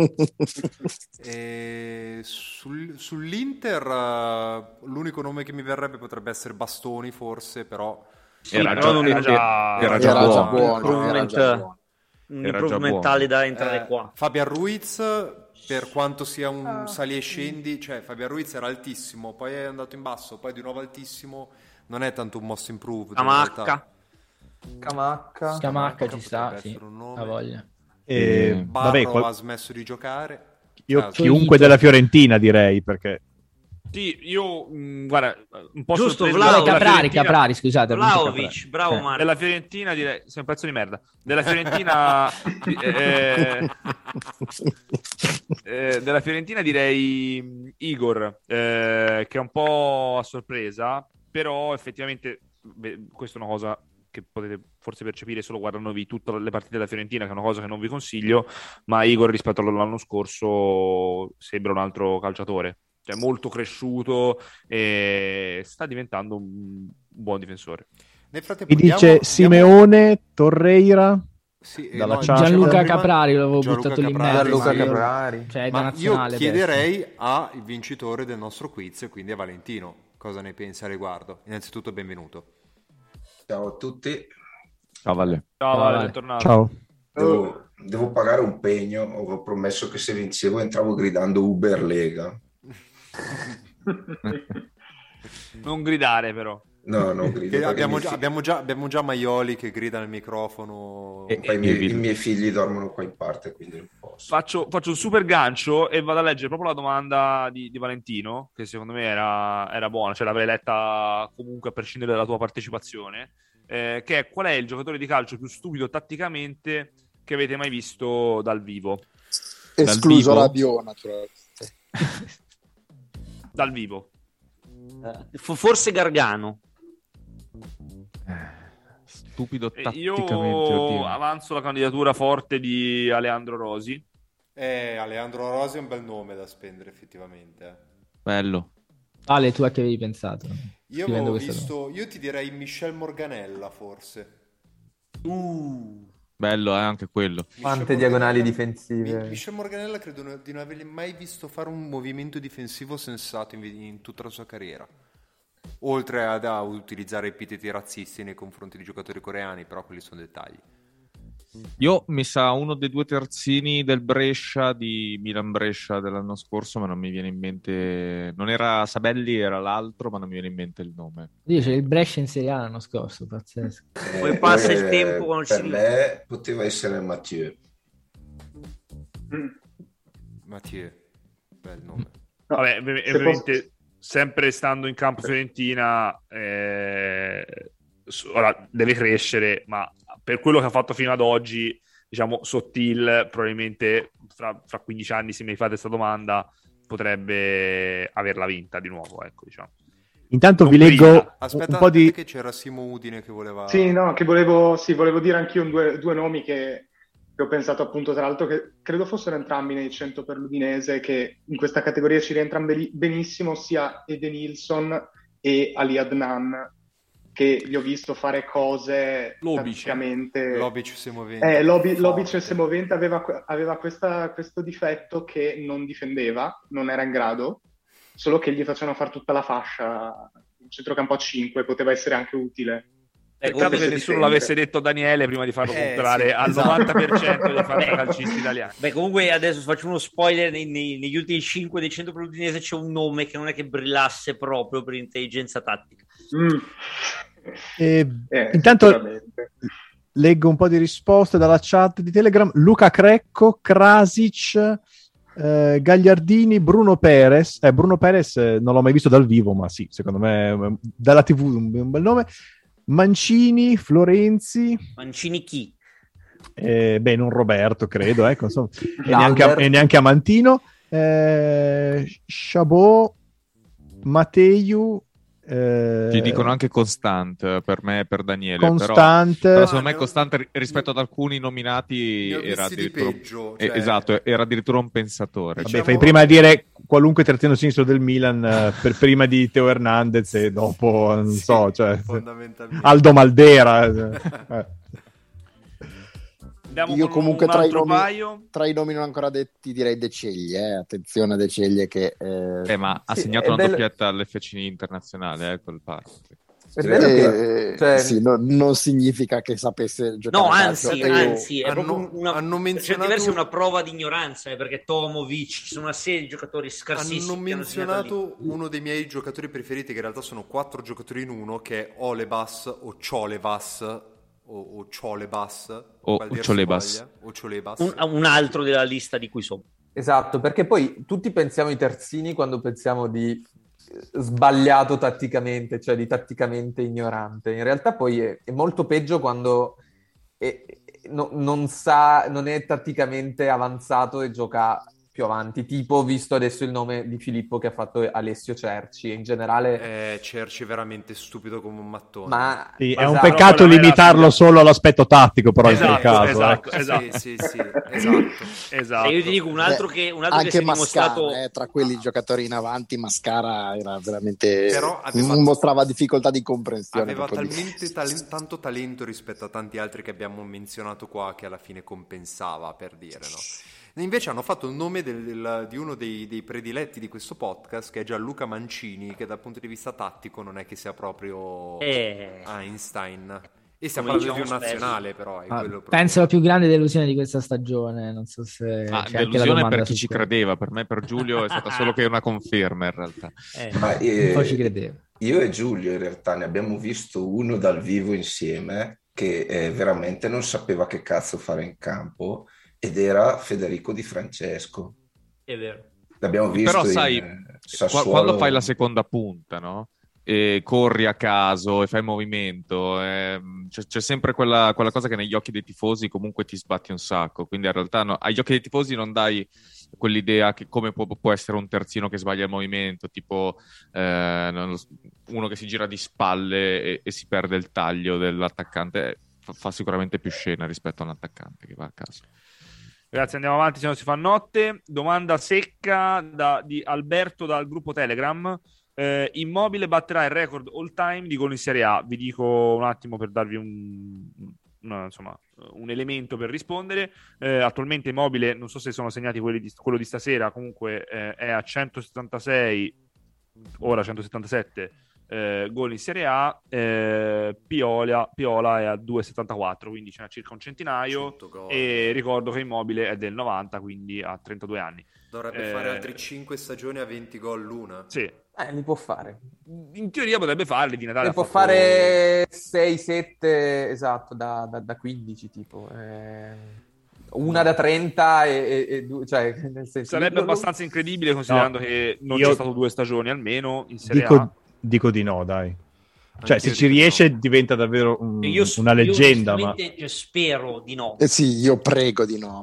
Sull'Inter l'unico nome che mi verrebbe potrebbe essere Bastoni forse, però... Era già buono. Un improvement tale da entrare qua. Fabian Ruiz, per quanto sia un sali e scendi, cioè Fabian Ruiz era altissimo, poi è andato in basso, poi di nuovo altissimo, non è tanto un most improved. Scamacca ci sta, sì, ha voglia. Barro ha smesso di giocare. Io chiunque della Fiorentina direi, perché... Sì, io guarda, un po' giusto, Caprari, scusate. Vlahovic, bravo Marco. Della Fiorentina direi, sei un pezzo di merda. Della Fiorentina della Fiorentina direi Igor, che è un po' a sorpresa, però effettivamente questa è una cosa che potete forse percepire solo guardandovi tutte le partite della Fiorentina, che è una cosa che non vi consiglio, ma Igor rispetto all'anno scorso sembra un altro calciatore. Cioè molto cresciuto e sta diventando un buon difensore. Mi dice Simeone, Torreira, Gianluca Caprari, l'avevo buttato lì in mezzo. Gianluca Caprari. Cioè, ma io chiederei al vincitore del nostro quiz, quindi a Valentino, cosa ne pensa a riguardo. Innanzitutto benvenuto. Ciao a tutti. Ciao Valle. Ciao Valle, bentornato. Ciao. Devo pagare un pegno, ho promesso che se vincevo entravo gridando Uber Lega. Non gridare però. No, non grido. Abbiamo già Maioli che grida nel microfono. E i miei figli dormono qua in parte, quindi non posso. Faccio un super gancio e vado a leggere proprio la domanda di Valentino, che secondo me era buona, cioè l'avrei letta comunque a prescindere dalla tua partecipazione, che è: qual è il giocatore di calcio più stupido tatticamente che avete mai visto dal vivo? Escluso Rabiot, naturalmente. Dal vivo. Forse Gargano. Stupido tatticamente. Io avanzo la candidatura forte di Aleandro Rosi. Aleandro Rosi è un bel nome da spendere effettivamente. Bello. Ale, tu a che avevi pensato? Io ti direi Michel Morganella forse. Bello, anche quello. Quante diagonali difensive. Michel Morganella credo di non avergli mai visto fare un movimento difensivo sensato in tutta la sua carriera. Oltre ad utilizzare epiteti razzisti nei confronti di giocatori coreani, però quelli sono dettagli. Io mi sa uno dei due terzini del Brescia, di Milan-Brescia dell'anno scorso, ma non mi viene in mente. Non era Sabelli, era l'altro, ma non mi viene in mente il nome. Dice il Brescia in Serie A l'anno scorso, pazzesco. Poi passa il tempo con il per me poteva essere Mathieu. Mathieu, bel nome. No, vabbè, ovviamente sempre stando in campo Fiorentina, ora deve crescere, ma per quello che ha fatto fino ad oggi, diciamo, Sottil probabilmente fra 15 anni, se mi fate questa domanda, potrebbe averla vinta di nuovo, ecco, diciamo. Intanto Non vi leggo Aspetta, un po' di... che c'era Simo Udine che voleva... Sì, no, che volevo dire anch'io due nomi che ho pensato appunto, tra l'altro, che credo fossero entrambi nei 100 per l'Udinese, che in questa categoria ci rientrano benissimo, sia Edenilson e Ali Adnan, che gli ho visto fare cose praticamente... Lobic semovente. Lobic semovente aveva questo difetto che non difendeva, non era in grado, solo che gli facevano fare tutta la fascia, il centrocampo a 5, poteva essere anche utile. Peccato che nessuno l'avesse detto Daniele prima di farlo comprare al 90% dei calcisti italiani. Beh, comunque adesso faccio uno spoiler, negli ultimi 5 dei 100 per l'Udinese c'è un nome che non è che brillasse proprio per intelligenza tattica. Intanto leggo un po' di risposte dalla chat di Telegram. Luca Crecco, Krasic, Gagliardini, Bruno Perez. Bruno Perez non l'ho mai visto dal vivo, ma sì, secondo me dalla TV un bel nome. Mancini, Florenzi. Mancini chi? Non Roberto, credo, insomma. e neanche Amantino. Chabot, Matteiu. Ti dicono anche Constant per me e per Daniele. Constant. Però secondo me Constant rispetto ad alcuni nominati era addirittura peggio, esatto, era addirittura un pensatore. Vabbè, fai prima a dire qualunque terzino sinistro del Milan prima di Teo Hernandez e dopo non so, cioè Aldo Maldera. Io comunque tra i nomi non ancora detti direi De Ceglie, attenzione a De Ceglie che ma ha segnato una doppietta all'FC internazionale quel parco. Sì, non significa che sapesse giocare. No, anzi, è proprio hanno menzionato... diverso è una prova di ignoranza, perché Tomovic, ci sono una serie di giocatori scarsissimi. Hanno menzionato uno dei miei giocatori preferiti, che in realtà sono 4 giocatori in uno, che è Olebas o Ciolebas o Ciolebas o Ciolebas, un altro della lista di cui so. Esatto, perché poi tutti pensiamo ai terzini quando pensiamo di sbagliato tatticamente, cioè di tatticamente ignorante. In realtà poi è molto peggio quando non è tatticamente avanzato e gioca più avanti. Tipo, visto adesso il nome di Filippo che ha fatto Alessio Cerci, e in generale Cerci è veramente stupido come un mattone. Sì, è un peccato limitarlo solo all'aspetto tattico, però in quel caso. Esatto. Sì, esatto. E io ti dico un altro che anche che si è Mascara, dimostrato tra quelli giocatori in avanti, Mascara era veramente però mostrava difficoltà di comprensione. Aveva talmente tanto talento rispetto a tanti altri che abbiamo menzionato qua, che alla fine compensava, per dire, no? Invece hanno fatto il nome di uno dei prediletti di questo podcast, che è Gianluca Mancini, che dal punto di vista tattico non è che sia proprio Einstein. E stiamo parlando di un nazionale, però è quello penso la più grande delusione di questa stagione. Non so se c'è anche la domanda per chi ci credeva. Per me, per Giulio, è stata solo che una conferma, in realtà. Un po' ci credevo. Io e Giulio in realtà ne abbiamo visto uno dal vivo insieme che veramente non sapeva che cazzo fare in campo, ed era Federico Di Francesco. È vero. L'abbiamo visto. Però sai, Sassuolo... quando fai la seconda punta, no? E corri a caso e fai movimento, c'è sempre quella cosa che negli occhi dei tifosi comunque ti sbatti un sacco. Quindi in realtà agli occhi dei tifosi non dai quell'idea che come può essere un terzino che sbaglia il movimento, tipo uno che si gira di spalle e si perde il taglio dell'attaccante. Fa sicuramente più scena rispetto a un attaccante che va a caso. Ragazzi, andiamo avanti, se no si fa notte. Domanda secca di Alberto dal gruppo Telegram. Immobile batterà il record all time di gol in Serie A. Vi dico un attimo per darvi un elemento per rispondere. Attualmente Immobile, non so se sono segnati quello di stasera, comunque è a 176, ora 177 gol in Serie A. Piola è a 2,74, quindi c'è circa un centinaio, e ricordo che Immobile è del 90, quindi ha 32 anni. Dovrebbe fare altri 5 stagioni a 20 gol l'una. Sì. Li può fare. In teoria potrebbe farli di Natale. Può fare 6-7, esatto, da 15 tipo. Una da 30 cioè, nel senso, sarebbe abbastanza incredibile considerando che non c'è stato 2 stagioni almeno in Serie A. Dico di no, dai. Cioè, se ci riesce diventa davvero una leggenda. Ma spero di no. Sì, io prego di no.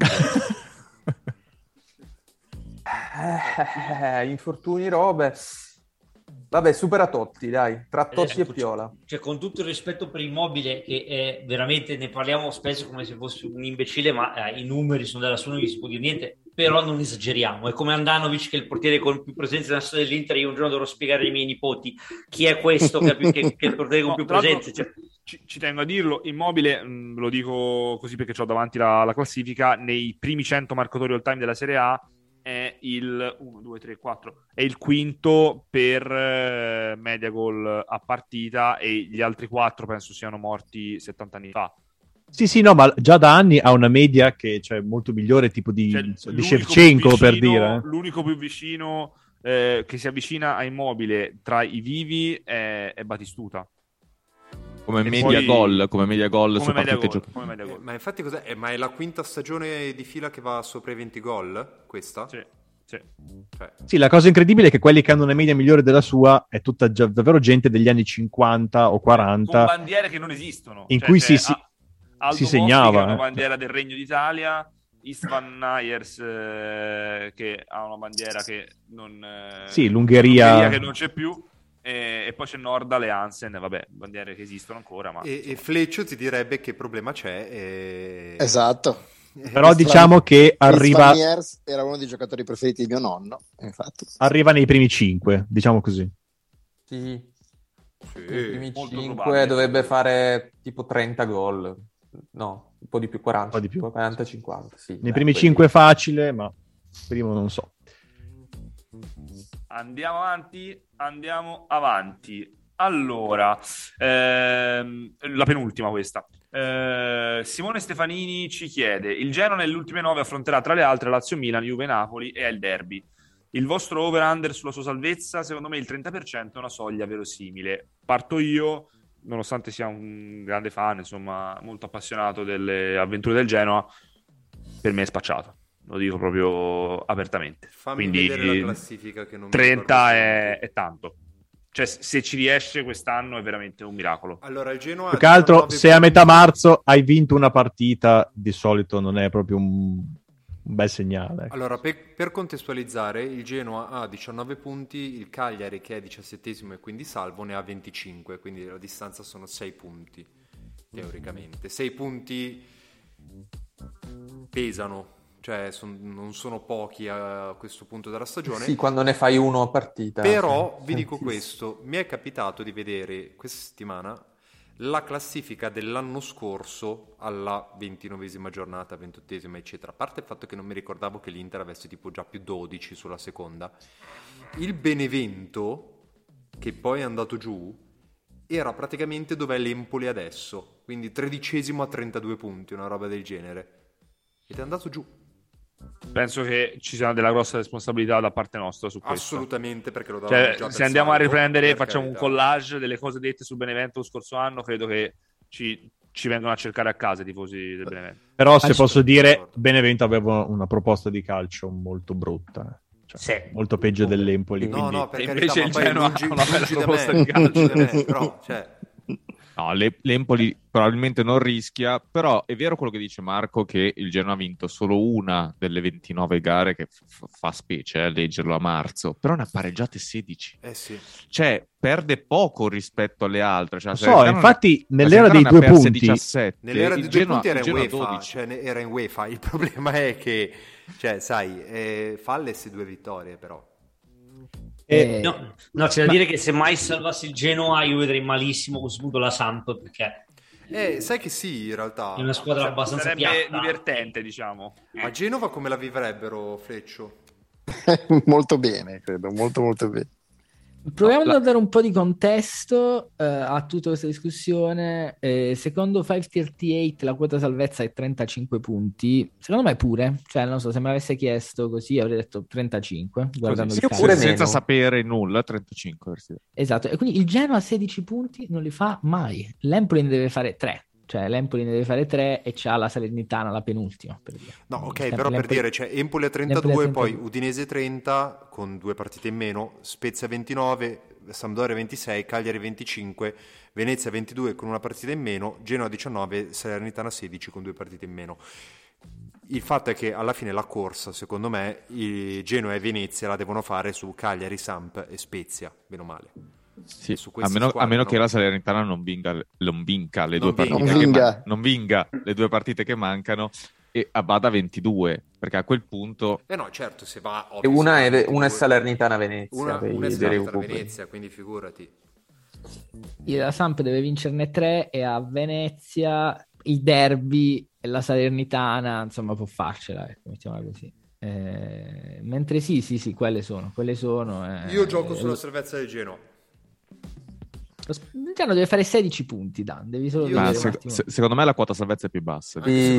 Infortuni, robe. Vabbè, supera Totti, dai, tra Totti e Piola. Cioè, con tutto il rispetto per Immobile, che è veramente, ne parliamo spesso come se fosse un imbecille, ma i numeri sono della sua, non gli si può dire niente, però non esageriamo. È come Andanovic, che è il portiere con più presenze nella storia dell'Inter. Io un giorno dovrò spiegare ai miei nipoti chi è questo che è il portiere con più presenze. Cioè... Ci tengo a dirlo, Immobile, ve lo dico così perché ho davanti la classifica, nei primi 100 marcatori all time della Serie A è il 1, 2, 3, 4, è il quinto per media gol a partita, e gli altri 4 penso siano morti 70 anni fa. Sì, no, ma già da anni ha una media che cioè molto migliore, tipo di Shevchenko, per dire. L'unico più vicino che si avvicina a Immobile tra i vivi è Batistuta. Come media gol su partite giocate. Ma infatti cos'è? Ma è la quinta stagione di fila che va sopra i 20 gol? Questa? Sì. Sì, la cosa incredibile è che quelli che hanno una media migliore della sua è tutta davvero gente degli anni 50 o 40. Con bandiere che non esistono. In cui si Aldo segnava. Mossi, che è una bandiera del Regno d'Italia, Istvan Nayers che ha una bandiera che non... sì, l'Ungheria che non c'è più. E poi c'è Nordal e Hansen, vabbè, bandiere che esistono ancora, ma e Fleccio ti direbbe che problema c'è. Esatto. Però diciamo che arriva... era uno dei giocatori preferiti di mio nonno, infatti. Arriva nei primi 5, diciamo così. Sì. I primi 5 dovrebbe fare tipo 30 gol. No, un po' di più, 40, 40-50. Sì, nei primi 5 è facile, ma primo non so. Andiamo avanti. Allora, la penultima questa. Simone Stefanini ci chiede: il Genoa nelle ultime 9 affronterà tra le altre Lazio, Milan, Juve, Napoli e il derby. Il vostro over-under sulla sua salvezza? Secondo me il 30% è una soglia verosimile. Parto io, nonostante sia un grande fan, insomma, molto appassionato delle avventure del Genoa, per me è spacciato. Lo dico proprio apertamente. Fammi vedere la classifica che non 30 è tanto. Cioè, se ci riesce quest'anno è veramente un miracolo. Allora, il Genoa più che altro, se a metà marzo hai vinto una partita, di solito non è proprio un bel segnale. Allora, per contestualizzare, il Genoa ha 19 punti, il Cagliari, che è 17esimo e quindi salvo, ne ha 25, quindi la distanza sono 6 punti, teoricamente. 6 punti pesano. Cioè non sono pochi a questo punto della stagione. Sì, quando ne fai uno a partita. Però vi dico questo, mi è capitato di vedere questa settimana la classifica dell'anno scorso alla 29esima giornata, 28esima eccetera. A parte il fatto che non mi ricordavo che l'Inter avesse tipo già più 12 sulla seconda. Il Benevento, che poi è andato giù, era praticamente dov'è l'Empoli adesso, quindi 13esimo a 32 punti, una roba del genere. Ed è andato giù. Penso che ci sia della grossa responsabilità da parte nostra su questo. Assolutamente, perché lo davamo già se andiamo a riprendere, facciamo un collage delle cose dette sul Benevento lo scorso anno, credo che ci vengono a cercare a casa i tifosi del Benevento. Però se posso dire, Benevento aveva una proposta di calcio molto brutta. Cioè, molto peggio dell'Empoli. No, perché invece il Genoa ha una bella proposta di calcio. Però, cioè... No, l'Empoli probabilmente non rischia, però è vero quello che dice Marco, che il Genoa ha vinto solo una delle 29 gare, che fa specie leggerlo a marzo, però ne ha pareggiate 16. Sì. Cioè, perde poco rispetto alle altre. Cioè, infatti nell'era dei 2 punti 17, nell'era dei 2 punti era in UEFA, cioè, era in UEFA. Il problema è che, cioè, sai, fallesse 2 vittorie però. No, c'è da dire che se mai salvassi il Genoa io vedrei malissimo a questo punto la Samp, perché Sai che sì, in realtà. È una squadra abbastanza sarebbe piatta. divertente, diciamo. Ma Genova come la vivrebbero, Fleccio? Molto bene, credo, molto molto bene. Proviamo a dare un po' di contesto a tutta questa discussione. Secondo 538 la quota salvezza è 35 punti. Secondo me pure, cioè non so, se me l'avesse chiesto così avrei detto 35, guardando così, il pure senza sapere nulla, 35. Esatto, e quindi il Genoa a 16 punti non li fa mai. L'Empoli ne deve fare 3. Cioè l'Empoli ne deve fare 3 e c'ha la Salernitana la penultima, per dire. No, ok, però per dire, c'è Empoli a 32, poi Udinese 30 con 2 partite in meno, Spezia 29, Sampdoria 26, Cagliari 25, Venezia 22 con una partita in meno, Genoa 19, Salernitana 16 con 2 partite in meno. Il fatto è che alla fine la corsa, secondo me, Genoa e Venezia la devono fare su Cagliari, Samp e Spezia, bene o male. Sì, a meno che la Salernitana non vinca le due partite che mancano e vada a 22, perché a quel punto no, certo, se va e una è Salernitana Venezia, una è Salernitana Venezia, quindi figurati. La Samp deve vincerne 3 e a Venezia il derby e la Salernitana insomma può farcela, mettiamola così. Mentre sì, quelle sono io gioco sulla salvezza del Genoa. Il Genoa deve fare 16 punti, Dan. Devi solo secondo me la quota salvezza è più bassa. Sì,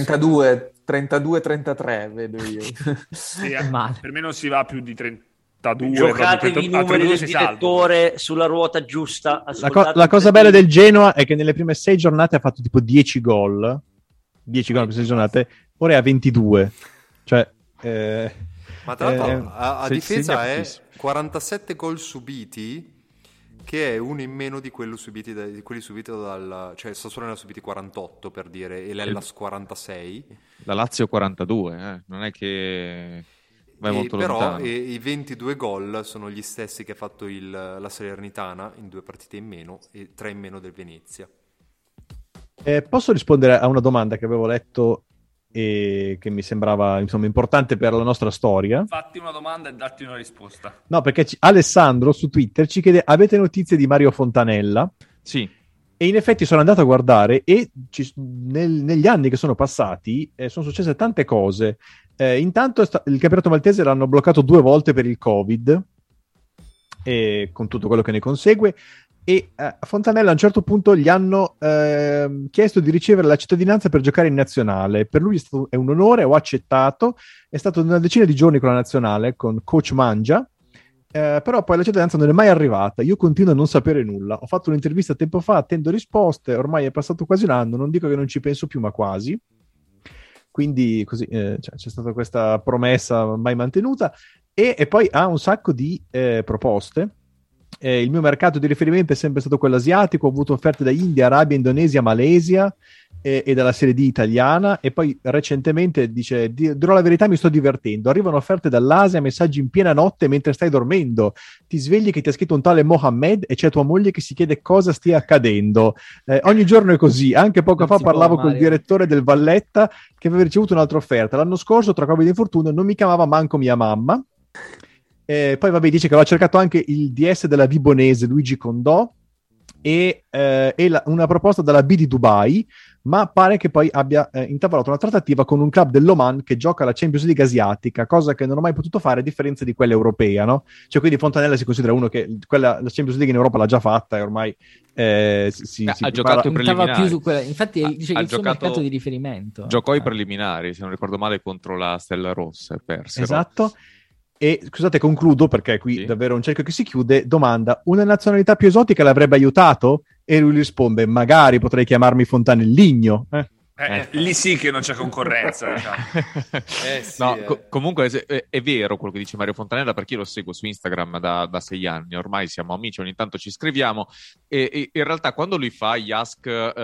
32-33 vedo io. Sì, per me non si va più di 32. Giocatevi i numeri del direttore sulla ruota giusta. La cosa bella del Genoa è che nelle prime 6 giornate ha fatto tipo 10 gol. 10 gol nelle 6 giornate. Ora è a 22. Cioè... Ma tra l'altro a difesa è 47 gol subiti, che è uno in meno di quelli subiti dal, cioè Sassuolo ne ha subiti 48 per dire, e l'Hellas 46, la Lazio 42, non è che vai molto lontano. Però i 22 gol sono gli stessi che ha fatto la Salernitana in 2 partite in meno e 3 in meno del Venezia. Posso rispondere a una domanda che avevo letto e che mi sembrava insomma importante per la nostra storia? Fatti una domanda e datti una risposta. No, perché Alessandro su Twitter ci chiede: avete notizie di Mario Fontanella? Sì. E in effetti sono andato a guardare e negli anni che sono passati sono successe tante cose. Intanto il campionato maltese l'hanno bloccato 2 volte per il Covid, e con tutto quello che ne consegue. E a Fontanella a un certo punto gli hanno chiesto di ricevere la cittadinanza per giocare in nazionale. Per lui è un onore, ho accettato. È stato una decina di giorni con la nazionale, con coach Mangia, però poi la cittadinanza non è mai arrivata. Io continuo a non sapere nulla. Ho fatto un'intervista tempo fa, attendo risposte, ormai è passato quasi un anno, non dico che non ci penso più, ma quasi. Quindi così c'è stata questa promessa mai mantenuta, e poi ha un sacco di proposte. Il mio mercato di riferimento è sempre stato quello asiatico. Ho avuto offerte da India, Arabia, Indonesia, Malesia e dalla Serie D italiana, e poi recentemente dice: dirò la verità, mi sto divertendo, arrivano offerte dall'Asia, messaggi in piena notte mentre stai dormendo, ti svegli che ti ha scritto un tale Mohammed e c'è tua moglie che si chiede cosa stia accadendo. Ogni giorno è così. Anche poco fa parlavo col direttore del Valletta che aveva ricevuto un'altra offerta l'anno scorso, tra Covid e infortunio non mi chiamava manco mia mamma. Poi vabbè, dice che aveva cercato anche il DS della Vibonese Luigi Condò e una proposta dalla B di Dubai, ma pare che poi abbia intavolato una trattativa con un club dell'Oman che gioca la Champions League asiatica, cosa che non ho mai potuto fare a differenza di quella europea, no? Cioè, quindi Fontanella si considera uno che la Champions League in Europa l'ha già fatta e ormai ha giocato i preliminari. Più su quella. Infatti dice che il suo mercato di riferimento. Giocò i preliminari, se non ricordo male, contro la Stella Rossa e persero. Esatto. E scusate, concludo perché qui davvero un cerchio che si chiude. Domanda: una nazionalità più esotica l'avrebbe aiutato? E lui risponde: magari potrei chiamarmi Fontanelligno. Lì sì che non c'è concorrenza. Diciamo. Comunque è vero quello che dice Mario Fontanella, perché io lo seguo su Instagram da 6 anni, ormai siamo amici, ogni tanto ci scriviamo, e in realtà quando lui fa gli ask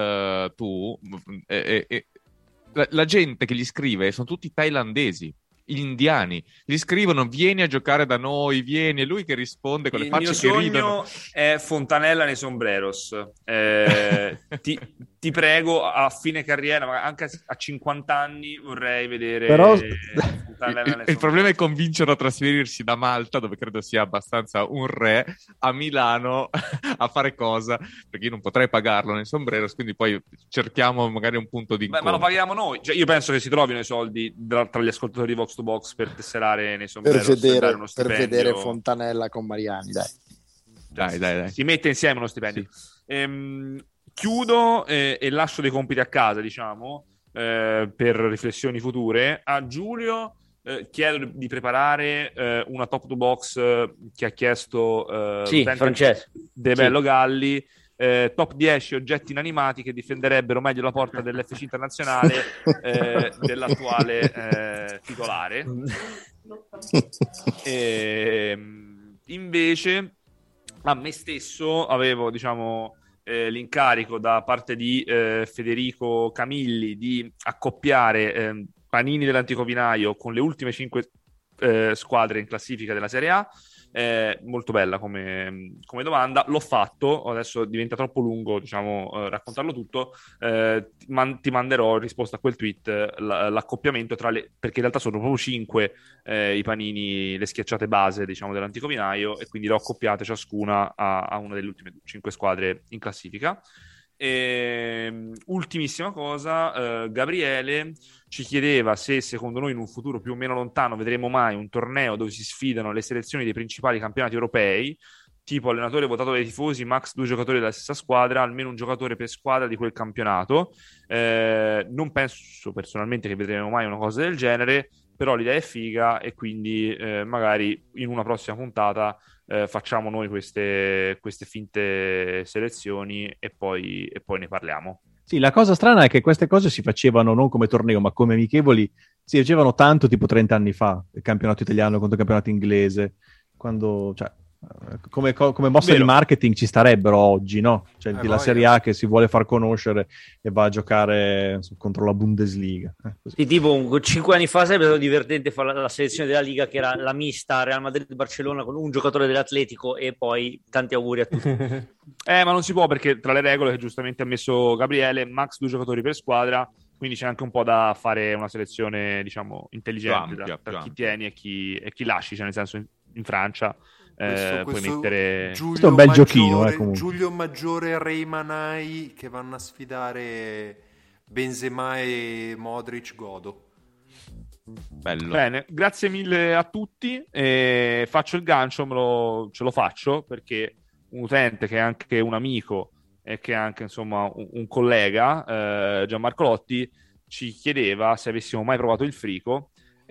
la gente che gli scrive sono tutti thailandesi, gli indiani, gli scrivono: vieni a giocare da noi, vieni, e lui che risponde con le facce che ridono. Il mio sogno è Fontanella nei sombreros, ti ti prego, a fine carriera, ma anche a 50 anni, vorrei vedere... Però... il problema è convincerlo a trasferirsi da Malta, dove credo sia abbastanza un re, a Milano a fare cosa? Perché io non potrei pagarlo nei Sombreros, quindi poi cerchiamo magari un punto di incontro. Ma lo paghiamo noi. Cioè, io penso che si trovino i soldi tra gli ascoltatori di Vox to Box per tesserare nei Sombreros, per vedere Fontanella con Mariani, dai. Si mette insieme uno stipendio. Sì. Chiudo e lascio dei compiti a casa, diciamo, per riflessioni future. A Giulio chiedo di preparare una top to box che ha chiesto Francesco De Bello Galli, top 10 oggetti inanimati che difenderebbero meglio la porta dell'FC Internazionale dell'attuale titolare. Invece a me stesso avevo, diciamo, l'incarico da parte di Federico Camilli di accoppiare panini dell'antico vinaio con le ultime 5 squadre in classifica della Serie A. Molto bella come domanda. L'ho fatto, adesso diventa troppo lungo, diciamo, raccontarlo tutto. Ti manderò in risposta a quel tweet l'accoppiamento perché in realtà sono proprio 5 i panini, le schiacciate base, diciamo, dell'antico vinaio, e quindi le ho accoppiate ciascuna a una delle ultime 5 squadre in classifica. Ultimissima cosa, Gabriele ci chiedeva se secondo noi in un futuro più o meno lontano vedremo mai un torneo dove si sfidano le selezioni dei principali campionati europei, tipo allenatore votato dai tifosi, max 2 giocatori della stessa squadra, almeno un giocatore per squadra di quel campionato. Non penso personalmente che vedremo mai una cosa del genere, però l'idea è figa, e quindi magari in una prossima puntata facciamo noi queste finte selezioni e poi ne parliamo. Sì, la cosa strana è che queste cose si facevano non come torneo, ma come amichevoli. Si facevano tanto tipo 30 anni fa, il campionato italiano contro il campionato inglese, quando, cioè, come mossa di marketing ci starebbero oggi, no? Cioè la Serie A che si vuole far conoscere e va a giocare contro la Bundesliga. Sì, tipo 5 anni fa sarebbe stato divertente fare la selezione della Liga, che era la mista Real Madrid-Barcellona con un giocatore dell'Atletico, e poi tanti auguri a tutti. Ma non si può, perché tra le regole che giustamente ha messo Gabriele, max 2 giocatori per squadra, quindi c'è anche un po' da fare una selezione, diciamo, intelligente tra chi tieni e chi lasci, cioè nel senso in Francia puoi mettere... Questo è un bel giochino, comunque. Giulio Maggiore e Ray Manai che vanno a sfidare Benzema e Modric, godo. Bello. Bene, grazie mille a tutti. Faccio il gancio, ce lo faccio, perché un utente che è anche un amico e che è anche, insomma, un collega, Gianmarco Lotti, ci chiedeva se avessimo mai provato il frico.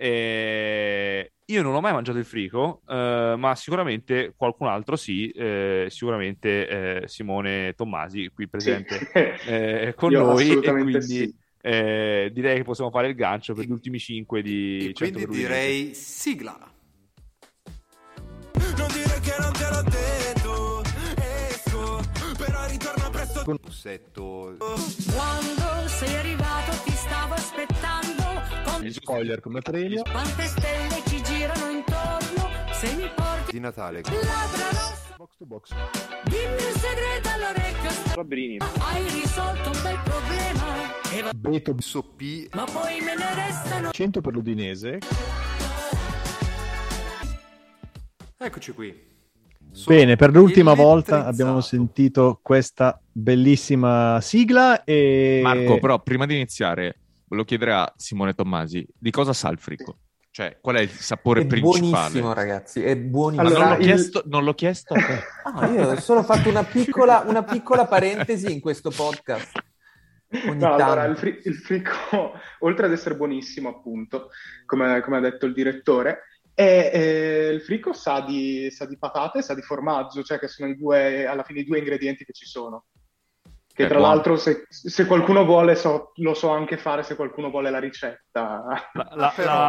Io non ho mai mangiato il frico, ma sicuramente qualcun altro sì, sicuramente Simone Tommasi qui presente con noi, e quindi sì. Direi che possiamo fare il gancio per gli ultimi 5 di... E quindi direi sigla. Non dire che non te l'ho detto, esco, però ritorno presto. Quando sei arrivato ti stavo aspettando. Gli spoiler come premio. Quante stelle ci girano intorno, se mi porti di Natale. Box to box. Dimmi un segreto all'orecchio. Fabbrini. Hai risolto un bel problema. Beto P. Ma poi me ne restano 100 per l'Udinese. Eccoci qui. Bene, per l'ultima volta abbiamo sentito questa bellissima sigla e... Marco, però prima di iniziare volevo chiedere a Simone Tommasi di cosa sa il frico? Cioè, qual è il sapore principale? È buonissimo, ragazzi, è buonissimo. Allora, non l'ho chiesto a te. Io ho solo fatto una piccola parentesi in questo podcast. Allora, il frico, oltre ad essere buonissimo, appunto, come ha detto il direttore, il frico sa di patate, sa di formaggio, cioè che sono alla fine i 2 ingredienti che ci sono. Che tra l'altro, se qualcuno vuole, lo so anche fare, se qualcuno vuole la ricetta.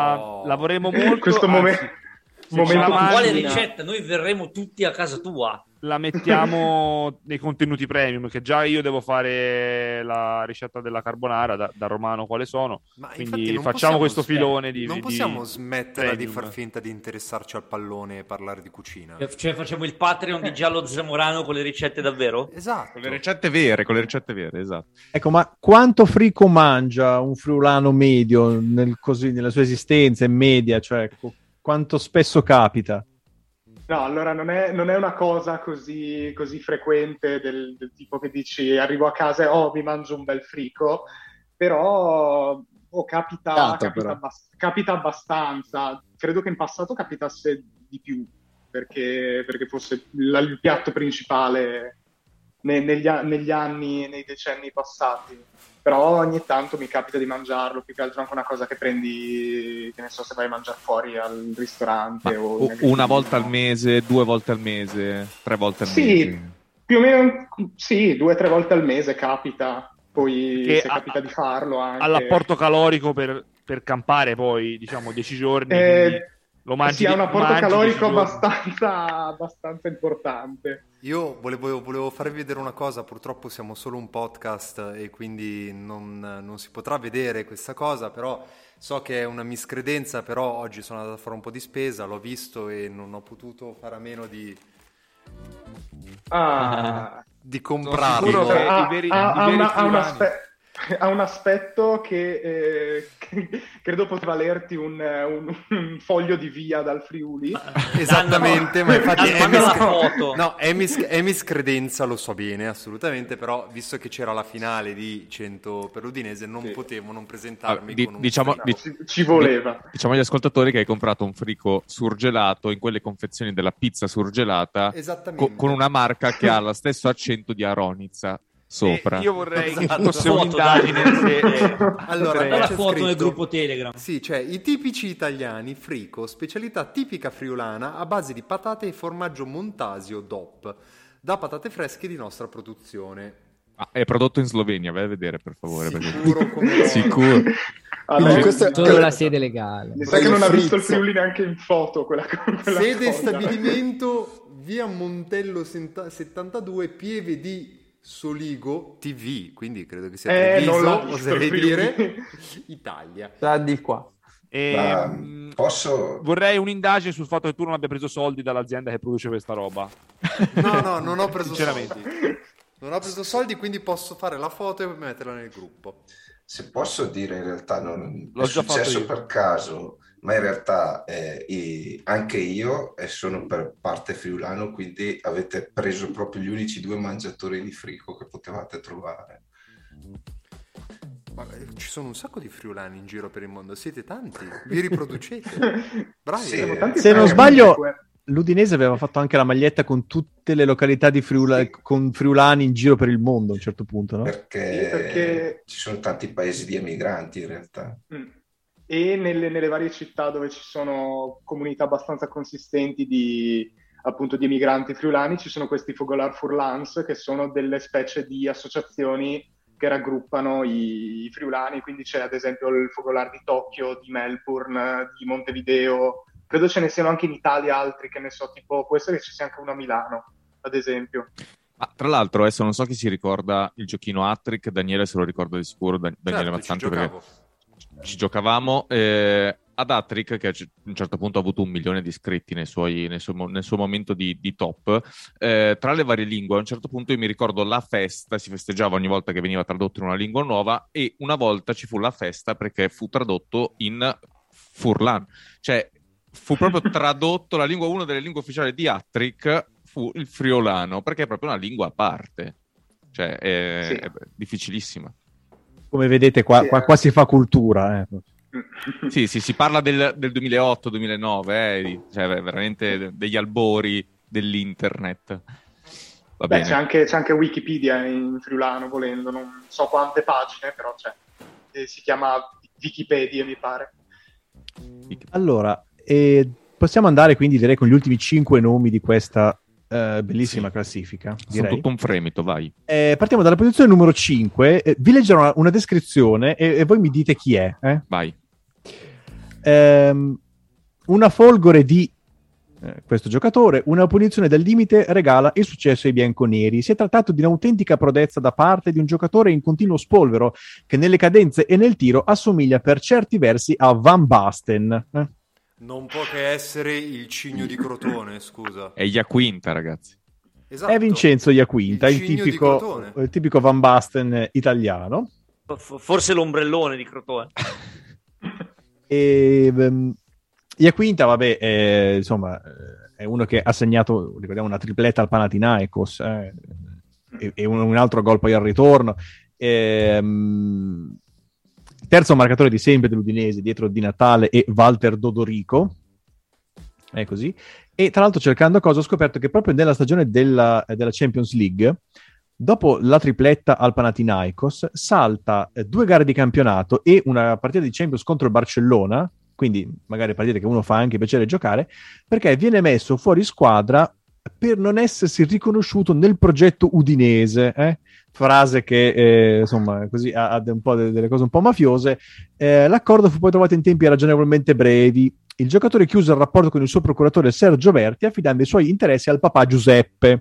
Lavoreremo molto. Questo momento quale ricetta? Noi verremo tutti a casa tua. la mettiamo nei contenuti premium, che già io devo fare la ricetta della carbonara da romano quale sono, quindi facciamo questo filone di non possiamo smettere premium. di far finta di interessarci al pallone e parlare di cucina, cioè facciamo il Patreon di Giallo Zamorano con le ricette davvero? Esatto, con le ricette vere, esatto. Ecco, ma quanto frico mangia un friulano medio nella sua esistenza in media, cioè quanto spesso capita? No, allora non è una cosa così frequente del tipo che dici arrivo a casa e mi mangio un bel frico, però capita abbastanza. Credo che in passato capitasse di più, perché fosse il piatto principale negli anni, nei decenni passati. Però ogni tanto mi capita di mangiarlo, più che altro anche una cosa che prendi, che ne so, se vai a mangiare fuori al ristorante. Una volta al mese, 2 volte al mese, 3 volte al mese? Più o meno, sì, 2 o 3 volte al mese capita, poi se capita di farlo anche. All'apporto calorico per campare poi, diciamo, 10 giorni, lo mangi. Sì, ha un apporto calorico abbastanza importante. Io volevo farvi vedere una cosa, purtroppo siamo solo un podcast e quindi non si potrà vedere questa cosa, però so che è una miscredenza, però oggi sono andato a fare un po' di spesa, l'ho visto e non ho potuto fare a meno di comprarlo. Ha un aspetto che credo potrà valerti un foglio di via dal Friuli. Esattamente, ma infatti è miscredenza, lo so bene, assolutamente, però visto che c'era la finale di 100 per l'Udinese non potevo non presentarmi con un ci voleva. Diciamo agli ascoltatori che hai comprato un frico surgelato in quelle confezioni della pizza surgelata con una marca che ha lo stesso accento di Aronizza sopra. Io vorrei che fosse un'indagine allora la foto nel gruppo Telegram. Sì, cioè i tipici italiani frico, specialità tipica friulana a base di patate e formaggio Montasio DOP da patate fresche di nostra produzione. È prodotto in Slovenia, vai a vedere per favore. Sicuro come sicuro. Allora, solo la sede legale. Mi sa che non ha visto il Friuli neanche in foto quella sede cosa. Stabilimento via Montello 72 Pieve di Soligo TV, quindi credo che sia Treviso, oserei dire Italia. Di qua. Vorrei un'indagine sul fatto che tu non abbia preso soldi dall'azienda che produce questa roba. No, non ho preso soldi. Non ho preso soldi, quindi posso fare la foto e metterla nel gruppo. Se posso dire, in realtà non L'ho è già successo fatto io. per caso, ma in realtà anche io sono per parte friulano, quindi avete preso proprio gli unici 2 mangiatori di frico che potevate trovare. Ma ci sono un sacco di friulani in giro per il mondo, siete tanti, vi riproducete. Bravi. Sì, se non sbaglio l'Udinese aveva fatto anche la maglietta con tutte le località di con friulani in giro per il mondo a un certo punto, no? Perché ci sono tanti paesi di emigranti in realtà. E nelle varie città dove ci sono comunità abbastanza consistenti di emigranti friulani ci sono questi Fogolar Furlans, che sono delle specie di associazioni che raggruppano i friulani, quindi c'è ad esempio il Fogolar di Tokyo, di Melbourne, di Montevideo. Credo ce ne siano anche in Italia altri, che ne so, tipo può essere che ci sia anche uno a Milano, ad esempio. Tra l'altro, adesso non so chi si ricorda il giochino Hat-Trick, Daniele se lo ricorda di sicuro, Daniele Mazzanti, perché ci giocavamo. Ad Hat-Trick, che a un certo punto ha avuto 1 milione di iscritti nel suo momento di top, tra le varie lingue, a un certo punto io mi ricordo la festa, si festeggiava ogni volta che veniva tradotto in una lingua nuova, e una volta ci fu la festa perché fu tradotto in Furlan, cioè fu proprio tradotto una delle lingue ufficiali di Hat-Trick fu il friulano, perché è proprio una lingua a parte, cioè è difficilissima. Come vedete qua si fa cultura, Sì, si parla del 2008-2009, cioè veramente degli albori dell'internet. Va bene. C'è anche Wikipedia in friulano, volendo, non so quante pagine, però c'è. Si chiama Wikipedia, mi pare. Allora, possiamo andare quindi direi con gli ultimi 5 nomi di questa bellissima classifica. Sono tutto un fremito, vai. Partiamo dalla posizione numero 5. Vi leggerò una descrizione e voi mi dite chi è. Vai. Una folgore di questo giocatore, una punizione dal limite regala il successo ai bianconeri. Si è trattato di un'autentica prodezza da parte di un giocatore in continuo spolvero che nelle cadenze e nel tiro assomiglia per certi versi a Van Basten. Non può che essere il cigno di Crotone, scusa. È Iaquinta, ragazzi. Esatto. È Vincenzo Iaquinta, il tipico Van Basten italiano. Forse l'ombrellone di Crotone. Iaquinta, vabbè, insomma, è uno che ha segnato, ricordiamo, una tripletta al Panathinaikos e un altro gol poi al ritorno. Terzo marcatore di sempre dell'Udinese, dietro Di Natale e Walter Dodorico. È così. E tra l'altro, cercando cose, ho scoperto che proprio nella stagione della Champions League, dopo la tripletta al Panathinaikos, salta 2 gare di campionato e una partita di Champions contro il Barcellona, quindi magari partite che uno fa anche piacere giocare, perché viene messo fuori squadra per non essersi riconosciuto nel progetto udinese. Frase che insomma così ha un po' delle cose un po' mafiose. L'accordo fu poi trovato in tempi ragionevolmente brevi. Il giocatore chiuse il rapporto con il suo procuratore Sergio Verti, affidando i suoi interessi al papà Giuseppe.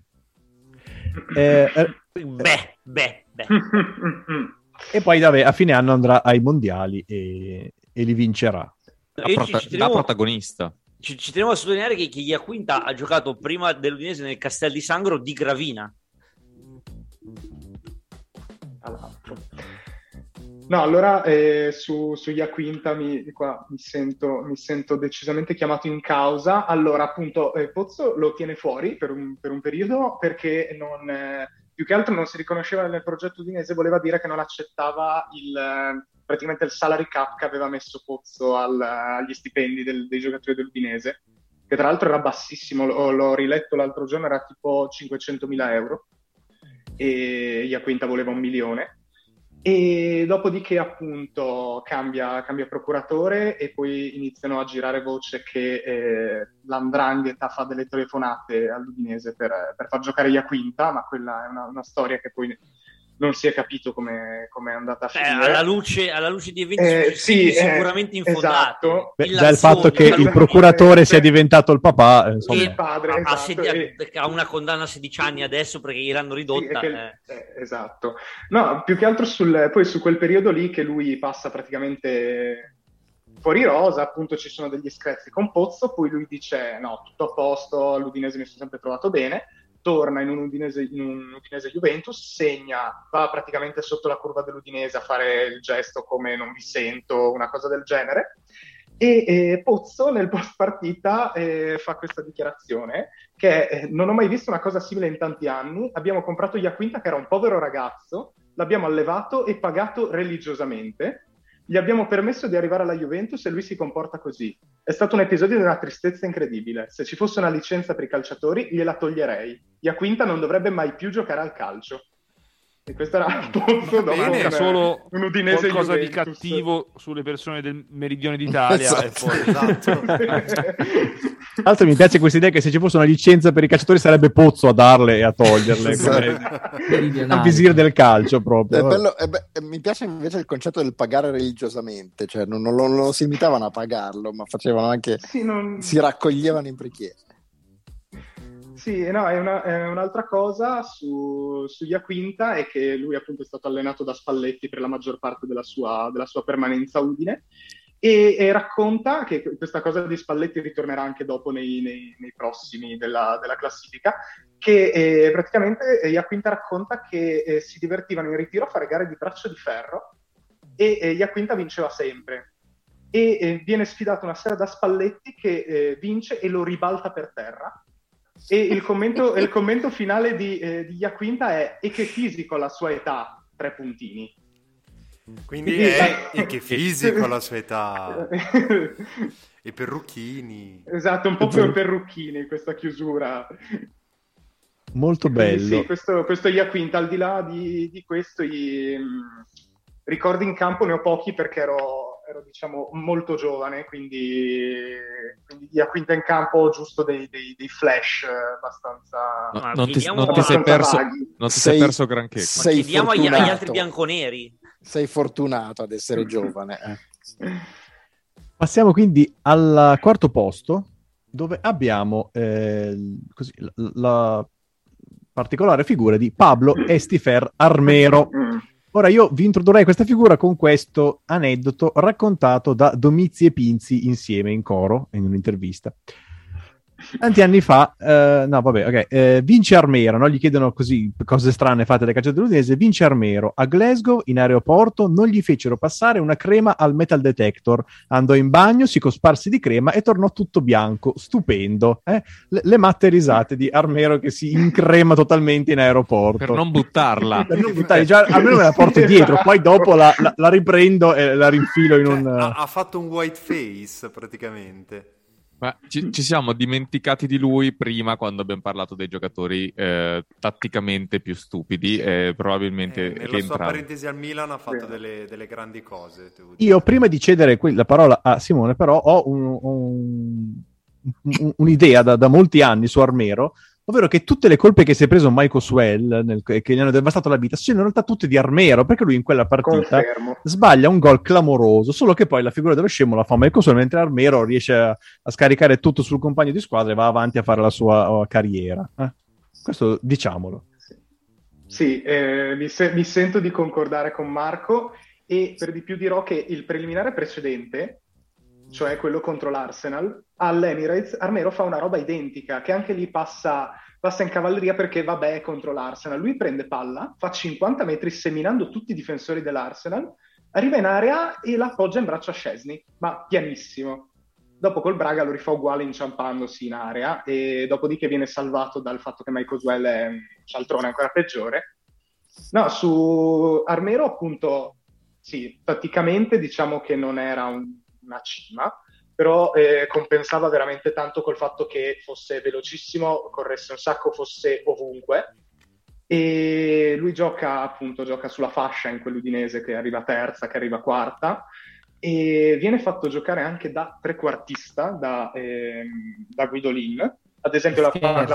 E poi vabbè, a fine anno andrà ai mondiali e li vincerà. Da protagonista. Ci tenevo a sottolineare che Iaquinta ha giocato prima dell'Udinese nel Castel di Sangro di Gravina. No, allora su Iaquinta mi sento decisamente chiamato in causa. Allora, appunto, Pozzo lo tiene fuori per un periodo perché più che altro non si riconosceva nel progetto udinese, voleva dire che non accettava praticamente il salary cap che aveva messo Pozzo agli stipendi dei giocatori dell'Udinese, che tra l'altro era bassissimo, l'ho riletto l'altro giorno, era tipo 500.000 euro, e Iaquinta voleva 1 milione. E dopodiché appunto cambia procuratore e poi iniziano a girare voce che l''ndrangheta fa delle telefonate all'Udinese per far giocare Iaquinta, ma quella è una storia che poi non si è capito come è andata a finire. Alla luce di eventi successivi sicuramente infondati. Esatto. Già il fatto che il procuratore sia diventato il papà, insomma. Il padre, ha una condanna a 16 anni adesso perché gliel'hanno ridotta. Esatto. No, più che altro poi su quel periodo lì che lui passa praticamente fuori rosa, appunto ci sono degli screzi con Pozzo, poi lui dice no, tutto a posto, all'Udinese mi sono sempre trovato bene. Torna in un Udinese Juventus, segna, va praticamente sotto la curva dell'Udinese a fare il gesto come non vi sento, una cosa del genere, e Pozzo nel post partita fa questa dichiarazione che non ho mai visto una cosa simile in tanti anni, abbiamo comprato Iaquinta che era un povero ragazzo, l'abbiamo allevato e pagato religiosamente, gli abbiamo permesso di arrivare alla Juventus e lui si comporta così. È stato un episodio di una tristezza incredibile. Se ci fosse una licenza per i calciatori, gliela toglierei. Iaquinta non dovrebbe mai più giocare al calcio. E questo era Pozzo dopo solo un Udinese qualcosa Juventus. di cattivo sulle persone del meridione d'Italia. Esatto. Tra l'altro mi piace questa idea che se ci fosse una licenza per i calciatori sarebbe Pozzo a darle e a toglierle, come visir del calcio proprio. Mi piace invece il concetto del pagare religiosamente, cioè non lo si limitavano a pagarlo, ma facevano anche si raccoglievano in preghiera. Sì, no, è un'altra cosa su Iaquinta è che lui appunto è stato allenato da Spalletti per la maggior parte della sua permanenza a Udine e racconta che questa cosa di Spalletti ritornerà anche dopo nei prossimi della classifica, che praticamente Iaquinta racconta che si divertivano in ritiro a fare gare di braccio di ferro e Iaquinta vinceva sempre e viene sfidato una sera da Spalletti che vince e lo ribalta per terra. E il commento finale di Iaquinta è e che fisico alla sua età, 3 puntini. Quindi e che fisico alla sua età. E Perrucchini. Esatto, un po' per Perrucchini questa chiusura. Molto bello. Sì, questo Iaquinta, al di là di questo, i ricordi in campo ne ho pochi perché ero diciamo molto giovane, quindi Iaquinta in campo giusto dei flash abbastanza non ti sei perso granché. Chiediamo agli altri bianconeri. Sei fortunato ad essere giovane. Passiamo quindi al quarto posto dove abbiamo così, la particolare figura di Pablo Estifer Armero. Ora io vi introdurrei questa figura con questo aneddoto raccontato da Domizzi e Pinzi insieme in coro in un'intervista. Tanti anni fa, vince Armero, no? Gli chiedono così cose strane fatte dai calciatori dell'Udinese. Vince Armero a Glasgow in aeroporto, non gli fecero passare una crema al metal detector, andò in bagno, si cosparse di crema e tornò tutto bianco, stupendo. Le matte risate di Armero che si increma totalmente in aeroporto per non buttarla. Per non buttarla, già almeno me la porto dietro, poi dopo la riprendo e la rinfilo in un... Ha fatto un white face praticamente. Ma ci siamo dimenticati di lui prima, quando abbiamo parlato dei giocatori tatticamente più stupidi, probabilmente nella sua parentesi al Milan ha fatto delle grandi cose. Io prima di cedere la parola a Simone però ho un'idea da molti anni su Armero, ovvero che tutte le colpe che si è preso Michael Swell, che gli hanno devastato la vita, sono in realtà tutte di Armero, perché lui in quella partita sbaglia un gol clamoroso, solo che poi la figura dello scemo la fa Michael Swell, mentre Armero riesce a scaricare tutto sul compagno di squadra e va avanti a fare la sua carriera. Questo diciamolo. Sì, mi sento di concordare con Marco, e per di più dirò che il preliminare precedente, cioè quello contro l'Arsenal, all'Emirates, Armero fa una roba identica, che anche lì passa in cavalleria perché vabbè è contro l'Arsenal. Lui prende palla, fa 50 metri seminando tutti i difensori dell'Arsenal, arriva in area e la appoggia in braccio a Szczesny, ma pianissimo. Dopo col Braga lo rifà uguale inciampandosi in area, e dopodiché viene salvato dal fatto che Michael Swell è un cialtrone ancora peggiore. No, su Armero appunto, sì, tatticamente diciamo che non era una cima, però compensava veramente tanto col fatto che fosse velocissimo, corresse un sacco, fosse ovunque, e lui gioca sulla fascia in quell'Udinese che arriva terza, che arriva quarta, e viene fatto giocare anche da trequartista da Guidolin. Ad esempio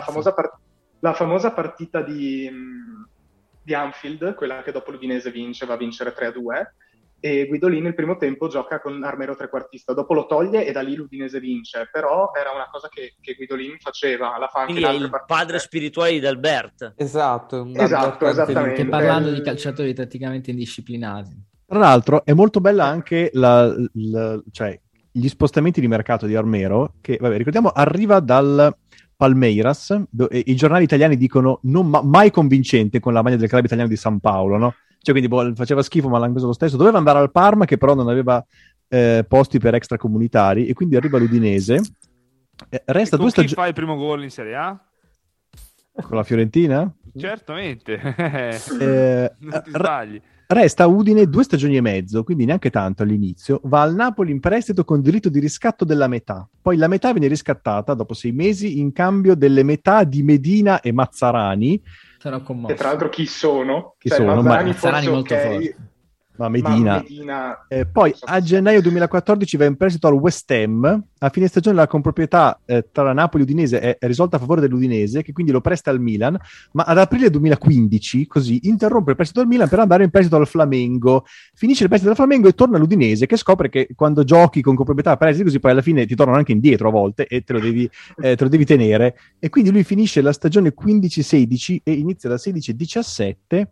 la famosa partita di Anfield, quella che dopo l'Udinese va a vincere 3-2, e Guidolin il primo tempo gioca con Armero trequartista, dopo lo toglie e da lì l'Udinese vince, però era una cosa che Guidolin faceva, la fa anche quindi è il padre spirituale di Dalbert. Esatto, esattamente. Che parlando di calciatori tatticamente indisciplinati. Tra l'altro è molto bella anche cioè, gli spostamenti di mercato di Armero, che vabbè, ricordiamo arriva dal Palmeiras, i giornali italiani dicono mai convincente con la maglia del club italiano di San Paolo, no? Cioè, quindi faceva schifo, ma l'hanno preso lo stesso. Doveva andare al Parma, che però non aveva posti per extracomunitari, e quindi arriva l'Udinese. Resta con chi fa il primo gol in Serie A? Con la Fiorentina? Certamente. Non ti sbagli. Resta a Udine 2 stagioni e mezzo, quindi neanche tanto all'inizio. Va al Napoli in prestito con diritto di riscatto della metà. Poi la metà viene riscattata dopo 6 mesi in cambio delle metà di Medina e Mazzarani. Sarò commosso. E tra l'altro chi sono? Chi sono? Mazzarani molto forte. Ma Medina. Poi a gennaio 2014 va in prestito al West Ham. A fine stagione la comproprietà tra Napoli e Udinese è risolta a favore dell'Udinese, che quindi lo presta al Milan, ma ad aprile 2015 così interrompe il prestito al Milan per andare in prestito al Flamengo. Finisce il prestito al Flamengo e torna all'Udinese, che scopre che quando giochi con comproprietà prestiti così poi alla fine ti tornano anche indietro a volte e te lo devi tenere. E quindi lui finisce la stagione 15-16 e inizia la 16-17.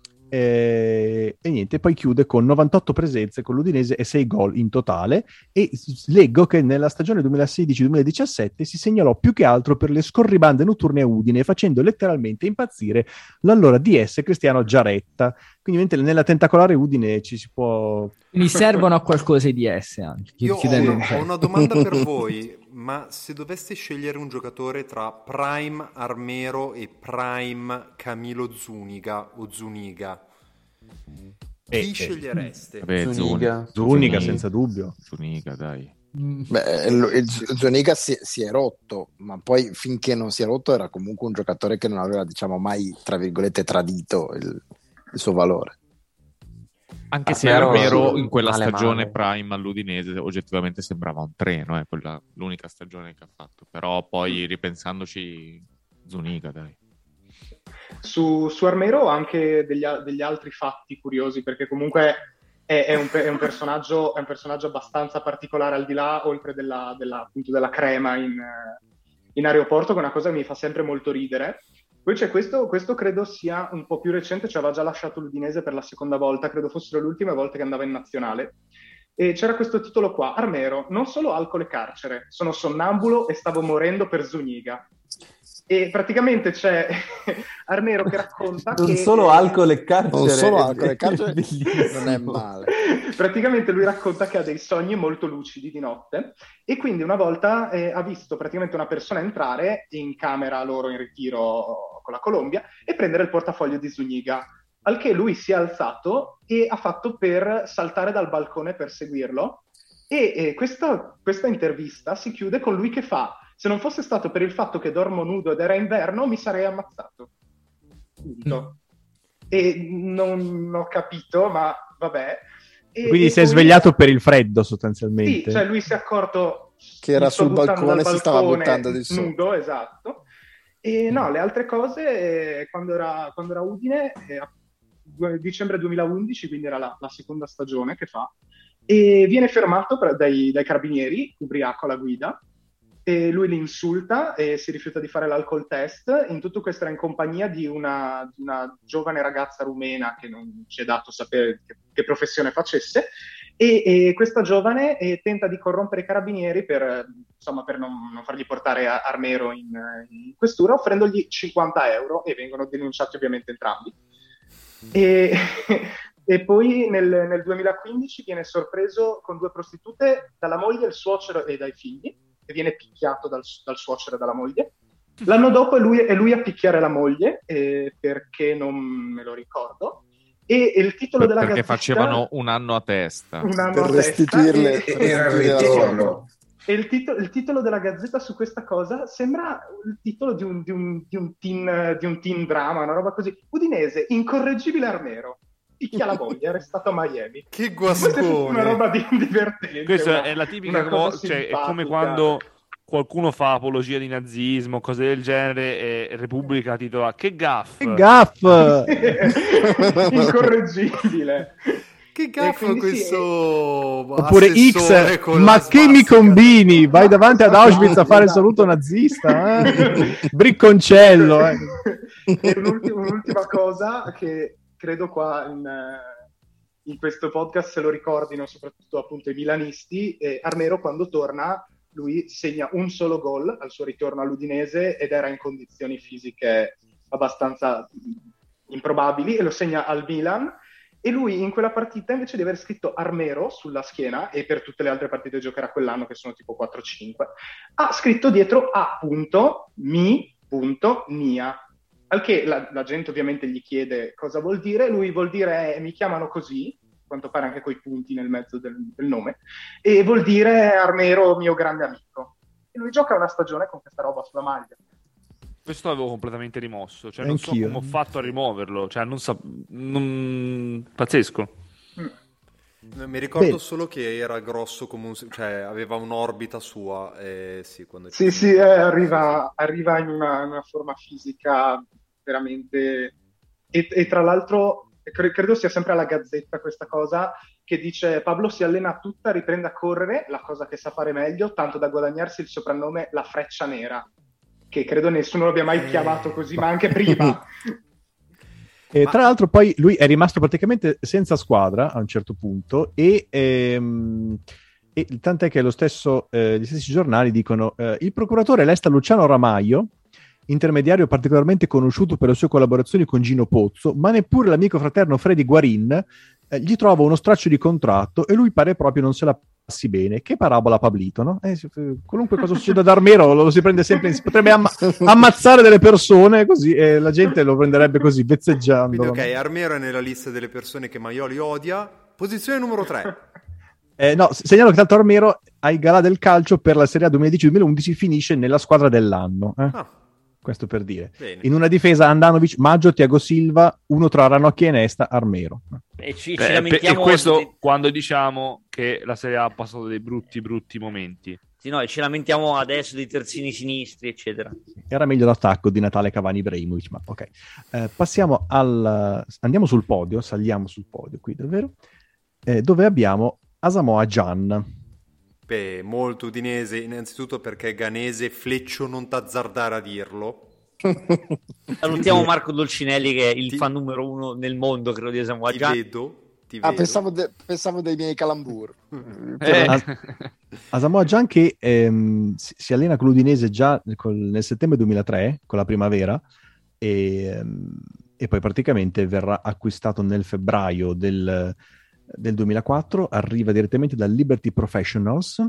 E niente, poi chiude con 98 presenze con l'Udinese e 6 gol in totale, e leggo che nella stagione 2016-2017 si segnalò più che altro per le scorribande notturne a Udine, facendo letteralmente impazzire l'allora DS Cristiano Giaretta. Quindi nella tentacolare Udine ci si può... Quindi servono a qualcosa i DS anche. Io ho una domanda per voi, ma se doveste scegliere un giocatore tra Prime Armero e Prime Camilo Zuniga o Zuniga, chi scegliereste? Zuniga senza dubbio. Zuniga, dai. Beh, Zuniga si è rotto, ma poi finché non si è rotto era comunque un giocatore che non aveva, diciamo, mai, tra virgolette, tradito il suo valore. Anche se Armero in quella stagione prime all'Udinese oggettivamente sembrava un treno, quella l'unica stagione che ha fatto, però poi ripensandoci Zuniga, dai. Su Armero ho anche degli altri fatti curiosi, perché comunque è un personaggio abbastanza particolare, al di là, oltre appunto della crema in aeroporto, che è una cosa che mi fa sempre molto ridere. Poi c'è questo credo sia un po' più recente, cioè aveva già lasciato l'Udinese per la seconda volta, credo fossero le ultime volte che andava in nazionale. E c'era questo titolo qua: Armero, non solo alcol e carcere, sono sonnambulo e stavo morendo per Zuniga. E praticamente c'è Armero che racconta non solo alcol e carcere. Non solo alcol e carcere, non è male. Praticamente lui racconta che ha dei sogni molto lucidi di notte, e quindi una volta ha visto praticamente una persona entrare in camera loro in ritiro con la Colombia e prendere il portafoglio di Zuniga, al che lui si è alzato e ha fatto per saltare dal balcone per seguirlo, e questa intervista si chiude con lui che fa: se non fosse stato per il fatto che dormo nudo ed era inverno, mi sarei ammazzato. Punto. E non ho capito, ma vabbè. Quindi si è svegliato per il freddo, sostanzialmente. Sì, cioè lui si è accorto che era sul balcone e si stava buttando di sotto. Nudo, esatto. E no, le altre cose, quando era a Udine, dicembre 2011, quindi era la seconda stagione che fa, e viene fermato dai carabinieri, ubriaco alla guida, e lui li insulta e si rifiuta di fare l'alcol test. In tutto questo era in compagnia di una giovane ragazza rumena che non ci è dato sapere che professione facesse, e questa giovane tenta di corrompere i carabinieri per non fargli portare Armero in questura, offrendogli 50 euro, e vengono denunciati ovviamente entrambi. E poi nel 2015 viene sorpreso con 2 prostitute, dalla moglie, il suocero e dai figli, e viene picchiato dal suocero e dalla moglie. L'anno dopo è lui a picchiare la moglie, perché non me lo ricordo. E il titolo della perché gazzetta... facevano un anno a testa. Per restituirle. Era il ritorno. E il titolo della gazzetta su questa cosa sembra il titolo di un teen drama, una roba così. Udinese, incorreggibile Armero. Picchia la moglie, è restato a Miami. Che guascone! Una roba divertente. Questa è la tipica cioè, è come quando qualcuno fa apologia di nazismo, cose del genere, e Repubblica titola "Che gaff!". Che gaff! Incorreggibile. Che gaff questo... Oppure X, ma che mi combini? Vai davanti ad Auschwitz a fare il saluto nazista? Bricconcello. E un'ultima cosa che credo qua in questo podcast se lo ricordino soprattutto appunto i milanisti. Armero, quando torna, lui segna un solo gol al suo ritorno all'Udinese ed era in condizioni fisiche abbastanza improbabili, e lo segna al Milan. E lui in quella partita, invece di aver scritto Armero sulla schiena, e per tutte le altre partite giocherà quell'anno, che sono tipo 4-5, ha scritto dietro A.mi.nia. Al che la gente ovviamente gli chiede cosa vuol dire. Lui vuol dire mi chiamano così, a quanto pare anche coi punti nel mezzo del nome, e vuol dire Armero mio grande amico. E lui gioca una stagione con questa roba sulla maglia. Questo l'avevo completamente rimosso, cioè non so come ho fatto a rimuoverlo, cioè pazzesco. Mi ricordo solo che era grosso come cioè aveva un'orbita sua, sì, quando arriva in una forma fisica veramente, e tra l'altro credo sia sempre alla Gazzetta questa cosa che dice: Pablo si allena tutta, riprende a correre, la cosa che sa fare meglio, tanto da guadagnarsi il soprannome la Freccia Nera, che credo nessuno l'abbia mai chiamato così, ma anche prima. Tra l'altro poi lui è rimasto praticamente senza squadra a un certo punto, e tant'è che gli stessi giornali dicono il procuratore lesta Luciano Ramaio, intermediario particolarmente conosciuto per le sue collaborazioni con Gino Pozzo, ma neppure l'amico fraterno Freddy Guarin gli trova uno straccio di contratto, e lui pare proprio non se la passi bene. Che parabola Pablito, no? Qualunque cosa succeda ad Armero lo si prende sempre potrebbe ammazzare delle persone così, e la gente lo prenderebbe così, vezzeggiando. Quindi ok, Armero è nella lista delle persone che Maioli odia. Posizione numero 3. No, segnalo che tanto Armero ai galà del calcio per la Serie A 2010-2011 finisce nella squadra dell'anno. Questo per dire. Bene. In una difesa Andanovic, Maggio, Thiago Silva, uno tra Ranocchi e Nesta, Armero. E e questo quando diciamo che la Serie A ha passato dei brutti momenti. Sì, no, e ci lamentiamo adesso di terzini sinistri, eccetera. Era meglio l'attacco di Natale Cavani Ibrahimovic, ma ok. Passiamo andiamo sul podio, saliamo sul podio qui, davvero. dove abbiamo Asamoah Gyan. Beh, molto udinese, innanzitutto perché Ganese, Fleccio non t'azzardare a dirlo. Salutiamo Marco Dolcinelli che è il fan numero 1 nel mondo, credo, di Asamoah Gyan. Ti vedo. Pensavo dei miei calambur. Asamoah Gyan che si allena con l'Udinese già nel settembre 2003, con la primavera, e poi praticamente verrà acquistato nel febbraio del 2004, arriva direttamente dal Liberty Professionals.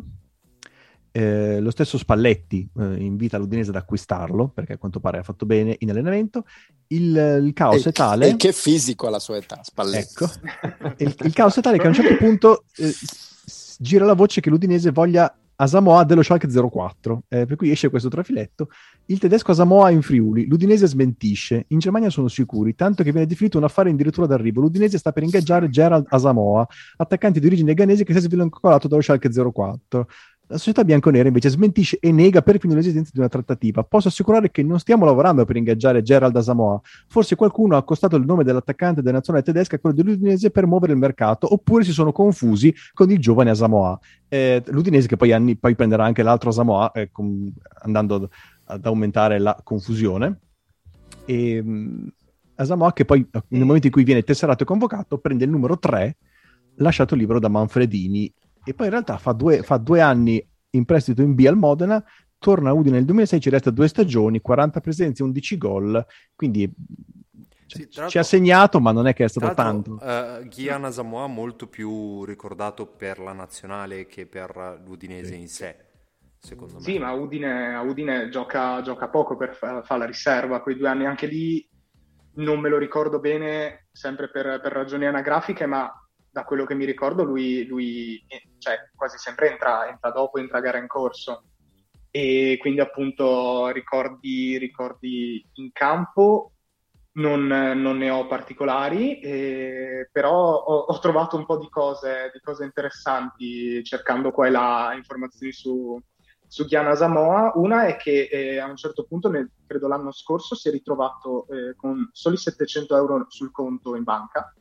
Lo stesso Spalletti invita l'Udinese ad acquistarlo perché a quanto pare ha fatto bene in allenamento. Il caos è tale, e che fisico alla sua età Spalletti. Ecco. il caos è tale che a un certo punto gira la voce che l'Udinese voglia Asamoah dello Schalke 04, per cui esce questo trafiletto. Il tedesco Asamoah in Friuli, l'Udinese smentisce, in Germania sono sicuri, tanto che viene definito un affare addirittura d'arrivo. L'Udinese sta per ingaggiare Gerald Asamoah, attaccante di origine ghanese che si è svincolato dallo Schalke 04. La società bianconera invece smentisce e nega perfino l'esistenza di una trattativa. Posso assicurare che non stiamo lavorando per ingaggiare Gerald Asamoah. Forse qualcuno ha accostato il nome dell'attaccante della nazionale tedesca a quello dell'Udinese per muovere il mercato, oppure si sono confusi con il giovane Asamoah. L'Udinese che poi prenderà anche l'altro Asamoah, andando ad aumentare la confusione. E Asamoah che poi nel momento in cui viene tesserato e convocato prende il numero 3, lasciato libero da Manfredini. E poi in realtà fa due anni in prestito in B al Modena, torna a Udine nel 2006, ci resta 2 stagioni, 40 presenze, 11 gol, quindi ci ha segnato, ma non è che è stato tanto. Gyan Asamoah molto più ricordato per la nazionale che per l'Udinese in sé, secondo me. Sì, ma a Udine gioca poco per fare la riserva, quei 2 anni anche lì non me lo ricordo bene, sempre per ragioni anagrafiche, ma da quello che mi ricordo lui cioè, quasi sempre entra dopo, entra a gara in corso, e quindi appunto ricordi in campo non ne ho particolari, però ho trovato un po' di cose interessanti cercando qua e là informazioni su Gyan Asamoah. Una è che a un certo punto, credo l'anno scorso, si è ritrovato con soli 700 euro sul conto in banca,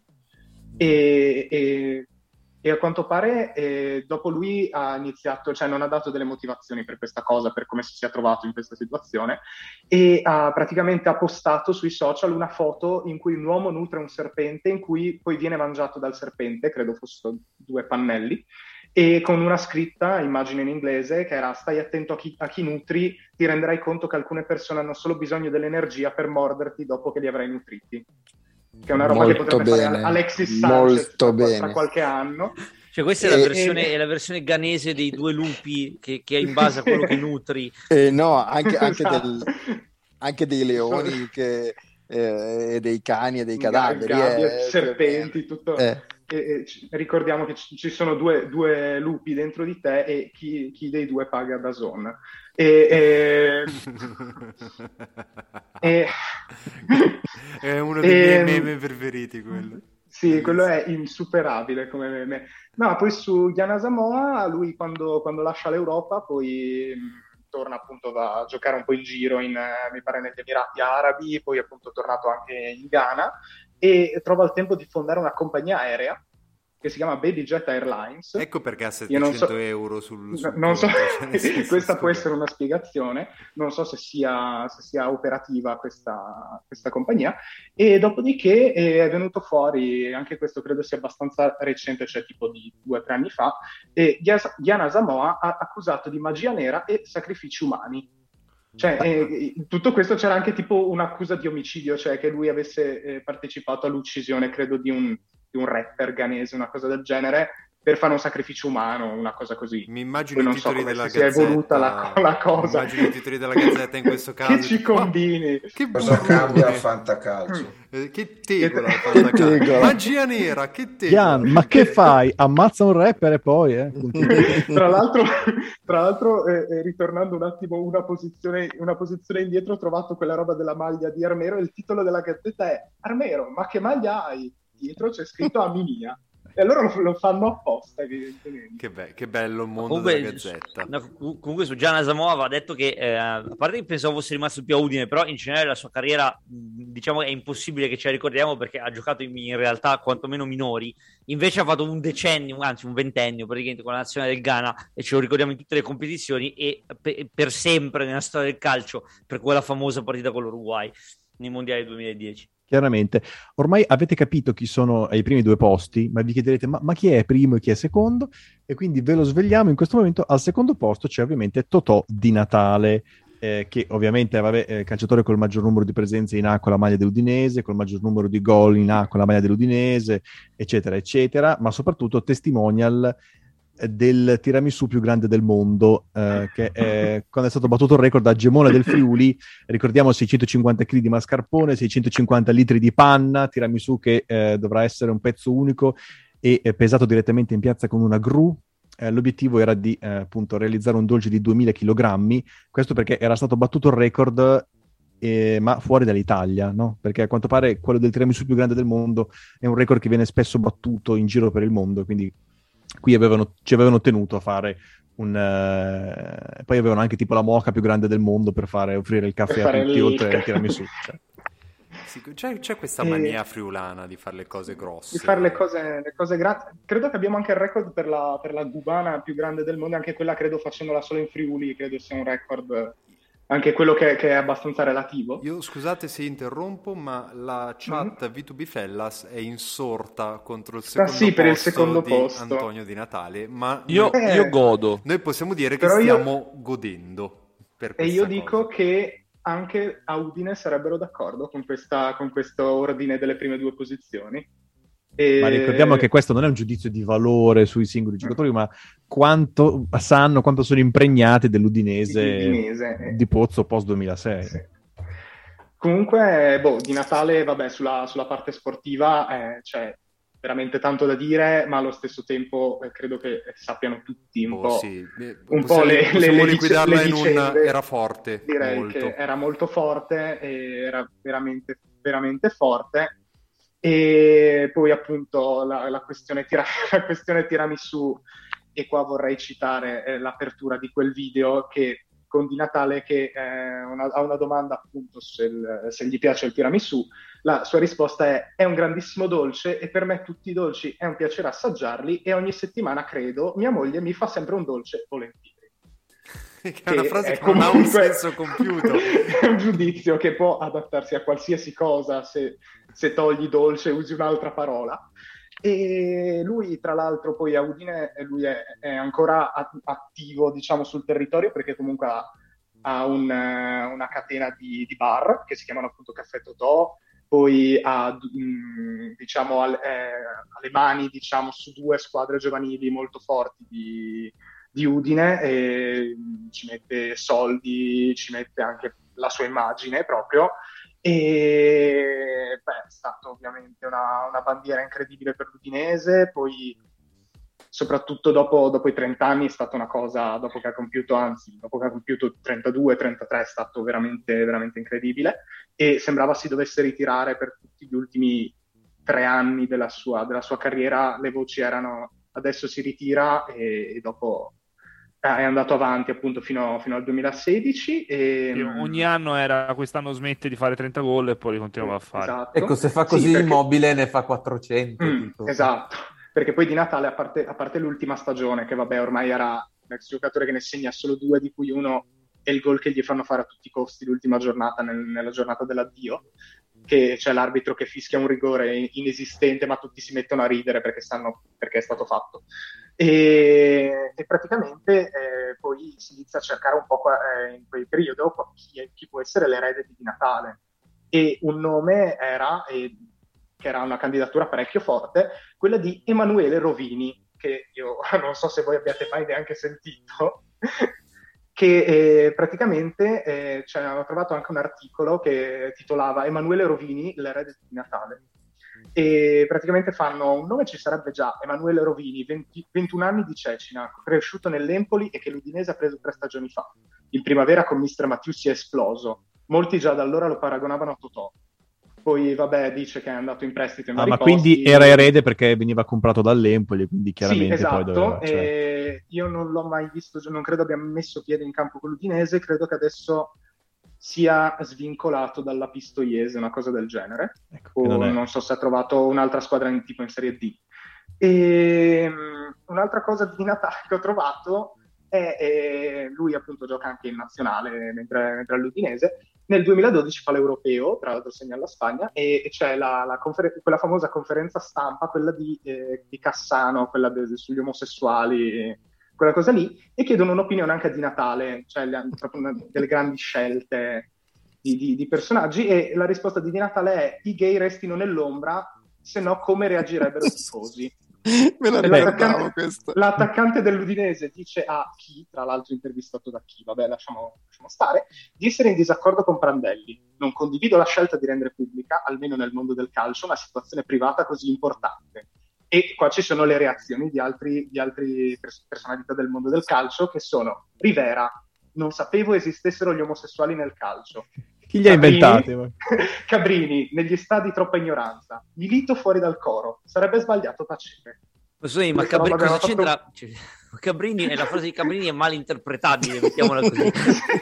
e a quanto pare dopo lui ha iniziato, cioè non ha dato delle motivazioni per questa cosa, per come si sia trovato in questa situazione, e praticamente ha postato sui social una foto in cui un uomo nutre un serpente, in cui poi viene mangiato dal serpente, credo fossero 2 pannelli, e con una scritta, immagine in inglese, che era: stai attento a chi nutri, ti renderai conto che alcune persone hanno solo bisogno dell'energia per morderti dopo che li avrai nutriti. Che è una roba molto che potrebbe fare Alexis Sanchez tra qualche anno. Cioè questa è la versione ghanese dei 2 lupi che è in base a quello che nutri. No, Esatto. anche dei leoni e dei cani e dei cadaveri. Serpenti, tutto. Ricordiamo che ci sono due lupi dentro di te e chi dei 2 paga DAZN. È uno dei miei meme preferiti, quello. Sì, quello è insuperabile come meme. No, poi su Gyan Asamoah, lui quando lascia l'Europa poi torna appunto a giocare un po' in giro mi pare negli Emirati Arabi, poi appunto è tornato anche in Ghana e trova il tempo di fondare una compagnia aerea che si chiama Baby Jet Airlines. Ecco perché ha 700 euro sul non so, questa può essere una spiegazione, non so se sia operativa questa compagnia, e dopodiché è venuto fuori, anche questo credo sia abbastanza recente, cioè tipo di 2 o 3 anni fa, Gyan Asamoah ha accusato di magia nera e sacrifici umani. Cioè, tutto questo c'era anche tipo un'accusa di omicidio, cioè che lui avesse partecipato all'uccisione, credo, di un rapper ghanese, una cosa del genere, per fare un sacrificio umano, una cosa così. Mi immagino i titoli della Gazzetta. Si è evoluta la cosa. Immagino i titoli della Gazzetta in questo caso. Che ci combini? Che cosa cambia a Fantacalcio? Che tegola al Fantacalcio. Magia nera, che tegola. Jan, ma che fai? Ammazza un rapper e poi Tra l'altro ritornando un attimo una posizione indietro, ho trovato quella roba della maglia di Armero e il titolo della Gazzetta è: Armero, ma che maglia hai? Dietro c'è scritto Aminia. E allora lo fanno apposta, evidentemente. Che bello il mondo della Gazzetta. Comunque su Gian Asamoah aveva detto che, a parte che pensavo fosse rimasto più a Udine, però in generale la sua carriera, diciamo, è impossibile che ce la ricordiamo perché ha giocato in realtà quantomeno minori. Invece ha fatto un decennio, anzi un ventennio praticamente con la nazionale del Ghana e ce lo ricordiamo in tutte le competizioni e per sempre nella storia del calcio per quella famosa partita con l'Uruguay nei mondiali 2010. Chiaramente. Ormai avete capito chi sono ai primi due posti, ma vi chiederete ma chi è primo e chi è secondo? E quindi ve lo svegliamo in questo momento. Al secondo posto c'è ovviamente Totò Di Natale, che ovviamente è calciatore col maggior numero di presenze in A con la maglia dell'Udinese, col maggior numero di gol in A con la maglia dell'Udinese, eccetera, eccetera, ma soprattutto testimonial del tiramisù più grande del mondo, che quando è stato battuto il record a Gemona del Friuli, ricordiamo 650 kg di mascarpone, 650 litri di panna, tiramisù che dovrà essere un pezzo unico e pesato direttamente in piazza con una gru. L'obiettivo era di appunto realizzare un dolce di 2000 kg, questo perché era stato battuto il record ma fuori dall'Italia, no? Perché a quanto pare quello del tiramisù più grande del mondo è un record che viene spesso battuto in giro per il mondo, quindi qui ci avevano tenuto a fare poi avevano anche tipo la moka più grande del mondo per offrire il caffè a tutti, oltre al tiramisù. Sì, c'è questa mania friulana di fare le cose grosse. Di fare le cose grandi. Credo che abbiamo anche il record per la gubana più grande del mondo, anche quella credo facendola solo in Friuli, credo sia un record, anche quello che è abbastanza relativo. Io scusate se interrompo, ma la chat V2B Fellas è insorta contro il secondo posto di Antonio Di Natale, ma io godo. Noi possiamo dire che stiamo godendo per questa io dico che anche a Udine sarebbero d'accordo con questo ordine delle prime due posizioni. Ma ricordiamo che questo non è un giudizio di valore sui singoli giocatori, ma quanto sono impregnati dell'Udinese di Pozzo post 2006. Sì. Comunque, Di Natale, vabbè, sulla parte sportiva c'è veramente tanto da dire, ma allo stesso tempo credo che sappiano tutti un po' le liquidarla in vicende. Era forte. Direi molto. Che era molto forte, era veramente, veramente forte. E poi appunto la questione tiramisù, e qua vorrei citare l'apertura di quel video che con Di Natale che ha una domanda appunto se gli piace il tiramisù. La sua risposta è un grandissimo dolce e per me tutti i dolci è un piacere assaggiarli e ogni settimana credo mia moglie mi fa sempre un dolce volentieri. Che è una frase che non ha un senso compiuto. È un giudizio che può adattarsi a qualsiasi cosa se togli dolce e usi un'altra parola. E lui tra l'altro poi a Udine lui è ancora attivo, diciamo, sul territorio, perché comunque ha una catena di bar che si chiamano appunto Caffè Totò, poi ha diciamo alle mani, diciamo, su due squadre giovanili molto forti di Udine, e ci mette soldi, ci mette anche la sua immagine proprio. E è stato ovviamente una bandiera incredibile per l'Udinese. Poi soprattutto dopo i 30 anni è stata una cosa, dopo che ha compiuto 32, 33, è stato veramente, veramente incredibile, e sembrava si dovesse ritirare per tutti gli ultimi 3 anni della sua carriera. Le voci erano adesso si ritira, e dopo è andato avanti appunto fino al 2016 e ogni anno era quest'anno smette di fare 30 gol e poi li continuava a fare. Esatto. Ecco, se fa così Immobile ne fa 400 esatto, perché poi Di Natale a parte l'ultima stagione, che vabbè ormai era un ex giocatore che ne segna solo 2, di cui uno è il gol che gli fanno fare a tutti i costi l'ultima giornata, nella giornata dell'addio, che c'è l'arbitro che fischia un rigore inesistente ma tutti si mettono a ridere perché è stato fatto. E praticamente poi si inizia a cercare un po' in quel periodo chi può essere l'erede di Natale, e un nome che era una candidatura parecchio forte, quella di Emanuele Rovini, che io non so se voi abbiate mai neanche sentito, che praticamente ho trovato anche un articolo che titolava Emanuele Rovini, l'erede di Natale. E praticamente fanno un nome, ci sarebbe già Emanuele Rovini, 21 anni di Cecina, cresciuto nell'Empoli e che l'Udinese ha preso 3 stagioni fa. In primavera con Mister Mathieu si è esploso, molti già da allora lo paragonavano a Totò. Poi, vabbè, dice che è andato in prestito in vari ma posti. quindi era erede perché veniva comprato dall'Empoli, quindi chiaramente sì, esatto. poi doveva... Io non l'ho mai visto, non credo abbia messo piede in campo con l'Udinese, credo che adesso sia svincolato dalla Pistoiese, una cosa del genere. Ecco, non so se ha trovato un'altra squadra tipo in Serie D. E un'altra cosa di Natale che ho trovato è lui appunto gioca anche in nazionale mentre all'Udinese. Nel 2012 fa l'Europeo, tra l'altro segna alla Spagna, e c'è quella famosa conferenza stampa, quella di Cassano, quella sugli omosessuali, quella cosa lì, e chiedono un'opinione anche di Natale, cioè proprio delle grandi scelte di personaggi, e la risposta di Natale è: i gay restino nell'ombra, se no come reagirebbero i tifosi? Me la ricordavo questo. L'attaccante dell'Udinese dice a Chi, tra l'altro intervistato da Chi, vabbè lasciamo stare, di essere in disaccordo con Prandelli. Non condivido la scelta di rendere pubblica, almeno nel mondo del calcio, una situazione privata così importante. E qua ci sono le reazioni di altri personalità del mondo del calcio, che sono: Rivera, non sapevo esistessero gli omosessuali nel calcio. Chi li ha inventati? Cabrini, negli stadi troppa ignoranza. Milito fuori dal coro. Sarebbe sbagliato tacere. Ma cosa c'entra? Cabrini, la frase di Cabrini è mal interpretabile, mettiamola così.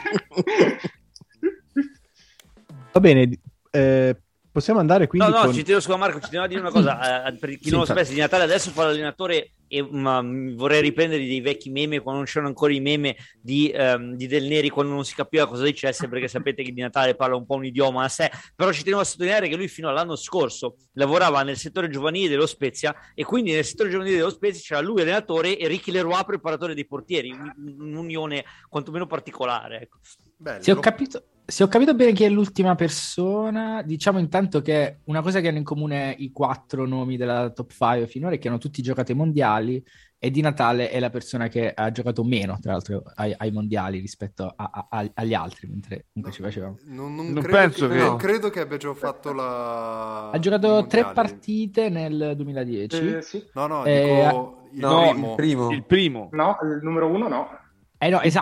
Va bene, possiamo andare quindi ci tengo, scusa Marco, ci tengo a dire una cosa. Per chi non lo sapesse, di Natale adesso fa l'allenatore, ma vorrei riprendere dei vecchi meme, quando non c'erano ancora i meme di Del Neri, quando non si capiva cosa dicesse, perché sapete che Di Natale parla un po' un idioma a sé. Però ci tenevo a sottolineare che lui fino all'anno scorso lavorava nel settore giovanile dello Spezia, e quindi nel settore giovanile dello Spezia c'era lui allenatore e Ricky Leroy preparatore dei portieri, un'unione quantomeno particolare, ecco. Bello. Se ho capito bene chi è l'ultima persona, diciamo intanto che una cosa che hanno in comune i 4 nomi della top 5 finora è che hanno tutti giocato ai mondiali, e Di Natale è la persona che ha giocato meno, tra l'altro, ai mondiali rispetto agli altri, mentre ci facevamo. Non credo che abbia già fatto la... Ha giocato 3 partite nel 2010. Sì. Dico il primo. No, il numero 1 no. No, esatto.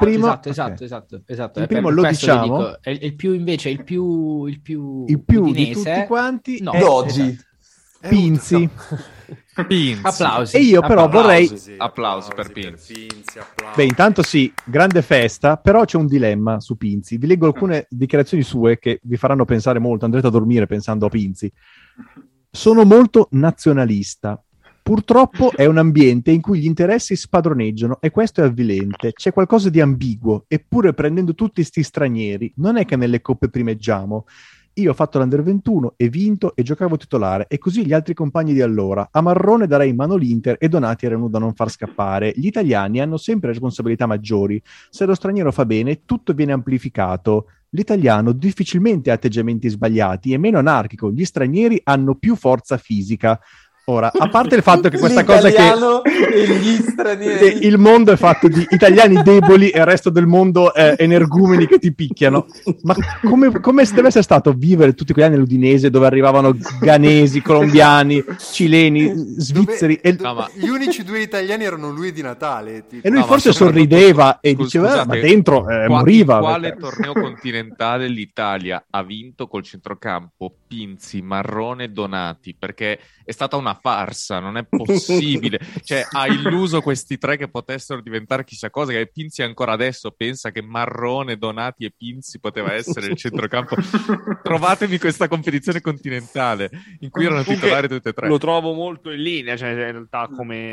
Il primo lo diciamo. Dico, è il più invece, il più udinese, di tutti quanti, no, Doggi. Pinzi. Applausi. E io però vorrei... Applausi per Pinzi. Beh, intanto sì, grande festa, però c'è un dilemma su Pinzi. Vi leggo alcune dichiarazioni sue che vi faranno pensare molto, andrete a dormire pensando a Pinzi. Sono molto nazionalista. Purtroppo è un ambiente in cui gli interessi spadroneggiano, e questo è avvilente. C'è qualcosa di ambiguo, eppure prendendo tutti sti stranieri, non è che nelle coppe primeggiamo. Io ho fatto l'Under 21 e vinto e giocavo titolare, e così gli altri compagni di allora. A Marrone darei in mano l'Inter e Donati era uno da non far scappare. Gli italiani hanno sempre responsabilità maggiori. Se lo straniero fa bene, tutto viene amplificato. L'italiano difficilmente ha atteggiamenti sbagliati, è meno anarchico. Gli stranieri hanno più forza fisica. Ora, a parte il fatto che questa cosa che e gli stranieri, il mondo è fatto di italiani deboli e il resto del mondo energumeni che ti picchiano, ma come deve essere stato vivere tutti quegli anni all'Udinese, dove arrivavano ghanesi, colombiani, cileni, svizzeri, gli unici 2 italiani erano lui e Di Natale, tipo. E lui forse sorrideva e diceva ma dentro moriva. Quale torneo continentale l'Italia ha vinto col centrocampo Pinzi, Marrone, Donati? Perché è stata una farsa, non è possibile. Cioè, ha illuso questi 3 che potessero diventare chissà cosa, che Pinzi ancora adesso pensa che Marrone, Donati e Pinzi poteva essere il centrocampo. Trovatemi questa competizione continentale in cui erano titolari tutte e 3. Lo trovo molto in linea, cioè in realtà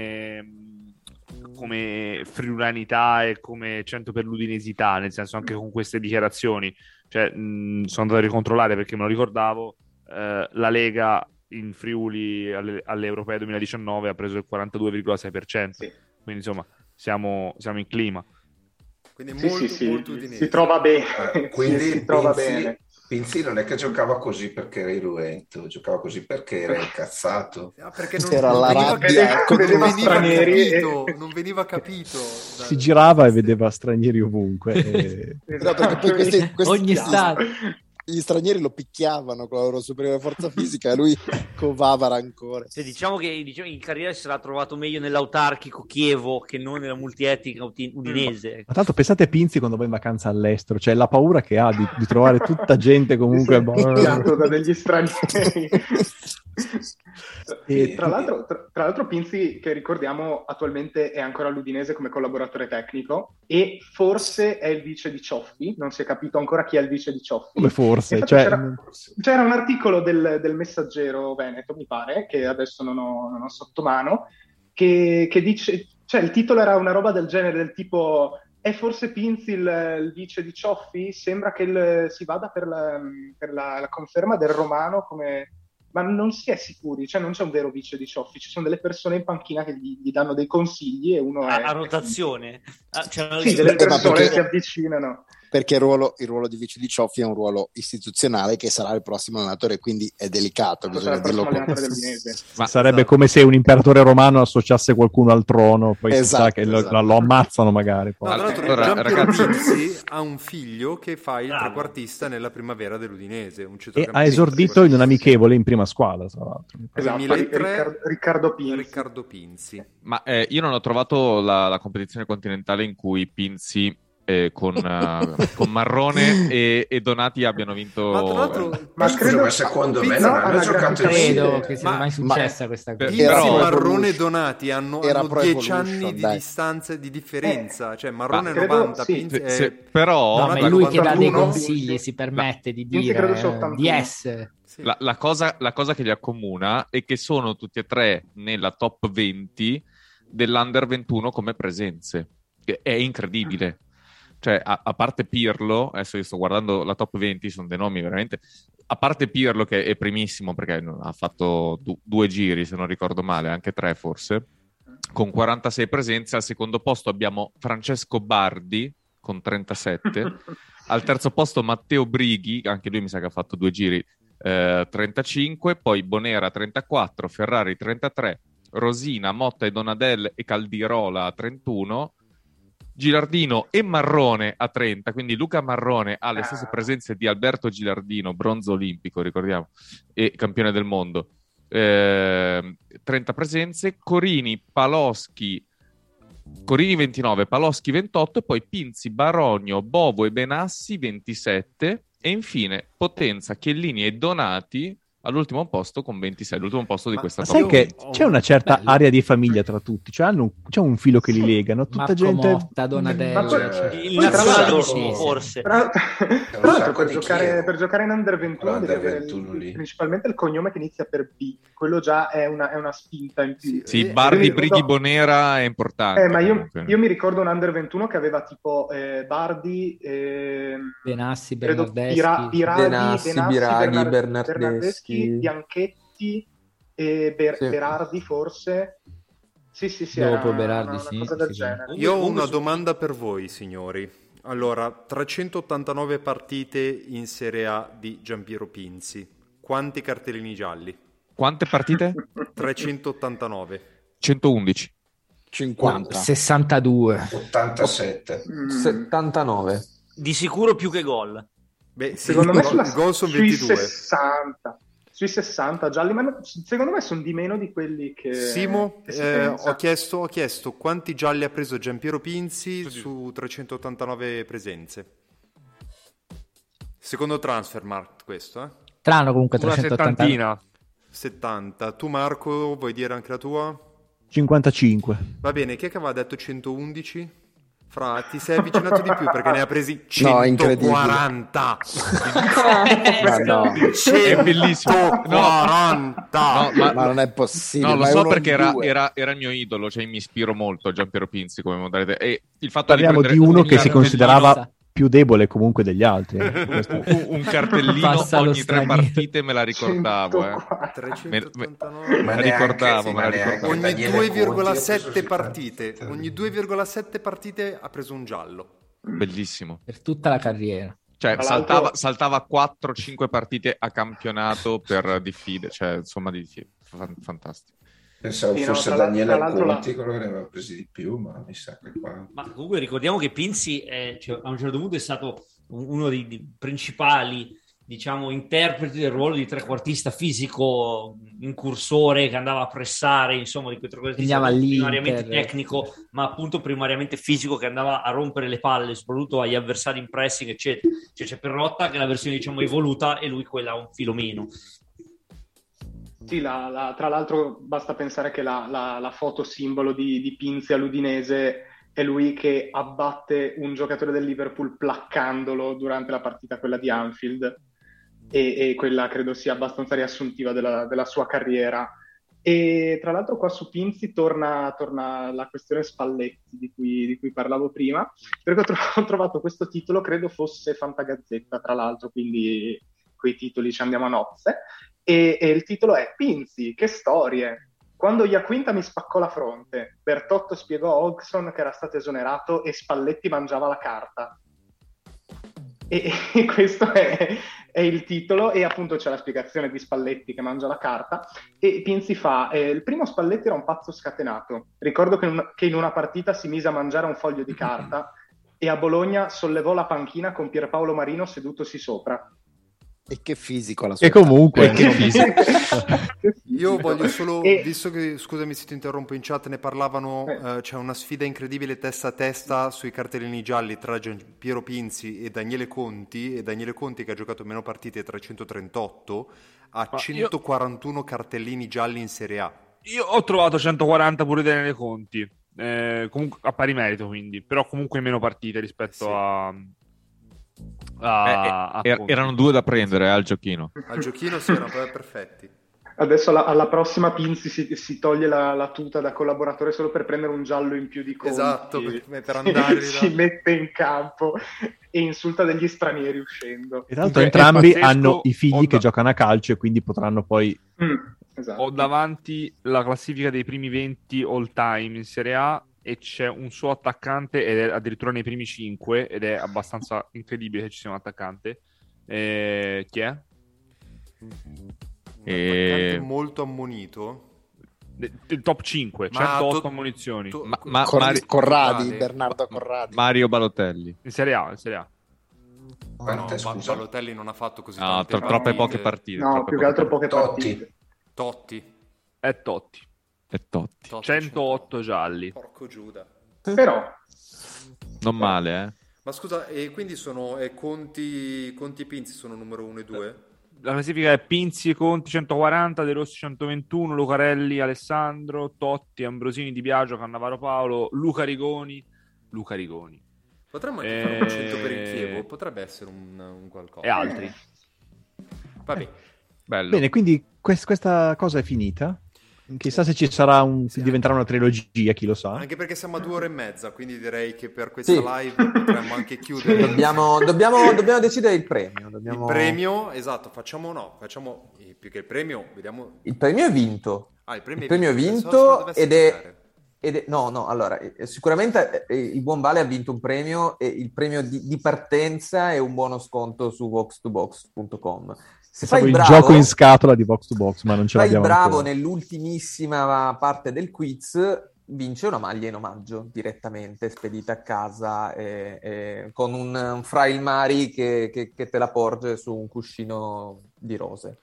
come friulanità e come 100 per l'udinesità, nel senso, anche con queste dichiarazioni, cioè sono andato a ricontrollare perché me lo ricordavo. La Lega in Friuli alle Europee 2019 ha preso il 42,6%, sì. Quindi insomma siamo in clima. Quindi molto udinese. Si trova bene. Quindi si trova bene. Pinzi non è che giocava così perché era irruento, giocava così perché era incazzato. Perché non veniva capito. Si girava e vedeva stranieri ovunque. Perché poi questi ogni stato. gli stranieri lo picchiavano con la loro superiore forza fisica e lui covava rancore. Diciamo che in carriera si sarà trovato meglio nell'autarchico Chievo che non nella multietnica udinese. Ma tanto pensate a Pinzi quando va in vacanza all'estero, cioè la paura che ha di trovare tutta gente comunque picchiato da degli stranieri. E tra l'altro Pinzi, che ricordiamo attualmente è ancora all'Udinese come collaboratore tecnico e forse è il vice di Cioffi, non si è capito ancora chi è il vice di Cioffi. Come forse? C'era un articolo del Messaggero Veneto, mi pare, che adesso non ho sotto mano, che dice, cioè il titolo era una roba del genere, del tipo: è forse Pinzi il vice di Cioffi? Sembra che si vada per la conferma del romano come... Ma non si è sicuri, cioè non c'è un vero vice di Cioffi, ci sono delle persone in panchina che gli danno dei consigli e uno è... A rotazione? Sì, delle persone si avvicinano. Perché il ruolo di vice di Cioffi è un ruolo istituzionale che sarà il prossimo allenatore, quindi è delicato, bisogna dirlo. Ma sarebbe come se un imperatore romano associasse qualcuno al trono, poi si sa che lo ammazzano magari. Poi. No, tra l'altro Giampiero Pinzi ha un figlio che fa il trequartista nella primavera dell'Udinese, e ha esordito in un amichevole in prima squadra, tra l'altro. Esatto, Riccardo Pinzi. Ma io non ho trovato la competizione continentale in cui Pinzi con Marrone e Donati abbiano vinto. Ma secondo me non hanno giocato credo che sia mai successa questa cosa. Però Marrone e Donati hanno 10 anni di distanza di differenza, cioè Marrone è 90, Pinzi è... però ma è lui che dà dei consigli, si permette di dire di essere. Sì. La cosa che li accomuna è che sono tutti e tre nella top 20 dell'Under 21 come presenze. È incredibile. Cioè, a parte Pirlo, adesso io sto guardando la top 20, sono dei nomi veramente... A parte Pirlo, che è primissimo, perché ha fatto 2 giri, se non ricordo male, anche 3 forse, con 46 presenze. Al secondo posto abbiamo Francesco Bardi, con 37. Al terzo posto Matteo Brighi, anche lui mi sa che ha fatto 2 giri, 35. Poi Bonera, 34. Ferrari, 33. Rosina, Motta e Donadel e Caldirola, 31. Gilardino e Marrone a 30, quindi Luca Marrone ha le stesse presenze di Alberto Gilardino, bronzo olimpico, ricordiamo, e campione del mondo. 30 presenze, Corini 29, Paloschi 28, e poi Pinzi, Barogno, Bovo e Benassi 27, e infine Potenza, Chiellini e Donati all'ultimo posto con 26, l'ultimo posto di questa top. Sai che c'è una certa area di famiglia tra tutti, cioè c'è un filo che li legano, tutta Marco gente Motta, Donadello, il nazionalismo forse. Tra l'altro per giocare in Under 21 devi avere principalmente il cognome che inizia per B, quello già è una spinta in più. Sì, Bardi, Brighi, Bonera è importante. Ma io mi ricordo un Under 21 che aveva tipo Bardi, Benassi, Bernardeschi, Biraghi, Bernardeschi, Bianchetti e Berardi forse. Sì, dopo una Berardi, cosa del genere. Io ho una domanda per voi, signori. Allora, 389 partite in Serie A di Giampiero Pinzi. Quanti cartellini gialli? Quante partite? 389. 111. 50. 62. 87. 79. Di sicuro più che gol. Beh, sì, secondo me i gol sono 22. Sui 60 gialli, ma secondo me sono di meno di quelli che... Simo, ho chiesto quanti gialli ha preso Giampiero Pinzi su 389 presenze. Secondo Transfermarkt questo, Strano comunque, una 380. 70. Tu Marco, vuoi dire anche la tua? 55. Va bene, chi è che aveva detto 111? Fra, ti sei avvicinato di più perché ne ha presi 140. No, è bellissimo. 140. Ma non è possibile. No, lo so perché era il mio idolo, cioè mi ispiro molto a Giampiero Pinzi come modalità. E il fatto parliamo di uno che si considerava più debole comunque degli altri. Un cartellino ogni 3 partite me la ricordavo. 389. Me la ricordavo. Ogni 2,7 partite. Ogni 2,7 partite ha preso un giallo. Bellissimo. Per tutta la carriera. Cioè, saltava 4-5 partite a campionato per diffide. Cioè, insomma, fantastico. Pensavo fosse Daniele Conti quello che ne aveva presi di più, ma mi sa che qua... Ma comunque ricordiamo che Pinzi a un certo punto è stato uno dei principali diciamo, interpreti del ruolo di trequartista fisico, incursore che andava a pressare, insomma, di quei trequartisti primariamente tecnico, ma appunto primariamente fisico, che andava a rompere le palle, soprattutto agli avversari in pressing, eccetera. Cioè c'è Perrotta che è la versione, diciamo, evoluta, e lui quella un filo meno. Sì, tra l'altro basta pensare che la foto simbolo di Pinzi all'Udinese è lui che abbatte un giocatore del Liverpool placcandolo durante la partita, quella di Anfield, e quella credo sia abbastanza riassuntiva della sua carriera. E tra l'altro qua su Pinzi torna la questione Spalletti di cui parlavo prima, perché ho trovato questo titolo, credo fosse Fantagazzetta tra l'altro, quindi quei titoli ci andiamo a nozze. E il titolo è Pinzi, che storie. Quando Iaquinta mi spaccò la fronte, Bertotto spiegò a Hodgson che era stato esonerato e Spalletti mangiava la carta. E questo è il titolo, e appunto c'è la spiegazione di Spalletti che mangia la carta, e Pinzi fa: il primo Spalletti era un pazzo scatenato. Ricordo che in una partita si mise a mangiare un foglio di carta e a Bologna sollevò la panchina con Pierpaolo Marino sedutosi sopra. E che fisico la sua. E comunque che fisico. Io voglio solo, visto che, scusami se ti interrompo, in chat ne parlavano, c'è una sfida incredibile testa a testa sui cartellini gialli tra Giampiero Pinzi e Daniele Conti, che ha giocato meno partite, 338, ha 141 cartellini gialli in Serie A. Io ho trovato 140 pure Daniele Conti, comunque a pari merito, quindi, però comunque meno partite rispetto erano due da prendere al giochino. Al giochino sì, erano perfetti. Adesso alla prossima Pinzi si toglie la tuta da collaboratore solo per prendere un giallo in più di Conti. Esatto, per andare si mette in campo e insulta degli stranieri uscendo. E tra l'altro entrambi hanno i figli che giocano a calcio e quindi potranno poi... Esatto. Ho davanti la classifica dei primi 20 all time in Serie A e c'è un suo attaccante ed è addirittura nei primi 5 ed è abbastanza incredibile che ci sia un attaccante. Chi è? Attaccante molto ammonito. Il top 5, 108 ammonizioni. Corradi, Bernardo Corradi. Mario Balotelli. In Serie A. Balotelli non ha fatto così tante troppe poche partite. No, più che altro poche partite. Totti. È Totti. 108 gialli. Porco Giuda. Però non male, Ma scusa, e quindi sono Conti e Pinzi sono numero 1 e 2? La classifica è Pinzi e Conti 140, De Rossi 121, Lucarelli, Alessandro, Totti, Ambrosini, Di Biagio, Cannavaro Paolo, Luca Rigoni. Potremmo anche fare un 100 per il Chievo, potrebbe essere un qualcosa. E altri. Vabbè. Bello. Bene, quindi questa cosa è finita? Chissà se ci sarà diventerà una trilogia, chi lo sa. Anche perché siamo a 2 ore e mezza, quindi direi che per questa live potremmo anche chiudere. Dobbiamo decidere il premio. Il premio, esatto, facciamo più che il premio, vediamo. Il premio è vinto. Il premio è vinto ed è no, allora, sicuramente il buon Vale ha vinto un premio e il premio di partenza è un buono sconto su vox2box.com. Se fai il gioco in scatola di Box to Box, ma non ce l'abbiamo ancora. Fai bravo nell'ultimissima parte del quiz, vince una maglia in omaggio direttamente spedita a casa con un Fra il Mari che te la porge su un cuscino di rose.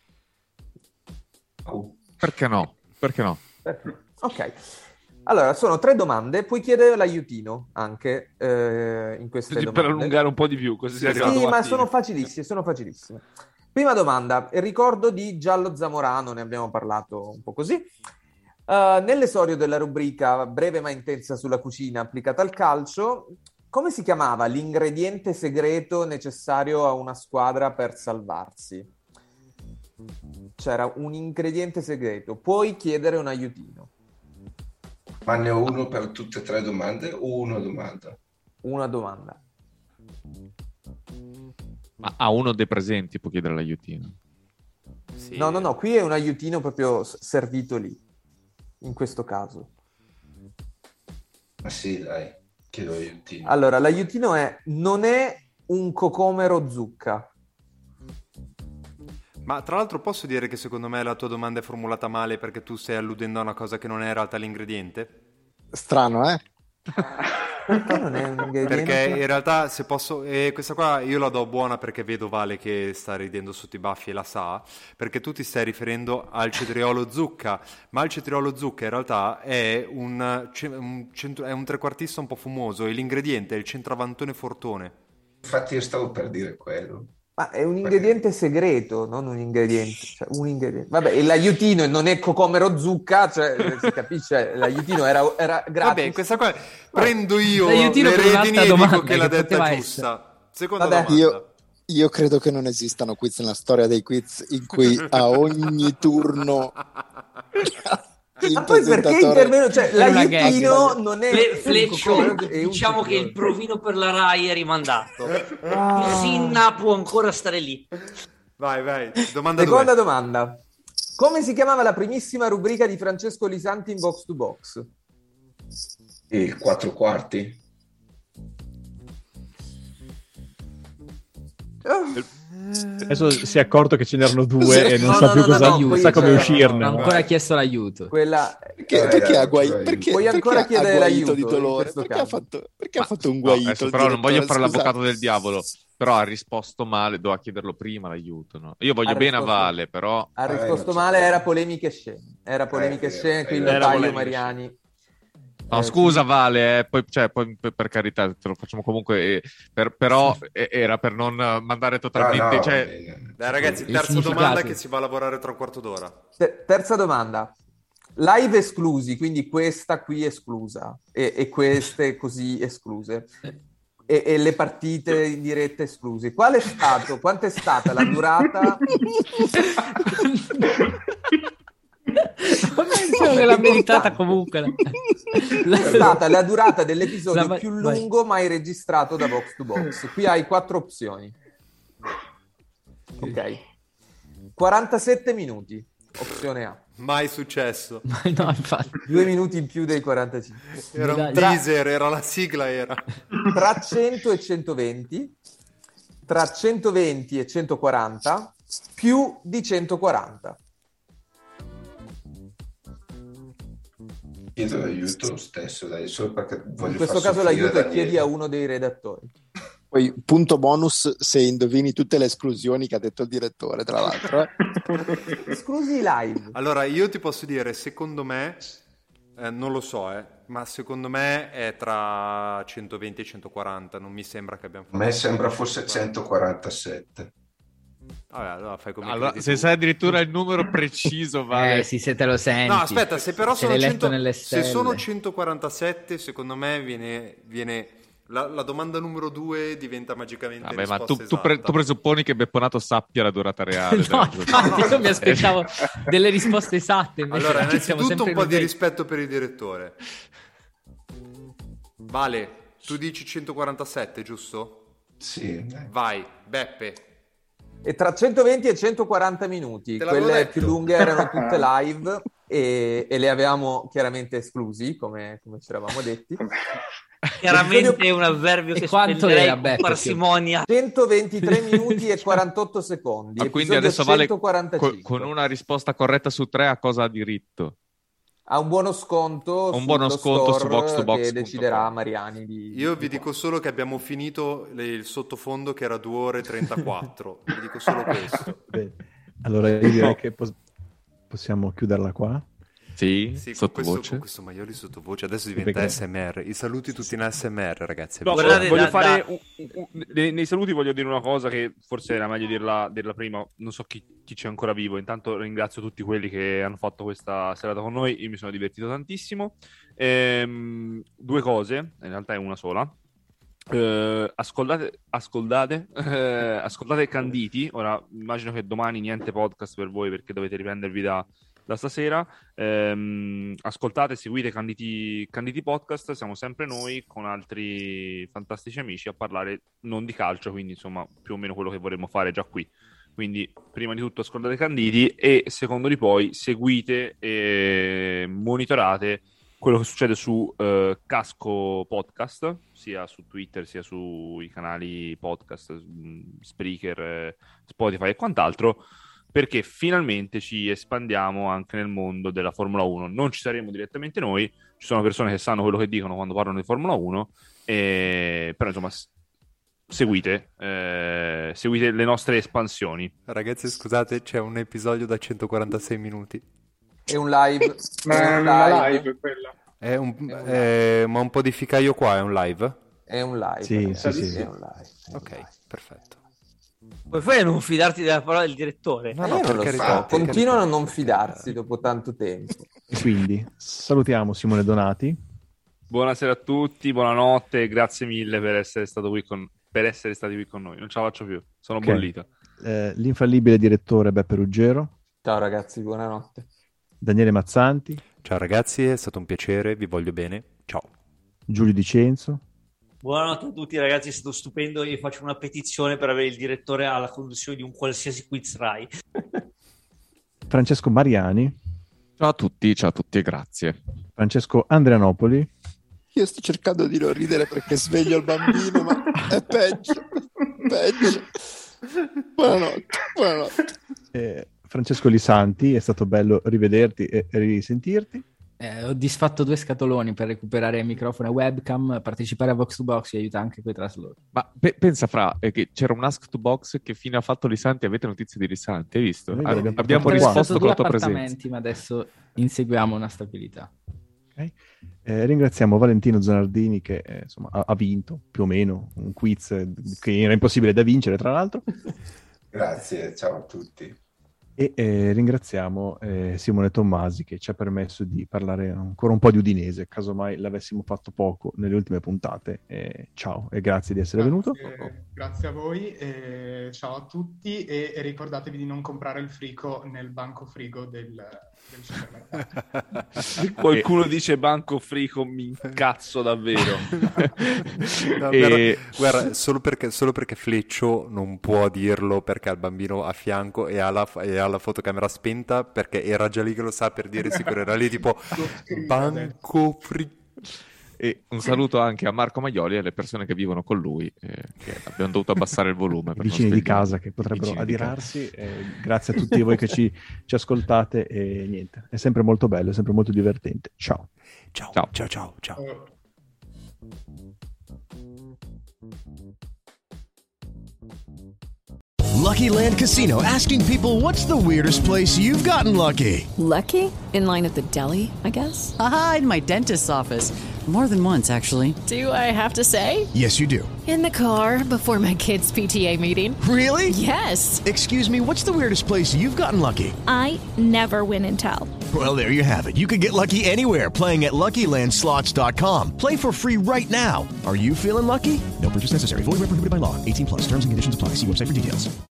Perché no? Ok. Allora, sono 3 domande, puoi chiedere l'aiutino anche in queste domande. Per allungare un po' di più, così sì, ma sono facilissime. Prima domanda, il ricordo di Giallo Zamorano, ne abbiamo parlato un po' così. Nell'esordio della rubrica breve ma intensa sulla cucina applicata al calcio, come si chiamava l'ingrediente segreto necessario a una squadra per salvarsi? C'era un ingrediente segreto, puoi chiedere un aiutino. Ma ne ho uno per tutte e 3 domande o una domanda? Una domanda. Ma a uno dei presenti può chiedere l'aiutino. Sì. No, qui è un aiutino proprio servito lì, in questo caso. Ma sì, dai, chiedo l'aiutino. Allora, l'aiutino non è un cocomero zucca. Ma tra l'altro posso dire che secondo me la tua domanda è formulata male perché tu stai alludendo a una cosa che non è in realtà l'ingrediente? Strano, Perché non è un ingrediente? Perché in realtà se posso, questa qua io la do buona perché vedo Vale che sta ridendo sotto i baffi e la sa, perché tu ti stai riferendo al cetriolo zucca, ma il cetriolo zucca in realtà è un trequartista un po' fumoso e l'ingrediente è il centravantone fortone. Infatti io stavo per dire quello. Ma è un ingrediente segreto, non un ingrediente. Cioè, un ingrediente. Vabbè, e l'aiutino non è cocomero zucca, cioè, si capisce, l'aiutino era gratis. Vabbè, questa qua prendo io L'aiutino le per redini e dico che l'ha che detta poteva giusta. Seconda Vabbè. domanda. Io credo che non esistano quiz nella storia dei quiz in cui a ogni turno Ma poi perché intervengo? Cioè, l'aiutino non è Fleccio, diciamo che il provino per la Rai è rimandato. Il Sinna può ancora stare lì. Vai, domanda Seconda 2. domanda. Come si chiamava la primissima rubrica di Francesco Lisanti in Box to Box? Il 4 quarti. Adesso si è accorto che ce n'erano due e non sa più cosa, non sa come uscirne. Ha ancora chiesto l'aiuto. Perché ha guaito? Perché, puoi ancora chiedere l'aiuto di dolore? Perché ha fatto un guaito? Però non voglio fare l'avvocato del diavolo. Però ha risposto male, doveva chiederlo prima l'aiuto. No? Io voglio bene a Vale, però... Ha risposto male, era polemiche scene. Era polemiche scene, quindi taglio Mariani. No, scusa Vale, poi per carità te lo facciamo comunque, però era per non mandare totalmente... Dai ragazzi, terza domanda che si va a lavorare tra un quarto d'ora. Terza domanda. Live esclusi, quindi questa qui esclusa e queste così escluse. E le partite in diretta escluse. Quanto è stata la durata? Che l'ha meritata comunque. È stata la durata dell'episodio più lungo mai registrato da Box to Box. Qui hai 4 opzioni. Ok. 47 minuti, opzione A. Mai successo. No, infatti. 2 minuti in più dei 45. Era un teaser, era la sigla, era. Tra 100 e 120, tra 120 e 140, più di 140. Chiedo l'aiuto lo stesso, dai, solo perché voglio in questo caso l'aiuto è chiedi a uno dei redattori. Poi punto bonus se indovini tutte le esclusioni che ha detto il direttore, tra l'altro. Esclusi live. Allora, io ti posso dire, secondo me, non lo so, ma secondo me è tra 120 e 140, non mi sembra che abbiamo fatto... A me sembra fosse 147. Vabbè, allora fai come se sai addirittura il numero preciso, Vale. Sì, se te lo senti. No, aspetta, se però sono, se sono 147, secondo me viene la domanda numero 2 diventa magicamente ma tu presupponi che Bepponato sappia la durata reale. Io mi aspettavo delle risposte esatte. Allora, innanzitutto un po' di rispetto per il direttore. Vale, tu dici 147, giusto? Sì. Vai, Beppe. E tra 120 e 140 minuti, quelle più lunghe erano tutte live e le avevamo chiaramente esclusi, come ci eravamo detti. Chiaramente è un avverbio che spenderei con parsimonia. 123 minuti e 48 secondi. Quindi adesso Vale con una risposta corretta su 3 a cosa ha diritto? Ha un buono sconto, su Box to Box che deciderà Mariani. Io vi dico solo che abbiamo finito il sottofondo che era 2 ore e 34. Vi dico solo questo. Bene. Allora io direi che possiamo chiuderla qua. Sì, sottovoce. Con questo Maioli sottovoce adesso diventa SMR. I saluti tutti in ASMR, ragazzi. No, voglio fare nei saluti voglio dire una cosa che forse era meglio dirla prima. Non so chi c'è ancora vivo. Intanto ringrazio tutti quelli che hanno fatto questa serata con noi. Io mi sono divertito tantissimo. 2 cose, in realtà è una sola. Ascoltate Canditi. Ora immagino che domani niente podcast per voi perché dovete riprendervi da stasera. Ascoltate, seguite Canditi Podcast. Siamo sempre noi con altri fantastici amici a parlare non di calcio, quindi insomma più o meno quello che vorremmo fare già qui. Quindi prima di tutto ascoltate Canditi e secondo di poi seguite e monitorate quello che succede su Casco Podcast, sia su Twitter sia sui canali podcast, Spreaker, Spotify e quant'altro. perché finalmente ci espandiamo anche nel mondo della Formula 1. Non ci saremo direttamente noi, ci sono persone che sanno quello che dicono quando parlano di Formula 1, però insomma seguite le nostre espansioni. Ragazzi, scusate, c'è un episodio da 146 minuti. È un live. Ma è una live quella. Ma un po' di ficaio qua, è un live? È un live. Sì. È un live. Ok, perfetto. Puoi fare non fidarti della parola del direttore? No, io non lo so. Continuano a non fidarsi dopo tanto tempo. E quindi salutiamo Simone Donati. Buonasera a tutti, buonanotte, grazie mille per essere stati qui con noi. Non ce la faccio più, sono bollito. L'infallibile direttore Beppe Ruggero. Ciao ragazzi, buonanotte. Daniele Mazzanti. Ciao ragazzi, è stato un piacere, vi voglio bene. Ciao. Giulio Di Cenzo. Buonanotte a tutti ragazzi, è stato stupendo. Io faccio una petizione per avere il direttore alla conduzione di un qualsiasi quiz Rai. Francesco Mariani. Ciao a tutti e grazie. Francesco Andrianopoli. Io sto cercando di non ridere perché sveglio il bambino, ma è peggio. Buonanotte. Francesco Lisanti, è stato bello rivederti e risentirti. Ho disfatto 2 scatoloni per recuperare microfono e webcam. Partecipare a Vox to Box vi aiuta anche con i traslochi. Ma pensa Fra, che c'era un Ask to Box, che fine ha fatto Lisanti? Avete notizie di Lisanti? Hai visto? Abbiamo risposto con la tua presenza. Ma adesso inseguiamo una stabilità. Okay. Ringraziamo Valentino Zanardini che insomma, ha vinto più o meno un quiz che era impossibile da vincere, tra l'altro. Grazie, ciao a tutti. E ringraziamo Simone Tommasi che ci ha permesso di parlare ancora un po' di udinese, casomai l'avessimo fatto poco nelle ultime puntate. Ciao e grazie di essere venuto. Grazie a voi, ciao a tutti e ricordatevi di non comprare il frigo nel banco frigo del supermercato. Qualcuno dice banco frigo, mi incazzo davvero. No, guarda, solo perché Fleccio non può dirlo perché ha il bambino a fianco e ha la fotocamera spenta, perché era già lì che lo sa, per dire sicuro, era lì tipo banco frigo. E un saluto anche a Marco Maioli e alle persone che vivono con lui, che abbiamo dovuto abbassare il volume. Per vicini di casa che potrebbero adirarsi. Grazie a tutti voi che ci ascoltate e niente, è sempre molto bello, è sempre molto divertente. Ciao. Lucky Land Casino, asking people, what's the weirdest place you've gotten lucky? Lucky? In line at the deli, I guess? Aha, in my dentist's office. More than once, actually. Do I have to say? Yes, you do. In the car before my kids' PTA meeting. Really? Yes. Excuse me, what's the weirdest place you've gotten lucky? I never win and tell. Well, there you have it. You can get lucky anywhere, playing at LuckyLandSlots.com. Play for free right now. Are you feeling lucky? No purchase necessary. Void where prohibited by law. 18+. Terms and conditions apply. See website for details.